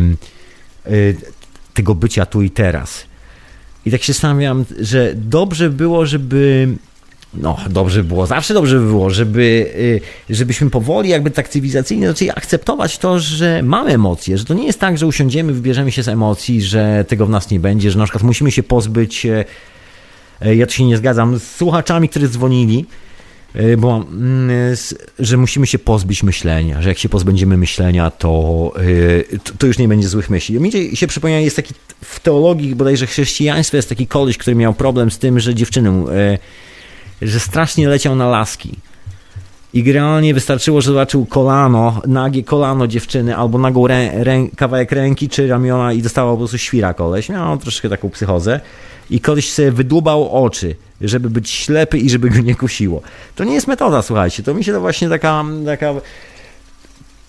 tego bycia tu i teraz. I tak się zastanawiam, że dobrze było, żeby... No, dobrze by było, zawsze dobrze by było, żeby, żebyśmy powoli jakby tak cywilizacyjnie zaczęli akceptować to, że mamy emocje, że to nie jest tak, że usiądziemy, wybierzemy się z emocji, że tego w nas nie będzie, że na przykład musimy się pozbyć, ja tu się nie zgadzam, z słuchaczami, którzy dzwonili, bo, że musimy się pozbyć myślenia, że jak się pozbędziemy myślenia, to, to już nie będzie złych myśli. Mi się przypomina, jest taki w teologii bodajże chrześcijaństwa jest taki koleś, który miał problem z tym, że dziewczyny że strasznie leciał na laski. I generalnie wystarczyło, że zobaczył kolano, nagie kolano dziewczyny, albo nagą rę, rę, kawałek ręki czy ramiona i dostała po prostu świra koleś. Miał troszkę taką psychozę. I koleś sobie wydłubał oczy, żeby być ślepy i żeby go nie kusiło. To nie jest metoda, słuchajcie. To mi się to właśnie taka... taka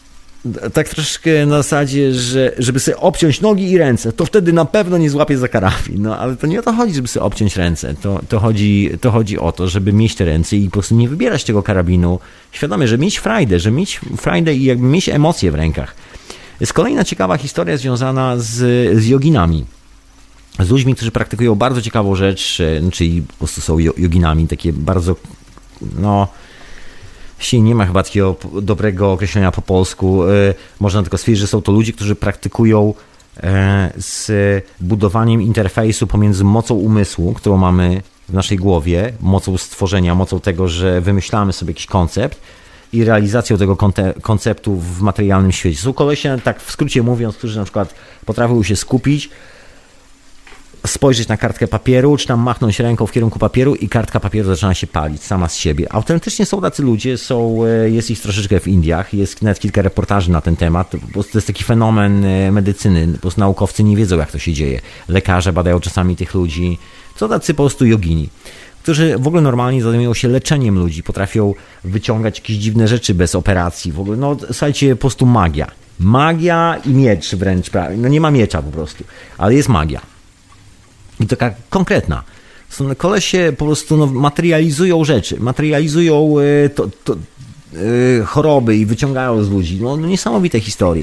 tak troszkę na zasadzie, że żeby sobie obciąć nogi i ręce, to wtedy na pewno nie złapie za karabin. No ale to nie o to chodzi, żeby sobie obciąć ręce. To, to, chodzi, to chodzi o to, żeby mieć te ręce i po prostu nie wybierać tego karabinu świadomie, że mieć frajdę, że mieć frajdę i jakby mieć emocje w rękach. Jest kolejna ciekawa historia związana z, z joginami. Z ludźmi, którzy praktykują bardzo ciekawą rzecz, czyli po prostu są joginami, takie bardzo, no... Jeśli nie ma chyba takiego dobrego określenia po polsku, można tylko stwierdzić, że są to ludzie, którzy praktykują z budowaniem interfejsu pomiędzy mocą umysłu, którą mamy w naszej głowie, mocą stworzenia, mocą tego, że wymyślamy sobie jakiś koncept i realizacją tego konceptu w materialnym świecie. Są kolesie, tak w skrócie mówiąc, którzy na przykład potrafią się skupić, spojrzeć na kartkę papieru, czy tam machnąć ręką w kierunku papieru i kartka papieru zaczyna się palić sama z siebie. Autentycznie są tacy ludzie, są, jest ich troszeczkę w Indiach, jest nawet kilka reportaży na ten temat, bo to jest taki fenomen medycyny, po prostu naukowcy nie wiedzą, jak to się dzieje. Lekarze badają czasami tych ludzi, to tacy po prostu jogini, którzy w ogóle normalnie zajmują się leczeniem ludzi, potrafią wyciągać jakieś dziwne rzeczy bez operacji, w ogóle, no słuchajcie, po prostu magia. Magia i miecz wręcz prawie, no nie ma miecza po prostu, ale jest magia. I taka konkretna. Są kolesie po prostu no, materializują rzeczy, materializują y, to, to, y, choroby i wyciągają z ludzi. No, no niesamowite historie.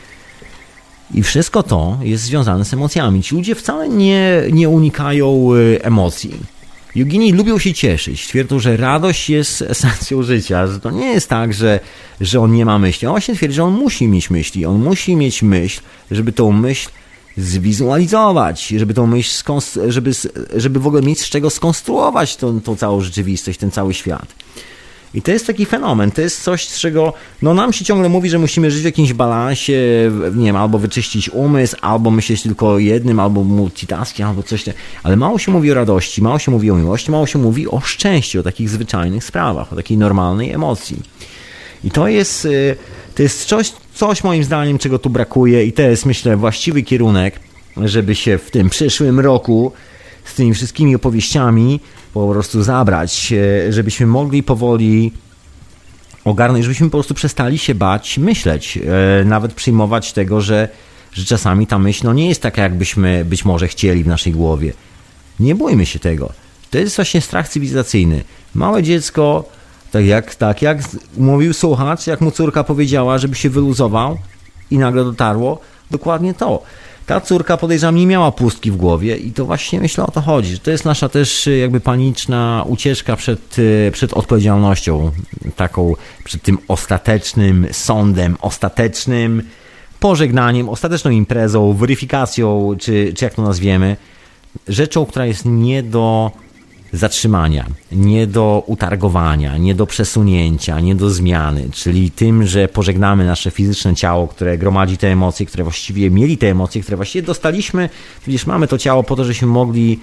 I wszystko to jest związane z emocjami. Ci ludzie wcale nie, nie unikają y, emocji. Jogini lubią się cieszyć. Twierdzą, że radość jest esencją życia, że to nie jest tak, że, że on nie ma myśli. On właśnie twierdzi, że on musi mieć myśli. On musi mieć myśl, żeby tą myśl zwizualizować, żeby tą myśl, żeby, żeby w ogóle mieć z czego skonstruować tą, tą całą rzeczywistość, ten cały świat. I to jest taki fenomen, to jest coś, z czego no nam się ciągle mówi, że musimy żyć w jakimś balansie, nie wiem, albo wyczyścić umysł, albo myśleć tylko o jednym, albo multitasking, albo coś takiego. Ale mało się mówi o radości, mało się mówi o miłości, mało się mówi o szczęściu, o takich zwyczajnych sprawach, o takiej normalnej emocji. I to jest, to jest coś, coś moim zdaniem, czego tu brakuje i to jest, myślę, właściwy kierunek, żeby się w tym przyszłym roku z tymi wszystkimi opowieściami po prostu zabrać, żebyśmy mogli powoli ogarnąć, żebyśmy po prostu przestali się bać myśleć, nawet przyjmować tego, że, że czasami ta myśl no, nie jest taka, jakbyśmy być może chcieli w naszej głowie. Nie bójmy się tego. To jest właśnie strach cywilizacyjny. Małe dziecko, tak jak, tak jak mówił słuchacz, jak mu córka powiedziała, żeby się wyluzował i nagle dotarło, dokładnie to. Ta córka, podejrzewam, nie miała pustki w głowie i to właśnie, myślę, o to chodzi, że to jest nasza też jakby paniczna ucieczka przed, przed odpowiedzialnością, taką przed tym ostatecznym sądem, ostatecznym pożegnaniem, ostateczną imprezą, weryfikacją, czy, czy jak to nazwiemy, rzeczą, która jest nie do zatrzymania, nie do utargowania, nie do przesunięcia, nie do zmiany, czyli tym, że pożegnamy nasze fizyczne ciało, które gromadzi te emocje, które właściwie mieli te emocje, które właściwie dostaliśmy, przecież mamy to ciało po to, żebyśmy mogli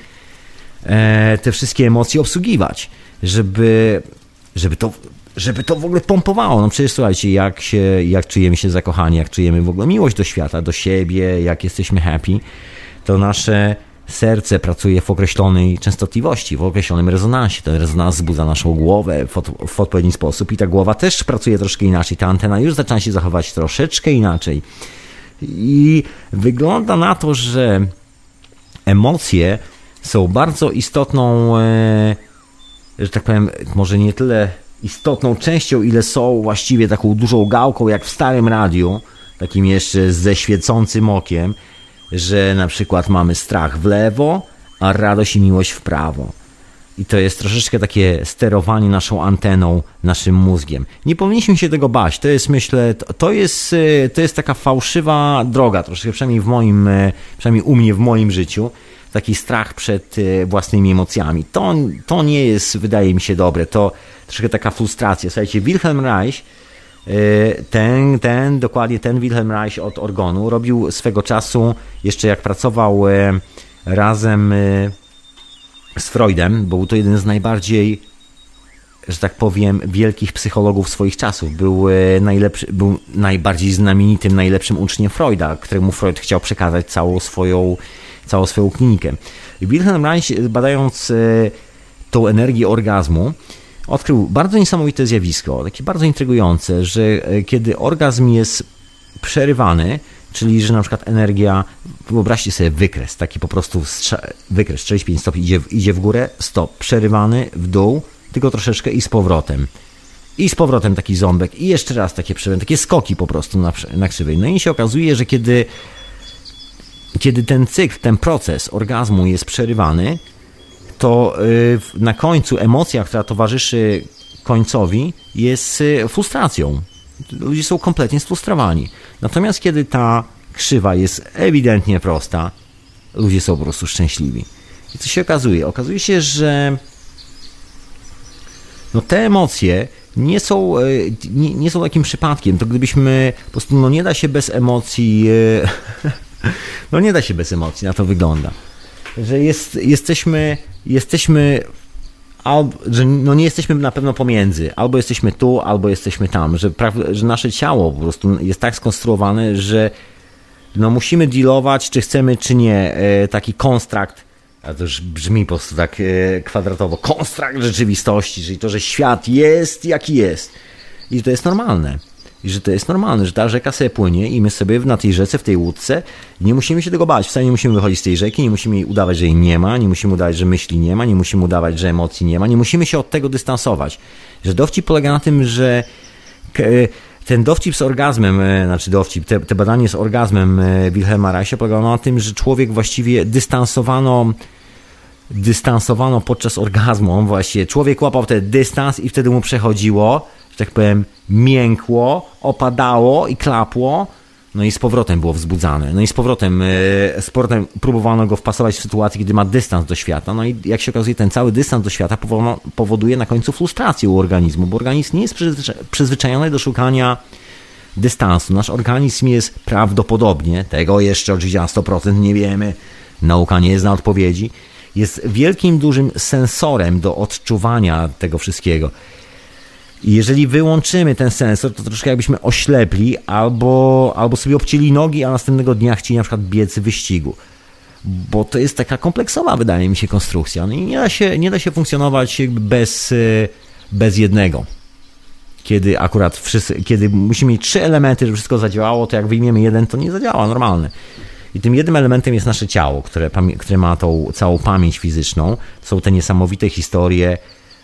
e, te wszystkie emocje obsługiwać, żeby, żeby to żeby to w ogóle pompowało. No przecież słuchajcie, jak, się, jak czujemy się zakochani, jak czujemy w ogóle miłość do świata, do siebie, jak jesteśmy happy, to nasze serce pracuje w określonej częstotliwości, w określonym rezonansie. Ten rezonans wzbudza naszą głowę w, od, w odpowiedni sposób i ta głowa też pracuje troszkę inaczej. Ta antena już zaczyna się zachować troszeczkę inaczej. I wygląda na to, że emocje są bardzo istotną, e, że tak powiem, może nie tyle istotną częścią, ile są właściwie taką dużą gałką, jak w starym radiu, takim jeszcze ze świecącym okiem, że na przykład mamy strach w lewo, a radość i miłość w prawo. I to jest troszeczkę takie sterowanie naszą anteną, naszym mózgiem. Nie powinniśmy się tego bać. To jest, myślę, to jest, to jest taka fałszywa droga, troszkę przynajmniej w moim, przynajmniej u mnie w moim życiu, taki strach przed własnymi emocjami. To, to nie jest, wydaje mi się, dobre. To troszkę taka frustracja. Słuchajcie, Wilhelm Reich, ten, ten, dokładnie ten Wilhelm Reich od Organu robił swego czasu, jeszcze jak pracował razem z Freudem, był to jeden z najbardziej, że tak powiem, wielkich psychologów swoich czasów. Był, najlepszy, był najbardziej znamienitym, najlepszym uczniem Freuda, któremu Freud chciał przekazać całą swoją, całą swoją klinikę. Wilhelm Reich, badając tą energię orgazmu, odkrył bardzo niesamowite zjawisko, takie bardzo intrygujące, że kiedy orgazm jest przerywany, czyli że na przykład energia, wyobraźcie sobie wykres, taki po prostu strza- wykres czterdzieści pięć stopni idzie, idzie w górę, stop, przerywany w dół, tylko troszeczkę i z powrotem. I z powrotem taki ząbek i jeszcze raz takie przerywy, takie skoki po prostu na, na krzywej. No i się okazuje, że kiedy, kiedy ten cykl, ten proces orgazmu jest przerywany, to yy, na końcu emocja, która towarzyszy końcowi, jest yy, frustracją. Ludzie są kompletnie sfrustrowani. Natomiast kiedy ta krzywa jest ewidentnie prosta, ludzie są po prostu szczęśliwi. I co się okazuje? Okazuje się, że no te emocje nie są, nie, nie są takim przypadkiem. To gdybyśmy po prostu, no nie da się bez emocji, no nie da się bez emocji, na to wygląda. Że jest, jesteśmy, jesteśmy Albo, że no nie jesteśmy na pewno pomiędzy, albo jesteśmy tu, albo jesteśmy tam, że, pra- że nasze ciało po prostu jest tak skonstruowane, że no musimy dealować, czy chcemy, czy nie, e, taki konstrakt, a to już brzmi po prostu tak e, kwadratowo, konstrakt rzeczywistości, czyli to, że świat jest jaki jest i to jest normalne. I że to jest normalne, że ta rzeka sobie płynie i my sobie na tej rzece, w tej łódce nie musimy się tego bać, wcale nie musimy wychodzić z tej rzeki, nie musimy jej udawać, że jej nie ma, nie musimy udawać, że myśli nie ma, nie musimy udawać, że emocji nie ma, nie musimy się od tego dystansować. Że dowcip polega na tym, że ten dowcip z orgazmem, znaczy dowcip, te, te badanie z orgazmem Wilhelma Reicha polegało na tym, że człowiek właściwie dystansowano dystansowano podczas orgazmu, właśnie człowiek łapał wtedy dystans i wtedy mu przechodziło, że tak powiem, miękło, opadało i klapło, no i z powrotem było wzbudzane. No i z powrotem, z powrotem próbowano go wpasować w sytuację, kiedy ma dystans do świata. No i jak się okazuje, ten cały dystans do świata powoduje na końcu frustrację u organizmu, bo organizm nie jest przyzwyczajony do szukania dystansu. Nasz organizm jest prawdopodobnie, tego jeszcze oczywiście na sto procent nie wiemy, nauka nie zna odpowiedzi, jest wielkim, dużym sensorem do odczuwania tego wszystkiego. I jeżeli wyłączymy ten sensor, to troszkę jakbyśmy oślepli albo, albo sobie obcięli nogi, a następnego dnia chcieli na przykład biec w wyścigu. Bo to jest taka kompleksowa, wydaje mi się, konstrukcja. No i nie da się, nie da się funkcjonować bez, bez jednego. Kiedy akurat wszyscy, kiedy musimy mieć trzy elementy, żeby wszystko zadziałało, to jak wyjmiemy jeden, to nie zadziała normalnie. I tym jednym elementem jest nasze ciało, które, które ma tą całą pamięć fizyczną. Są te niesamowite historie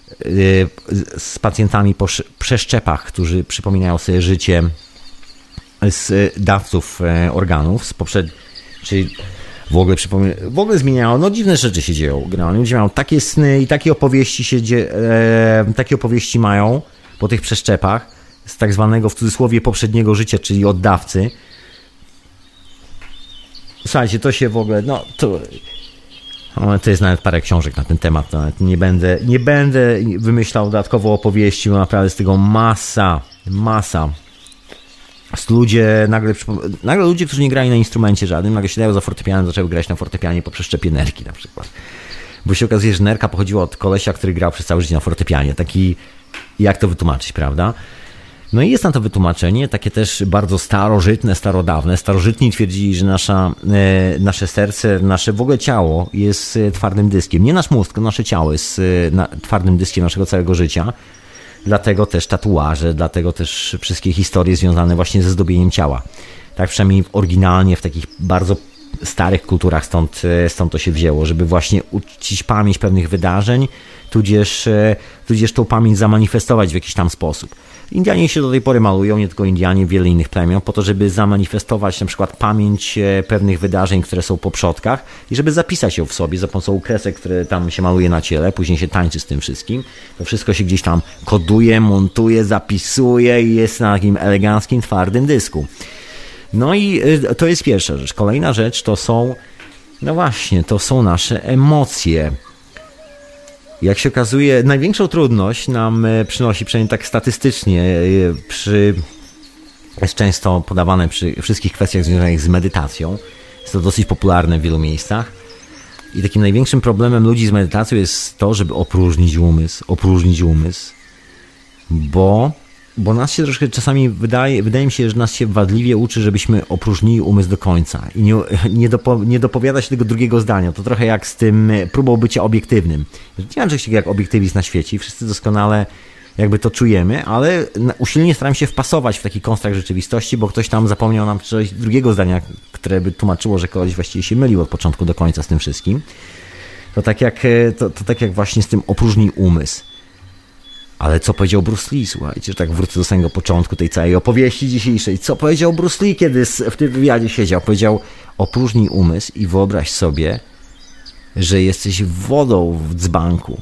z pacjentami po przeszczepach, którzy przypominają sobie życie z dawców organów, z poprzed... czyli w ogóle, przypomina... w ogóle zmieniają, no dziwne rzeczy się dzieją generalnie. Ludzie mają takie sny i takie opowieści się dzie... e... takie opowieści mają po tych przeszczepach z tak zwanego w cudzysłowie poprzedniego życia, czyli od dawcy. Słuchajcie, to się w ogóle, no to... To jest nawet parę książek na ten temat, nawet nie będę, nie będę wymyślał dodatkowo opowieści, bo naprawdę jest tego masa, masa. Ludzie, nagle, nagle ludzie, którzy nie grali na instrumencie żadnym, nagle siadają za fortepianem, zaczęły grać na fortepianie po przeszczepie nerki na przykład. Bo się okazuje, że nerka pochodziła od kolesia, który grał przez całe życie na fortepianie. Taki, jak to wytłumaczyć, prawda? No i jest na to wytłumaczenie, takie też bardzo starożytne, starodawne. Starożytni twierdzili, że nasza, e, nasze serce, nasze w ogóle ciało jest twardym dyskiem. Nie nasz mózg, tylko nasze ciało jest e, na, twardym dyskiem naszego całego życia. Dlatego też tatuaże, dlatego też wszystkie historie związane właśnie ze zdobieniem ciała. Tak przynajmniej oryginalnie w takich bardzo starych kulturach stąd, stąd to się wzięło, żeby właśnie uczcić pamięć pewnych wydarzeń, tudzież, e, tudzież tą pamięć zamanifestować w jakiś tam sposób. Indianie się do tej pory malują, nie tylko Indianie, wiele innych plemion, po to, żeby zamanifestować na przykład pamięć pewnych wydarzeń, które są po przodkach i żeby zapisać ją w sobie za pomocą kresek, które tam się maluje na ciele, później się tańczy z tym wszystkim. To wszystko się gdzieś tam koduje, montuje, zapisuje i jest na takim eleganckim, twardym dysku. No i to jest pierwsza rzecz. Kolejna rzecz to są, no właśnie, to są nasze emocje. Jak się okazuje, największą trudność nam przynosi, przynajmniej tak statystycznie, przy, jest często podawane przy wszystkich kwestiach związanych z medytacją. Jest to dosyć popularne w wielu miejscach. I takim największym problemem ludzi z medytacją jest to, żeby opróżnić umysł, opróżnić umysł, bo, bo nas się troszkę czasami wydaje, wydaje mi się, że nas się wadliwie uczy, żebyśmy opróżnili umysł do końca i nie, nie, dopo, nie dopowiada się tego drugiego zdania. To trochę jak z tym próbą bycia obiektywnym. Nie wiem, że się jak obiektywizm na świecie. Wszyscy doskonale jakby to czujemy, ale usilnie staram się wpasować w taki konstrakt rzeczywistości, bo ktoś tam zapomniał nam coś drugiego zdania, które by tłumaczyło, że koleś właściwie się mylił od początku do końca z tym wszystkim. To tak jak, to, to tak jak właśnie z tym opróżnij umysł. Ale co powiedział Bruce Lee, słuchajcie, tak wrócę do samego początku tej całej opowieści dzisiejszej. Co powiedział Bruce Lee, kiedy w tym wywiadzie siedział? Powiedział, opróżnij umysł i wyobraź sobie, że jesteś wodą w dzbanku.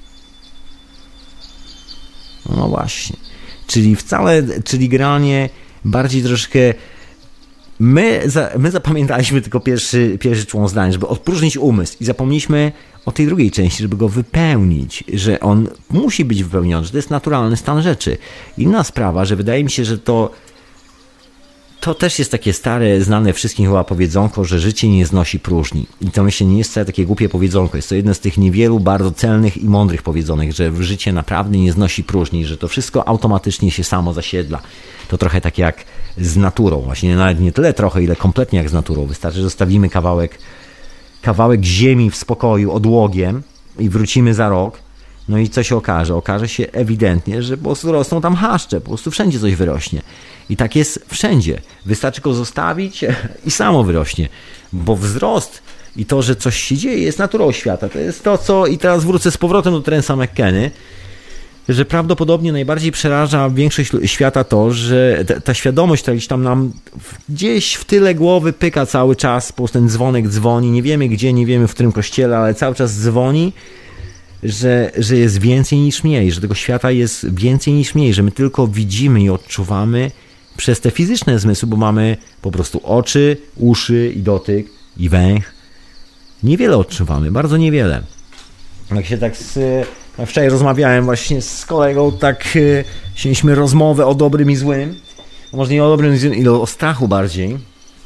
No właśnie. Czyli wcale, czyli generalnie bardziej troszkę my, za, my zapamiętaliśmy tylko pierwszy, pierwszy człon zdania, żeby odpróżnić umysł i zapomnieliśmy o tej drugiej części, żeby go wypełnić, że on musi być wypełniony, że to jest naturalny stan rzeczy. Inna sprawa, że wydaje mi się, że to to też jest takie stare, znane wszystkim chyba powiedzonko, że życie nie znosi próżni. I to myślę nie jest wcale takie głupie powiedzonko. Jest to jedno z tych niewielu bardzo celnych i mądrych powiedzonek, że życie naprawdę nie znosi próżni, że to wszystko automatycznie się samo zasiedla. To trochę tak jak z naturą. Właśnie nawet nie tyle trochę, ile kompletnie jak z naturą. Wystarczy, że zostawimy kawałek, kawałek ziemi w spokoju, odłogiem i wrócimy za rok. No i co się okaże? Okaże się ewidentnie, że po prostu rosną tam chaszcze, po prostu wszędzie coś wyrośnie. I tak jest wszędzie. Wystarczy go zostawić i samo wyrośnie. Bo wzrost i to, że coś się dzieje, jest naturą świata. To jest to, co... I teraz wrócę z powrotem do Terence'a McKenny, że prawdopodobnie najbardziej przeraża większość świata to, że ta, ta świadomość, która gdzieś tam nam gdzieś w tyle głowy pyka cały czas, po prostu ten dzwonek dzwoni, nie wiemy gdzie, nie wiemy w którym kościele, ale cały czas dzwoni, że, że jest więcej niż mniej, że tego świata jest więcej niż mniej, że my tylko widzimy i odczuwamy przez te fizyczne zmysły, bo mamy po prostu oczy, uszy i dotyk i węch. Niewiele odczuwamy, bardzo niewiele. Jak się tak z, jak wczoraj rozmawiałem właśnie z kolegą, tak mieliśmy rozmowę o dobrym i złym, może nie o dobrym i złym, ile o strachu bardziej,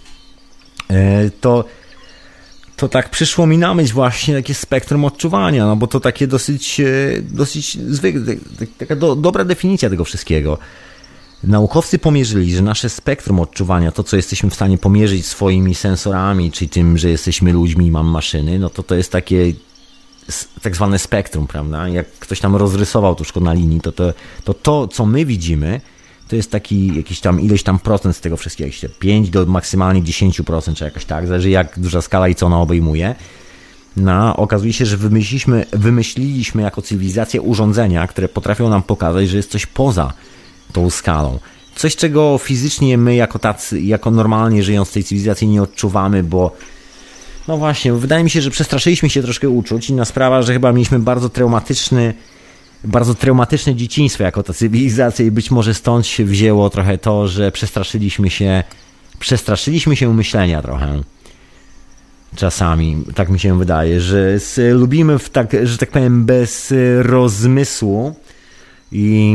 to to tak przyszło mi na myśl właśnie takie spektrum odczuwania, no bo to takie dosyć, dosyć zwykłe, taka do, dobra definicja tego wszystkiego. Naukowcy pomierzyli, że nasze spektrum odczuwania, to co jesteśmy w stanie pomierzyć swoimi sensorami, czyli tym, że jesteśmy ludźmi i mamy maszyny, no to to jest takie tak zwane spektrum, prawda? Jak ktoś tam rozrysował to szkoda na linii, to to, to to, co my widzimy, to jest taki jakiś tam ileś tam procent z tego wszystkiego, jakieś pięć do maksymalnie dziesięć procent, czy jakoś tak, zależy jak duża skala i co ona obejmuje. No, okazuje się, że wymyśliliśmy, wymyśliliśmy jako cywilizacja urządzenia, które potrafią nam pokazać, że jest coś poza tą skalą. Coś, czego fizycznie my jako tacy, jako normalnie żyjąc w tej cywilizacji nie odczuwamy, bo no właśnie, wydaje mi się, że przestraszyliśmy się troszkę uczuć. Inna sprawa, że chyba mieliśmy bardzo traumatyczny bardzo traumatyczne dzieciństwo jako ta cywilizacja i być może stąd się wzięło trochę to, że przestraszyliśmy się przestraszyliśmy się myślenia trochę. Czasami, tak mi się wydaje, że z, lubimy w tak, że tak powiem, bez rozmysłu i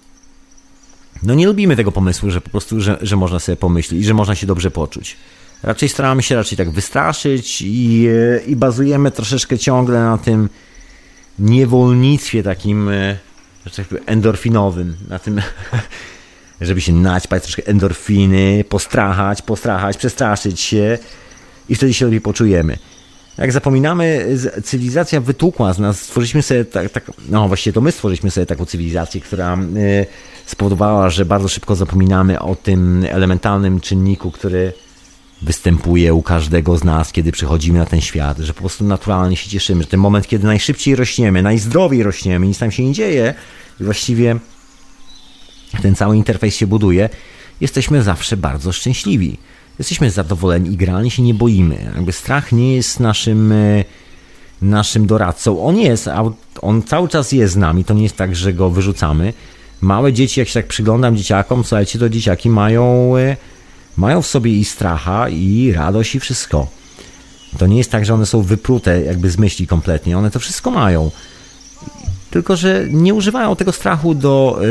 no nie lubimy tego pomysłu, że po prostu, że, że można sobie pomyśleć i że można się dobrze poczuć. Raczej staramy się raczej tak wystraszyć i, i bazujemy troszeczkę ciągle na tym niewolnictwie takim, że tak powiem, endorfinowym, na tym, żeby się naćpać troszkę endorfiny, postrachać, postrachać, przestraszyć się i wtedy się lepiej poczujemy. Jak zapominamy, cywilizacja wytłukła z nas, stworzyliśmy sobie tak, tak, no właściwie to my stworzyliśmy sobie taką cywilizację, która spowodowała, że bardzo szybko zapominamy o tym elementalnym czynniku, który występuje u każdego z nas, kiedy przychodzimy na ten świat, że po prostu naturalnie się cieszymy, że ten moment, kiedy najszybciej rośniemy, najzdrowiej rośniemy, nic tam się nie dzieje i właściwie ten cały interfejs się buduje, jesteśmy zawsze bardzo szczęśliwi. Jesteśmy zadowoleni i generalnie się nie boimy. Jakby strach nie jest naszym, naszym doradcą. On jest, on cały czas jest z nami, to nie jest tak, że go wyrzucamy. Małe dzieci, jak się tak przyglądam dzieciakom, słuchajcie, to dzieciaki mają... mają w sobie i stracha, i radość, i wszystko. To nie jest tak, że one są wyprute jakby z myśli kompletnie. One to wszystko mają. Tylko że nie używają tego strachu do,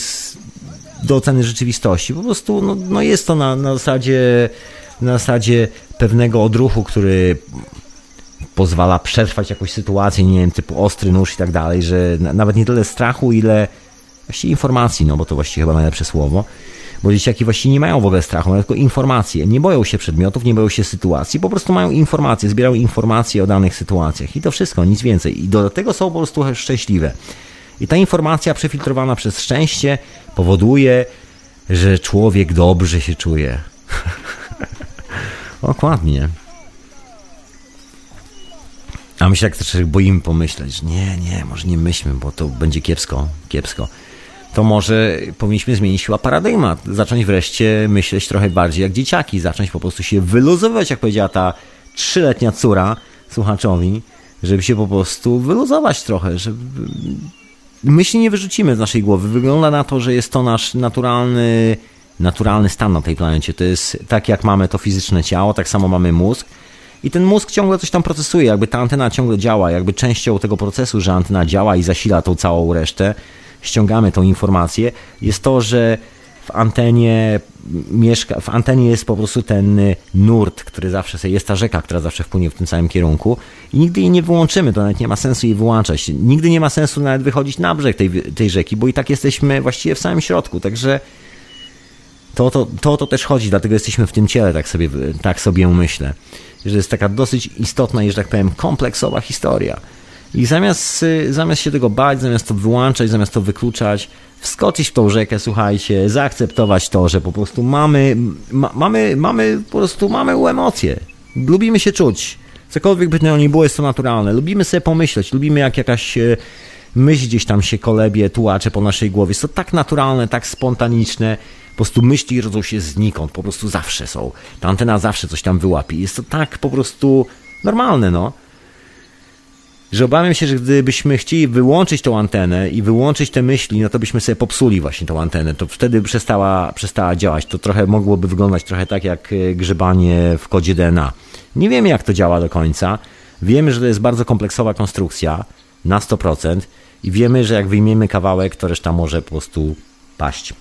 do oceny rzeczywistości. Po prostu no, no jest to na, na, zasadzie, na zasadzie pewnego odruchu, który pozwala przetrwać jakąś sytuację, nie wiem, typu ostry nóż i tak dalej, że nawet nie tyle strachu, ile właściwie informacji, no bo to właściwie chyba najlepsze słowo. Bo dzieciaki właściwie nie mają w ogóle strachu, mają tylko informacje. Nie boją się przedmiotów, nie boją się sytuacji, po prostu mają informacje, zbierają informacje o danych sytuacjach i to wszystko, nic więcej. I do tego są po prostu szczęśliwe. I ta informacja przefiltrowana przez szczęście powoduje, że człowiek dobrze się czuje. Dokładnie. A my się tak troszeczkę boimy pomyśleć, że nie, nie, może nie myślmy, bo to będzie kiepsko, kiepsko. To może powinniśmy zmienić chyba paradygmat, zacząć wreszcie myśleć trochę bardziej jak dzieciaki, zacząć po prostu się wyluzować, jak powiedziała ta trzyletnia córa słuchaczowi, żeby się po prostu wyluzować trochę, żeby myśli nie wyrzucimy z naszej głowy. Wygląda na to, że jest to nasz naturalny, naturalny stan na tej planecie. To jest tak, jak mamy to fizyczne ciało, tak samo mamy mózg. I ten mózg ciągle coś tam procesuje, jakby ta antena ciągle działa, jakby częścią tego procesu, że antena działa i zasila tą całą resztę, ściągamy tą informację, jest to, że w antenie mieszka, w antenie jest po prostu ten nurt, który zawsze sobie, jest ta rzeka, która zawsze wpłynie w tym samym kierunku i nigdy jej nie wyłączymy, to nawet nie ma sensu jej wyłączać. Nigdy nie ma sensu nawet wychodzić na brzeg tej, tej rzeki, bo i tak jesteśmy właściwie w samym środku, także to to, to to też chodzi, dlatego jesteśmy w tym ciele, tak sobie, tak sobie myślę, że jest taka dosyć istotna, że tak powiem, kompleksowa historia. I zamiast, zamiast się tego bać, zamiast to wyłączać, zamiast to wykluczać, wskoczyć w tą rzekę, słuchajcie, zaakceptować to, że po prostu mamy, ma, mamy, mamy, po prostu mamy emocje. Lubimy się czuć. Cokolwiek by to nie było, jest to naturalne. Lubimy sobie pomyśleć, lubimy jak jakaś myśl gdzieś tam się kolebie, tułacze po naszej głowie. Jest to tak naturalne, tak spontaniczne. Po prostu myśli rodzą się znikąd, po prostu zawsze są. Ta antena zawsze coś tam wyłapi. Jest to tak po prostu normalne, no. Że obawiam się, że gdybyśmy chcieli wyłączyć tą antenę i wyłączyć te myśli, no to byśmy sobie popsuli właśnie tą antenę. To wtedy by przestała, przestała działać. To trochę mogłoby wyglądać trochę tak jak grzebanie w kodzie D N A. Nie wiemy, jak to działa do końca. Wiemy, że to jest bardzo kompleksowa konstrukcja na sto procent i wiemy, że jak wyjmiemy kawałek, to reszta może po prostu paść.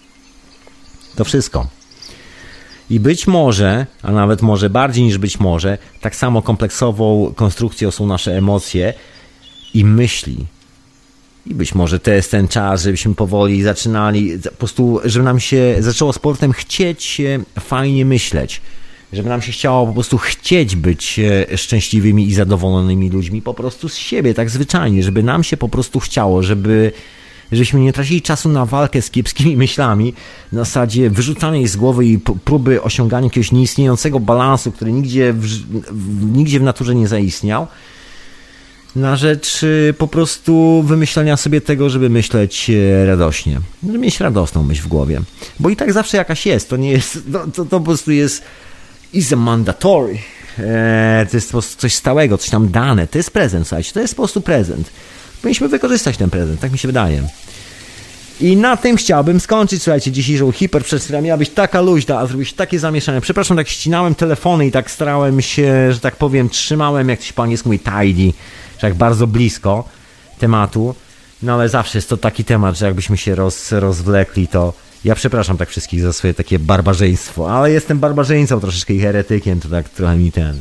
To wszystko. I być może, a nawet może bardziej niż być może, tak samo kompleksową konstrukcją są nasze emocje i myśli. I być może to jest ten czas, żebyśmy powoli zaczynali, po prostu, żeby nam się zaczęło sportem chcieć fajnie myśleć. Żeby nam się chciało po prostu chcieć być szczęśliwymi i zadowolonymi ludźmi po prostu z siebie, tak zwyczajnie. Żeby nam się po prostu chciało, żeby... żebyśmy nie tracili czasu na walkę z kiepskimi myślami, na zasadzie wyrzucanej z głowy i próby osiągania jakiegoś nieistniejącego balansu, który nigdzie w, w, nigdzie w naturze nie zaistniał, na rzecz po prostu wymyślenia sobie tego, żeby myśleć radośnie, żeby mieć radosną myśl w głowie, bo i tak zawsze jakaś jest, to nie jest, to, to, to po prostu jest is a mandatory, eee, to jest po prostu coś stałego, coś tam dane, to jest prezent, słuchajcie, to jest po prostu prezent. Powinniśmy wykorzystać ten prezent, tak mi się wydaje. I na tym chciałbym skończyć, słuchajcie, dzisiejszą hiperprzestrzeń. Miała być taka luźna, a zrobić takie zamieszanie. Przepraszam, tak ścinałem telefony i tak starałem się, że tak powiem, trzymałem, jak to się po angielsku mówi, tidy, że tak bardzo blisko tematu. No ale zawsze jest to taki temat, że jakbyśmy się roz, rozwlekli, to ja przepraszam tak wszystkich za swoje takie barbarzyństwo, ale jestem barbarzyńcą troszeczkę i heretykiem, to tak trochę mi ten...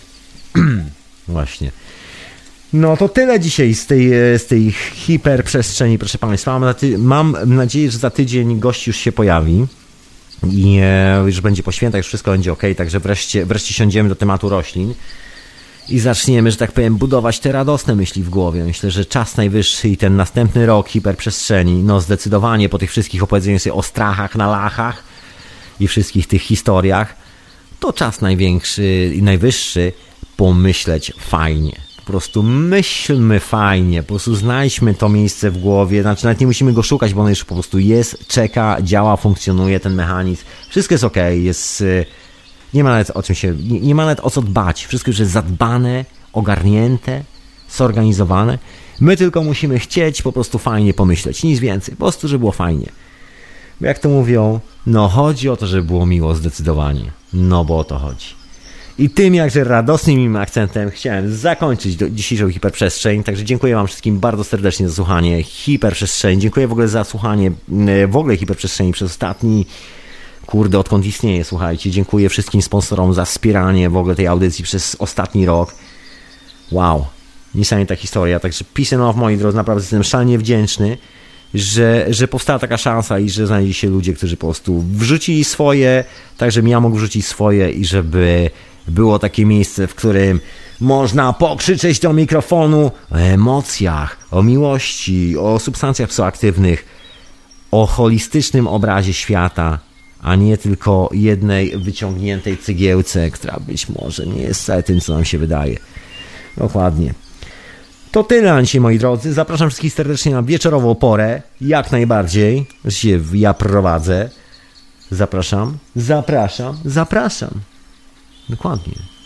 Właśnie. No to tyle dzisiaj z tej, z tej hiperprzestrzeni, proszę Państwa. Mam, mam nadzieję, że za tydzień gość już się pojawi i e, już będzie po świętach, już wszystko będzie ok, także wreszcie, wreszcie siądziemy do tematu roślin i zaczniemy, że tak powiem, budować te radosne myśli w głowie. Myślę, że czas najwyższy i ten następny rok hiperprzestrzeni, no zdecydowanie po tych wszystkich opowiedzeniach sobie o strachach na lachach i wszystkich tych historiach, to czas największy i najwyższy pomyśleć fajnie. Po prostu myślmy fajnie, po prostu znajdźmy to miejsce w głowie, znaczy nawet nie musimy go szukać, bo ono już po prostu jest, czeka, działa, funkcjonuje ten mechanizm, wszystko jest okej, okay, jest, nie ma nawet o czym się, nie, nie ma nawet o co dbać, wszystko już jest zadbane, ogarnięte, zorganizowane, my tylko musimy chcieć po prostu fajnie pomyśleć, nic więcej, po prostu, żeby było fajnie. Bo jak to mówią, no chodzi o to, żeby było miło zdecydowanie, no bo o to chodzi. I tym jakże radosnym akcentem chciałem zakończyć dzisiejszą hiperprzestrzeń, także dziękuję Wam wszystkim bardzo serdecznie za słuchanie hiperprzestrzeni, dziękuję w ogóle za słuchanie w ogóle hiperprzestrzeni przez ostatni, kurde, odkąd istnieje, słuchajcie, dziękuję wszystkim sponsorom za wspieranie w ogóle tej audycji przez ostatni rok, wow, niesamowita historia, także peace and love, moi drodzy, naprawdę jestem szalenie wdzięczny, że, że powstała taka szansa i że znaleźli się ludzie, którzy po prostu wrzucili swoje, tak żebym ja mógł wrzucić swoje i żeby było takie miejsce, w którym Można pokrzyczeć do mikrofonu o emocjach, o miłości, o substancjach psychoaktywnych, o holistycznym obrazie świata, a nie tylko jednej wyciągniętej cegiełce, która być może nie jest wcale tym, co nam się wydaje. Dokładnie. To tyle na dzisiaj, moi drodzy. Zapraszam wszystkich serdecznie na wieczorową porę. Jak najbardziej. Właściwie ja prowadzę. Zapraszam, zapraszam, zapraszam. Dokładnie.